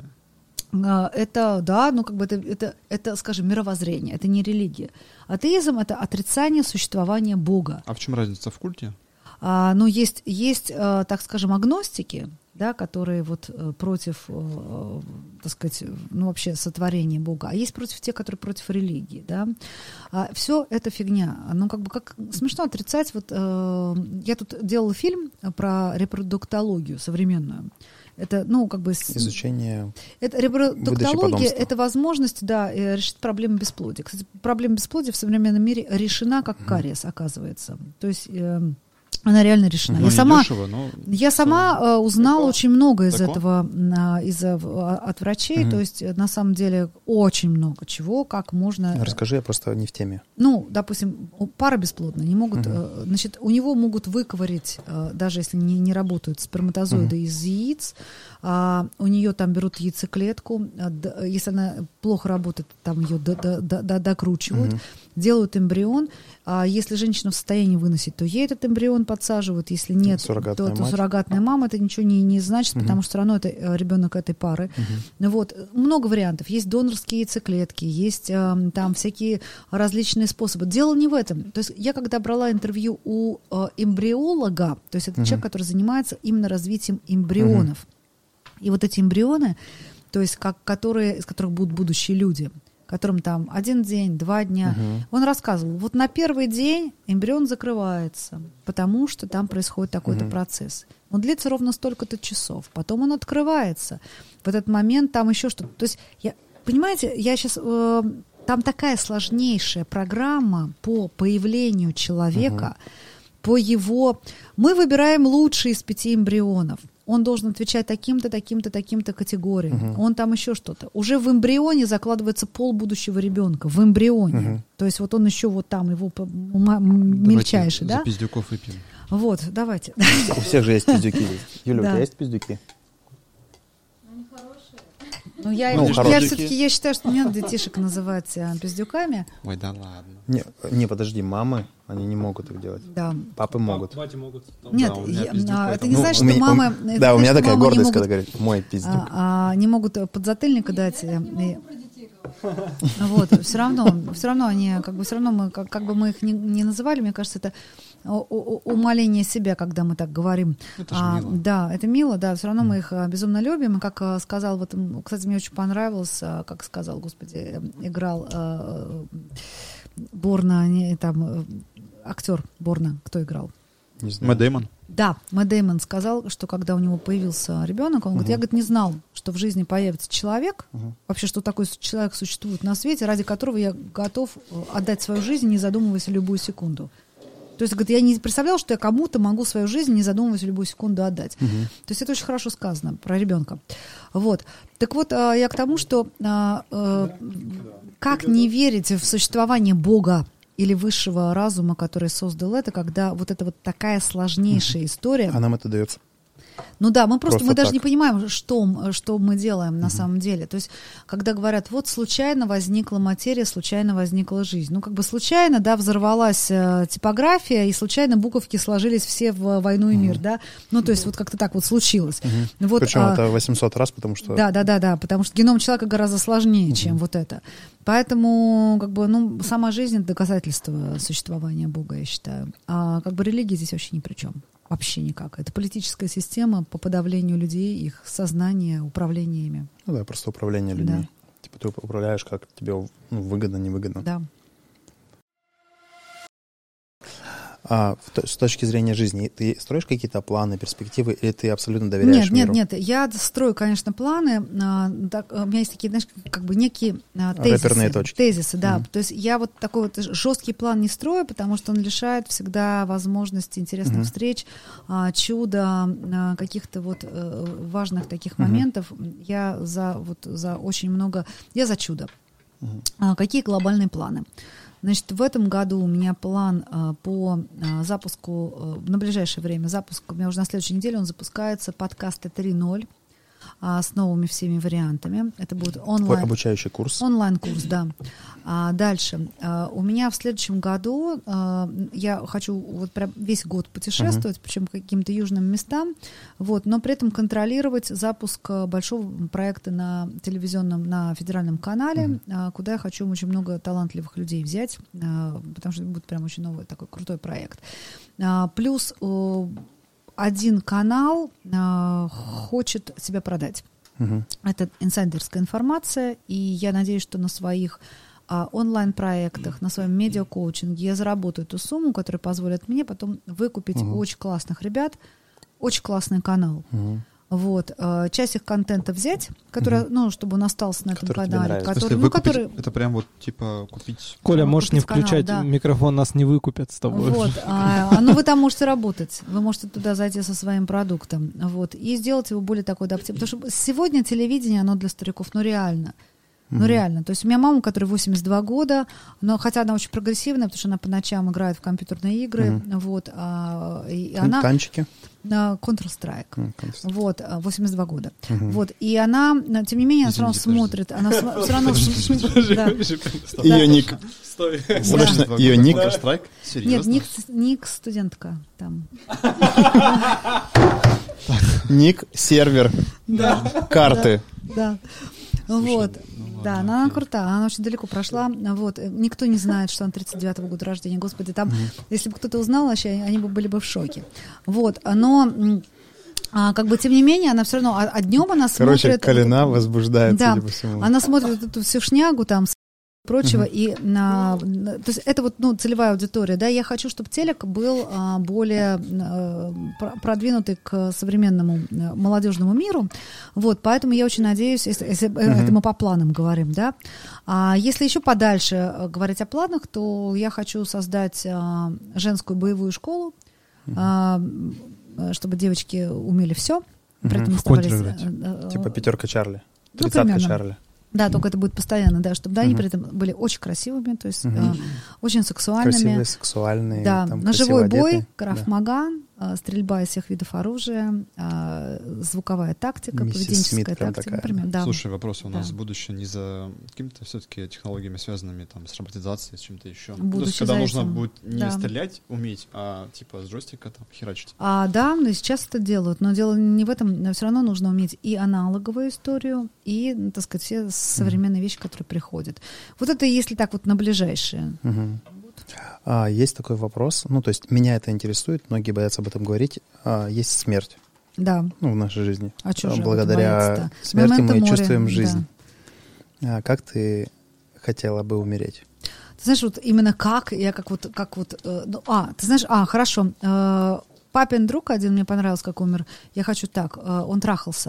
Это, да, ну как бы это, скажем, мировоззрение, это не религия. Атеизм — это отрицание существования Бога. А в чем разница в культе? Ну, есть, так скажем, агностики, да, которые вот против, так сказать, ну вообще сотворения Бога, а есть против тех, которые против религии, да. Все это фигня. Ну, как бы как смешно отрицать. Вот я тут делала фильм про репродуктологию современную. Это, ну, как бы... Изучение... Это репродуктология — это возможность, да, решить проблему бесплодия. Кстати, проблема бесплодия в современном мире решена как кариес, оказывается. То есть... Она реально решена. Я сама узнала очень много из этого от врачей. То есть, на самом деле, очень много чего, как можно... Расскажи, я просто не в теме. Ну, допустим, пара бесплодная, не могут... Значит, у него могут выковырять, даже если не работают сперматозоиды из яиц, у нее там берут яйцеклетку, если она плохо работает, там ее докручивают, делают эмбрион. Если женщина в состоянии выносить, то ей этот эмбрион подсаживают. Если нет, то суррогатная мама. Это ничего не значит, потому что все равно это ребенок этой пары. Вот. Много вариантов. Есть донорские яйцеклетки, есть там всякие различные способы. Дело не в этом. То есть я когда брала интервью у эмбриолога, то есть это человек, который занимается именно развитием эмбрионов. И вот эти эмбрионы, то есть из которых будут будущие люди, которым там 1 день, 2 дня. Он рассказывал, вот на первый день эмбрион закрывается, потому что там происходит такой-то процесс. Он длится ровно столько-то часов. Потом он открывается. В этот момент там еще что-то. То есть, понимаете, я сейчас... там такая сложнейшая программа по появлению человека, по его... Мы выбираем лучший из 5 эмбрионов. Он должен отвечать таким-то, таким-то, таким-то категориям. Он там еще что-то. Уже в эмбрионе закладывается пол будущего ребенка. В эмбрионе. То есть вот он еще вот там, его мельчайший, да? За пиздюков выпьем. Вот, давайте. У всех же есть пиздюки. Юля, у тебя есть пиздюки? Ну, я все-таки я считаю, что не надо детишек называть пиздюками. Ой, да ладно. Не, подожди, мамы, они не могут их делать. Да. Папы могут. Бати могут. Нет, это не значит, что мамы... Да, у меня такая гордость, когда говорят, мой пиздюк. Не могут подзатыльника дать. Вот, все равно они, как бы, все равно мы, как бы мы их не называли, мне кажется, это умаление себя, когда мы так говорим. Это же мило. Да, это мило, да, все равно мы их безумно любим. И как сказал, вот, кстати, мне очень понравилось, как сказал, господи, играл Борна, там, актер Борна, кто играл? Мэтт Дэймон? Да, Мэтт Дэймон сказал, что когда у него появился ребенок, он говорит, я, говорит, не знал, что в жизни появится человек, вообще, что такой человек существует на свете, ради которого я готов отдать свою жизнь, не задумываясь любую секунду. То есть, говорит, я не представляла, что я кому-то могу свою жизнь, не задумываясь, в любую секунду отдать. То есть это очень хорошо сказано про ребенка. Вот. Так вот, я к тому, что как не верить в существование Бога или высшего разума, который создал это, когда вот это вот такая сложнейшая история. А нам это дается. Ну да, мы даже так. не понимаем, что мы делаем на самом деле. То есть, когда говорят, вот случайно возникла материя, случайно возникла жизнь. Ну, как бы случайно, да, взорвалась типография, и случайно буковки сложились все в «Войну и мир», да. Ну, то есть, вот как-то так вот случилось. Вот, причем это 800 раз, потому что... Да, потому что геном человека гораздо сложнее, чем вот это. Поэтому, как бы, ну, сама жизнь — это доказательство существования Бога, я считаю. А как бы религия здесь вообще ни при чем. Вообще никак. Это политическая система по подавлению людей, их сознания, управления ими. Ну да, просто управление людьми. Да. Типа ты управляешь, как тебе выгодно, невыгодно. Да. С точки зрения жизни, ты строишь какие-то планы, перспективы, или ты абсолютно доверяешь миру? Нет. Я строю, конечно, планы. У меня есть такие, знаешь, как бы некие реперные точки. Тезисы, да. То есть я вот такой вот жесткий план не строю, потому что он лишает всегда возможности интересных встреч, чуда, каких-то вот важных таких моментов. Я за очень много... Я за чудо. Какие глобальные планы? Значит, в этом году у меня план по запуску, на ближайшее время запуск, у меня уже на следующей неделе он запускается, подкасты 3.0 с новыми всеми вариантами. Это будет онлайн. Обучающий курс. Онлайн-курс, да. Дальше. У меня в следующем году я хочу вот прям весь год путешествовать, причем по каким-то южным местам, вот, но при этом контролировать запуск большого проекта на телевизионном, на федеральном канале, куда я хочу очень много талантливых людей взять, потому что это будет прям очень новый такой крутой проект. Плюс один канал хочет себя продать. Это инсайдерская информация, и я надеюсь, что на своих онлайн-проектах, на своем медиакоучинге я заработаю ту сумму, которая позволит мне потом выкупить очень классных ребят, очень классный канал. Вот. Часть их контента взять, который, ну, чтобы он остался на этом канале. Это прям вот типа купить... Коля, можешь не включать канал, да. Микрофон, нас не выкупят с тобой. Вот. Ну, вы там можете работать. Вы можете туда зайти со своим продуктом. Вот. И сделать его более такой адаптивным. Потому что сегодня телевидение, оно для стариков, ну, реально. Ну, реально. То есть у меня мама, которой 82 года, но хотя она очень прогрессивная, потому что она по ночам играет в компьютерные игры. Вот, и она... Танчики? Counter-Strike. Вот, 82 года. Вот, и она, тем не менее, она все равно смотрит. Она все равно... Ее ник. Срочно, ее ник. Counter-Strike? Серьезно? Нет, ник студентка там. Ник, сервер, карты. Да. Вот. Да, она крутая, она очень далеко прошла. Вот. Никто не знает, что она 39-го года рождения. Господи, там, если бы кто-то узнал, вообще, они бы были бы в шоке. Вот. Но как бы, тем не менее, она все равно, а днем она смотрит... Короче, Калина возбуждает, да, судя по всему. Она смотрит эту всю шнягу там, прочего, и то есть это вот, ну, целевая аудитория, да, я хочу, чтобы телек был более продвинутый к современному молодежному миру, вот, поэтому я очень надеюсь, если это мы по планам говорим, да, а если еще подальше говорить о планах, то я хочу создать женскую боевую школу, чтобы девочки умели все, при этом оставались... Типа «Пятерка Чарли», «30-ка Чарли». Да, только это будет постоянно, да, чтобы они при этом были очень красивыми, то есть очень сексуальными. Красивые, сексуальные. Да, там, ножевой бой, краф-мага, стрельба из всех видов оружия, звуковая тактика, поведенческая тактика, например. Да. Слушай, вопрос у нас будущее не за какими-то все-таки технологиями, связанными там с роботизацией, с чем-то еще. То есть, когда нужно будет не стрелять, уметь, а типа с джойстика там херачить. Да, но сейчас это делают, но дело не в этом, все равно нужно уметь и аналоговую историю, и, так сказать, все современные вещи, которые приходят. Вот это если так вот на ближайшее. Есть такой вопрос, ну, то есть меня это интересует, многие боятся об этом говорить. Есть смерть. Да. Ну, в нашей жизни. А что же благодаря смерти мы чувствуем жизнь. Да. Как ты хотела бы умереть? Ты знаешь, вот именно как, я ты знаешь, хорошо. Папин друг один, мне понравилось, как умер. Я хочу так, он трахался.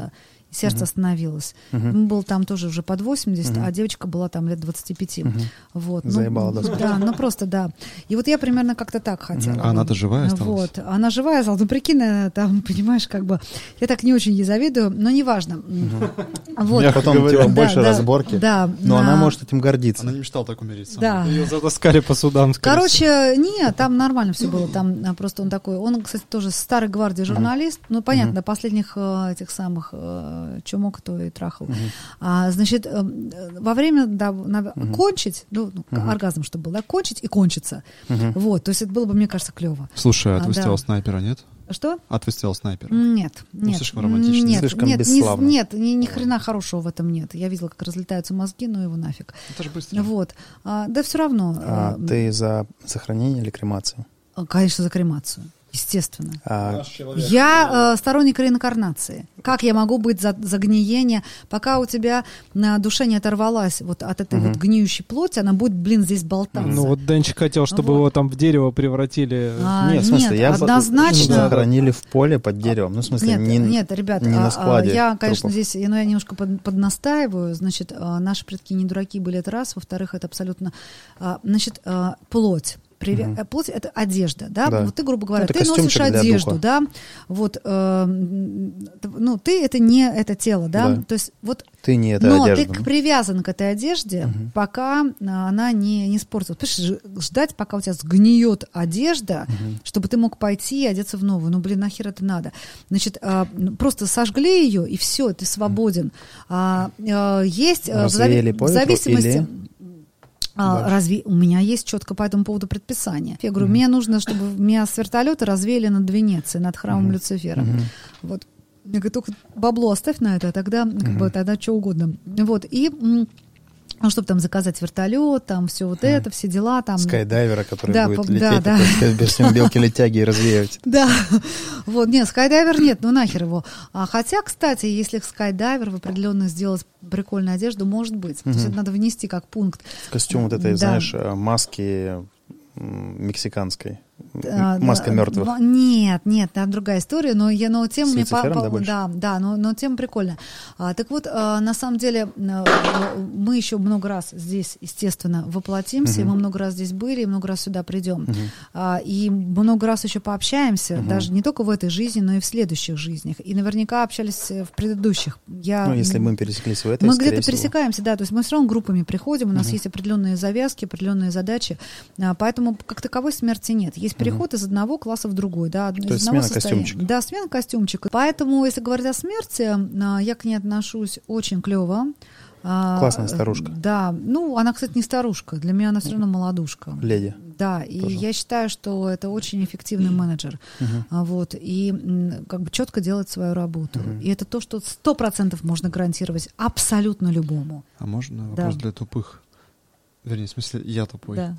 сердце остановилось. Ему было там тоже уже под 80, а девочка была там лет 25. Вот. Заебала, да? Да, ну просто, да. И вот я примерно как-то так хотела. А она-то живая осталась? Вот. Она живая осталась. Ну, прикинь, там, понимаешь, как бы... Я так не очень ей завидую, но неважно. Вот. Я потом больше разборки. Да. Но она может этим гордиться. Она не мечтала так умереть сама. Да. Ее затаскали по судам. Короче, нет, там нормально все было. Там просто он такой... Он, кстати, тоже старой гвардии журналист. Ну, понятно, до последних этих самых... Что мог, то и трахал. Значит, во время кончить, оргазм, чтобы был, да, кончить и кончиться. Вот, то есть это было бы, мне кажется, клево. Слушай, а твоего снайпера нет? Что? А твоего снайпера? Нет, Ну, слишком романтично. Нет, слишком нет, бесславно. Нет, ни хрена хорошего в этом нет. Я видела, как разлетаются мозги, но его нафиг. Это же быстро. Вот. Да все равно. Ты за сохранение или кремацию? Конечно, за кремацию. Естественно. А, Я сторонник реинкарнации. Как я могу быть за гниение, пока у тебя на душе не оторвалась вот от этой вот гниющей плоти, она будет, здесь болтаться. Ну вот Денчик хотел, чтобы его там в дерево превратили. Нет, в смысле, я однозначно захоронили в поле под деревом. Ну, в смысле, нет, ребят, не на складе я, конечно, трупов. здесь, я немножко поднастаиваю. Значит, наши предки не дураки были, это раз. Во-вторых, это абсолютно, значит, плоть. Плоть — это одежда, да? Да. Вот ты, грубо говоря, Это ты носишь одежду, да? Вот, ну, ты — это не это тело, да? То есть вот... Ты не эта но одежда. ты привязан к этой одежде, пока она не испортилась. Понимаешь, ждать, пока у тебя сгниет одежда, чтобы ты мог пойти и одеться в новую. Ну, блин, нахер это надо? Значит, просто сожгли ее, и все, ты свободен. Есть в зависимости... Или... Разве у меня есть четко по этому поводу предписание? Я говорю, мне нужно, чтобы меня с вертолета развеяли над Венецией, над храмом Люцифера. Вот. Я говорю, только бабло оставь на это, а тогда, как бы, тогда что угодно. Вот. И ну, чтобы там заказать вертолет, там все вот это, все дела. Там... Скайдайвера, который да, будет лететь, без всем белки-летяги и развеивать. Да, вот, нет, скайдайвер нет, ну нахер его. Хотя, кстати, если скайдайвер в определенно сделать прикольную одежду, может быть. То есть это надо внести как пункт. Костюм вот этой, знаешь, маски мексиканской. Маска мертвых. Нет, там другая история, но тема мне но тема прикольная. Так вот, на самом деле, мы еще много раз здесь, естественно, воплотимся, и мы много раз здесь были, и много раз сюда придем. И много раз еще пообщаемся, даже не только в этой жизни, но и в следующих жизнях. И наверняка общались в предыдущих. Ну, если мы пересеклись в этой, мы где-то пересекаемся, да, то есть мы все равно группами приходим, у нас есть определенные завязки, определенные задачи, поэтому как таковой смерти нет. Есть переход из одного класса в другой, да, то из есть одного смена костюмчика. Да, смена костюмчика. Поэтому, если говорить о смерти, я к ней отношусь очень клево. Классная старушка. Да, ну, она, кстати, не старушка, для меня она все равно молодушка. Леди. Да, и тоже. Я считаю, что это очень эффективный менеджер, вот, и как бы четко делает свою работу. И это то, что 100% можно гарантировать абсолютно любому. А можно вопрос для тупых? Вернее, в смысле, я тупой. Да.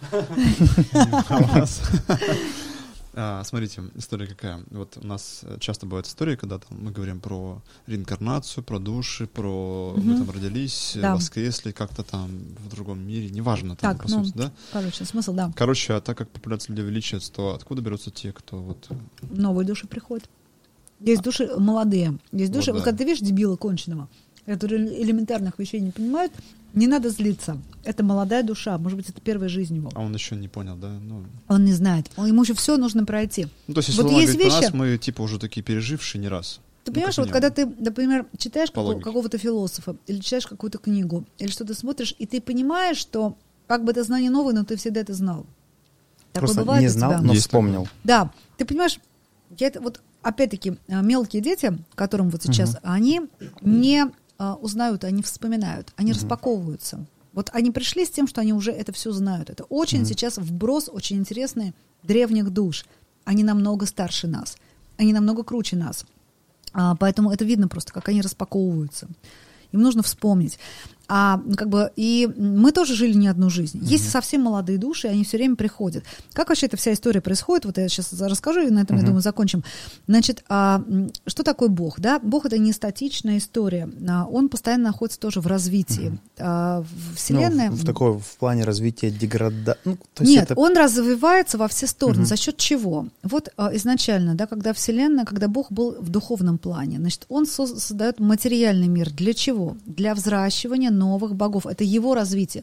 Смотрите, история какая. Вот у нас часто бывают истории, когда там мы говорим про реинкарнацию, про души, про мы там родились, воскресли как-то там в другом мире, неважно там, так, по сути, да? Короче, смысл, да. Короче, а так как популяция людей увеличивается, то откуда берутся те, кто вот... Новые души приходят. Есть души молодые, есть души... Вот когда ты видишь дебила конченого, которые элементарных вещей не понимают, не надо злиться. Это молодая душа. Может быть, это первая жизнь его. А он еще не понял, да? Ну... Он не знает. Ему еще все нужно пройти. Ну, то есть, если вот есть вещи... про нас, мы типа уже такие пережившие не раз. Ты понимаешь, вот когда ты, например, читаешь какого-то философа, или читаешь какую-то книгу, или что-то смотришь, и ты понимаешь, что как бы это знание новое, но ты всегда это знал. Просто бывает не знал, но вспомнил. Да. Ты понимаешь, вот опять-таки мелкие дети, которым вот сейчас, они не... узнают, они вспоминают, они распаковываются. Вот они пришли с тем, что они уже это все знают. Это очень сейчас вброс очень интересный древних душ. Они намного старше нас, они намного круче нас. Поэтому это видно просто, как они распаковываются. Им нужно вспомнить. И мы тоже жили не одну жизнь. Есть совсем молодые души, они все время приходят. Как вообще эта вся история происходит? Вот я сейчас расскажу, и на этом, я думаю, закончим. Значит, что такое Бог? Да? Бог — это не статичная история. Он постоянно находится тоже в развитии. Вселенная... В плане развития деградации. Нет, он развивается во все стороны. За счет чего? Вот изначально, да, когда Вселенная, когда Бог был в духовном плане, значит, он создает материальный мир. Для чего? Для взращивания новых богов. Это его развитие.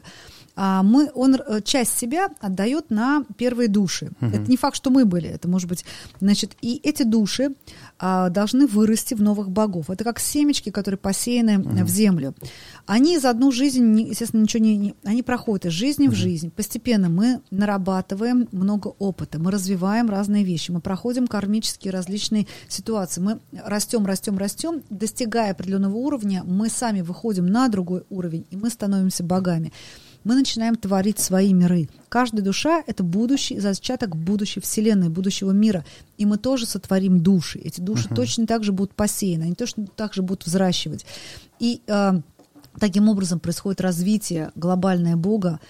Он часть себя отдает на первые души. Это не факт, что мы были. Это может быть, значит, и эти души должны вырасти в новых богов. Это как семечки, которые посеяны в землю. Они за одну жизнь, естественно, ничего не... Они проходят из жизни в жизнь. Постепенно мы нарабатываем много опыта. Мы развиваем разные вещи. Мы проходим кармические различные ситуации. Мы растем, достигая определенного уровня, мы сами выходим на другой уровень, и мы становимся богами. Мы начинаем творить свои миры. Каждая душа — это будущий, зачаток будущей Вселенной, будущего мира. И мы тоже сотворим души. Эти души точно так же будут посеяны, они точно так же будут взращивать. И таким образом происходит развитие глобальное Бога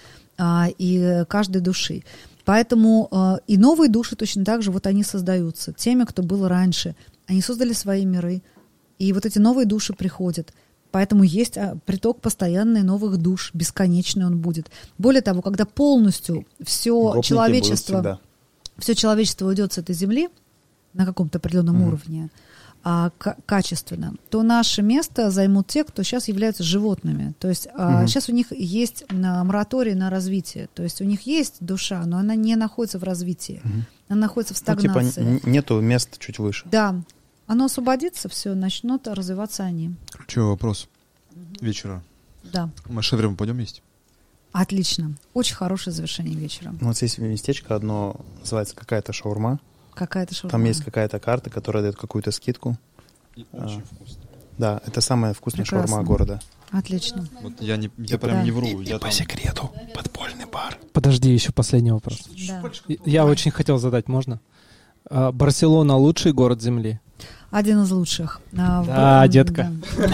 и каждой души. Поэтому и новые души точно так же вот они создаются. Теми, кто был раньше, они создали свои миры. И вот эти новые души приходят. Поэтому есть приток постоянный новых душ, бесконечный он будет. Более того, когда полностью все человечество уйдет с этой земли на каком-то определенном уровне, качественно, то наше место займут те, кто сейчас являются животными. То есть сейчас у них есть мораторий на развитие. То есть у них есть душа, но она не находится в развитии. Она находится в стагнации. Нету места чуть выше. Да. Оно освободится, все, начнут развиваться они. Ключевой вопрос вечера. Да. Мы шаверму пойдем есть? Отлично. Очень хорошее завершение вечера. Вот здесь местечко одно, называется какая-то шаурма. Какая-то шаурма. Там есть какая-то карта, которая дает какую-то скидку. И очень вкусно. Да, это самая вкусная Прекрасно. шаурма города. Отлично. Вот я прям не вру. И по секрету подпольный бар. Подожди, еще последний вопрос. Да. Я очень хотел задать, можно? Барселона — лучший город Земли? Один из лучших. Да, детка.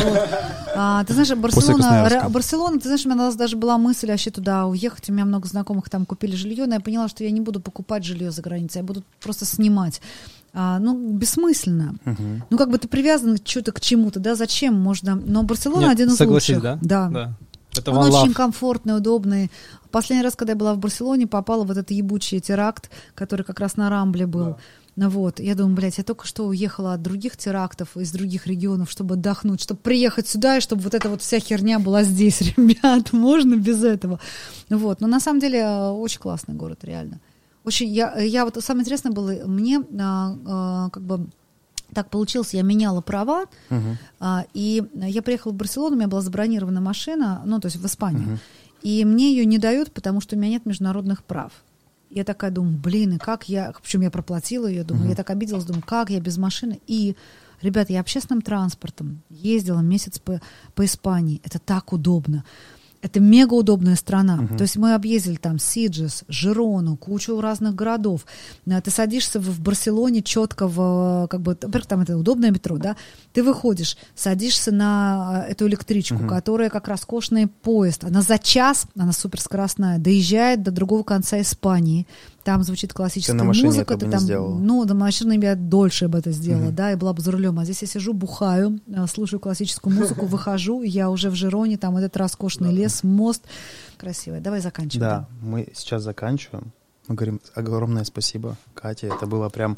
Да. Ты знаешь, Барселона, ты знаешь, у меня даже была мысль вообще туда уехать. У меня много знакомых там купили жилье, но я поняла, что я не буду покупать жилье за границей, я буду просто снимать. Бессмысленно. Ну, как бы ты привязан что-то к чему-то, да, зачем можно? Но Барселона один из лучших. Да? Да. Это он очень комфортный, удобный. Последний раз, когда я была в Барселоне, попала в этот ебучий теракт, который как раз на Рамбле был. Да. Вот, я думаю, я только что уехала от других терактов из других регионов, чтобы отдохнуть, чтобы приехать сюда, и чтобы вот эта вот вся херня была здесь, ребят, можно без этого. Вот, но на самом деле очень классный город, реально. Очень, я вот самое интересное было, мне как бы так получилось, я меняла права, и я приехала в Барселону, у меня была забронирована машина, то есть в Испанию, и мне ее не дают, потому что у меня нет международных прав. Я такая думаю, и как я... Причем я проплатила ее, думаю, я так обиделась, думаю, как я без машины? И, ребята, я общественным транспортом ездила месяц по Испании. Это так удобно. Это мега удобная страна. То есть мы объездили там Сиджес, Жирону, кучу разных городов. Ты садишься в Барселоне четко во-первых, там это удобное метро, да? Ты выходишь, садишься на эту электричку, которая как роскошный поезд. Она за час, она суперскоростная, доезжает до другого конца Испании. Там звучит классическая музыка. Ты там, на машине я дольше бы это сделала, да, и была бы за рулем. А здесь я сижу, бухаю, слушаю классическую музыку, выхожу, и я уже в Жироне, там этот роскошный лес, мост. Красивый. Давай заканчиваем. Да, мы сейчас заканчиваем. Мы говорим огромное спасибо, Кате. Это было прям...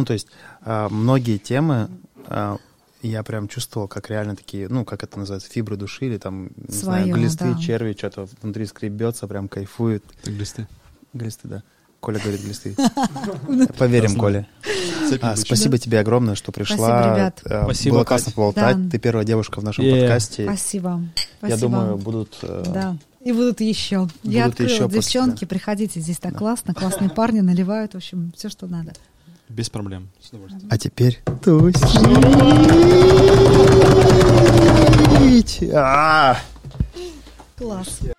многие темы я прям чувствовал, как реально такие, как это называется, фибры души или там, не знаю, глисты, черви, что-то внутри скребется, прям кайфует. Это глисты? Глисты, да. Коля говорит глисты. Поверим, Коля. Спасибо тебе огромное, что пришла. Спасибо, ребят. Спасибо, было классно поболтать. Ты первая девушка в нашем подкасте. Спасибо. Я думаю, будут... Да. И будут еще. Я открыла, девчонки, приходите, здесь так классно, классные парни наливают, в общем, все, что надо. Без проблем. С удовольствием. А теперь тусить. Класс.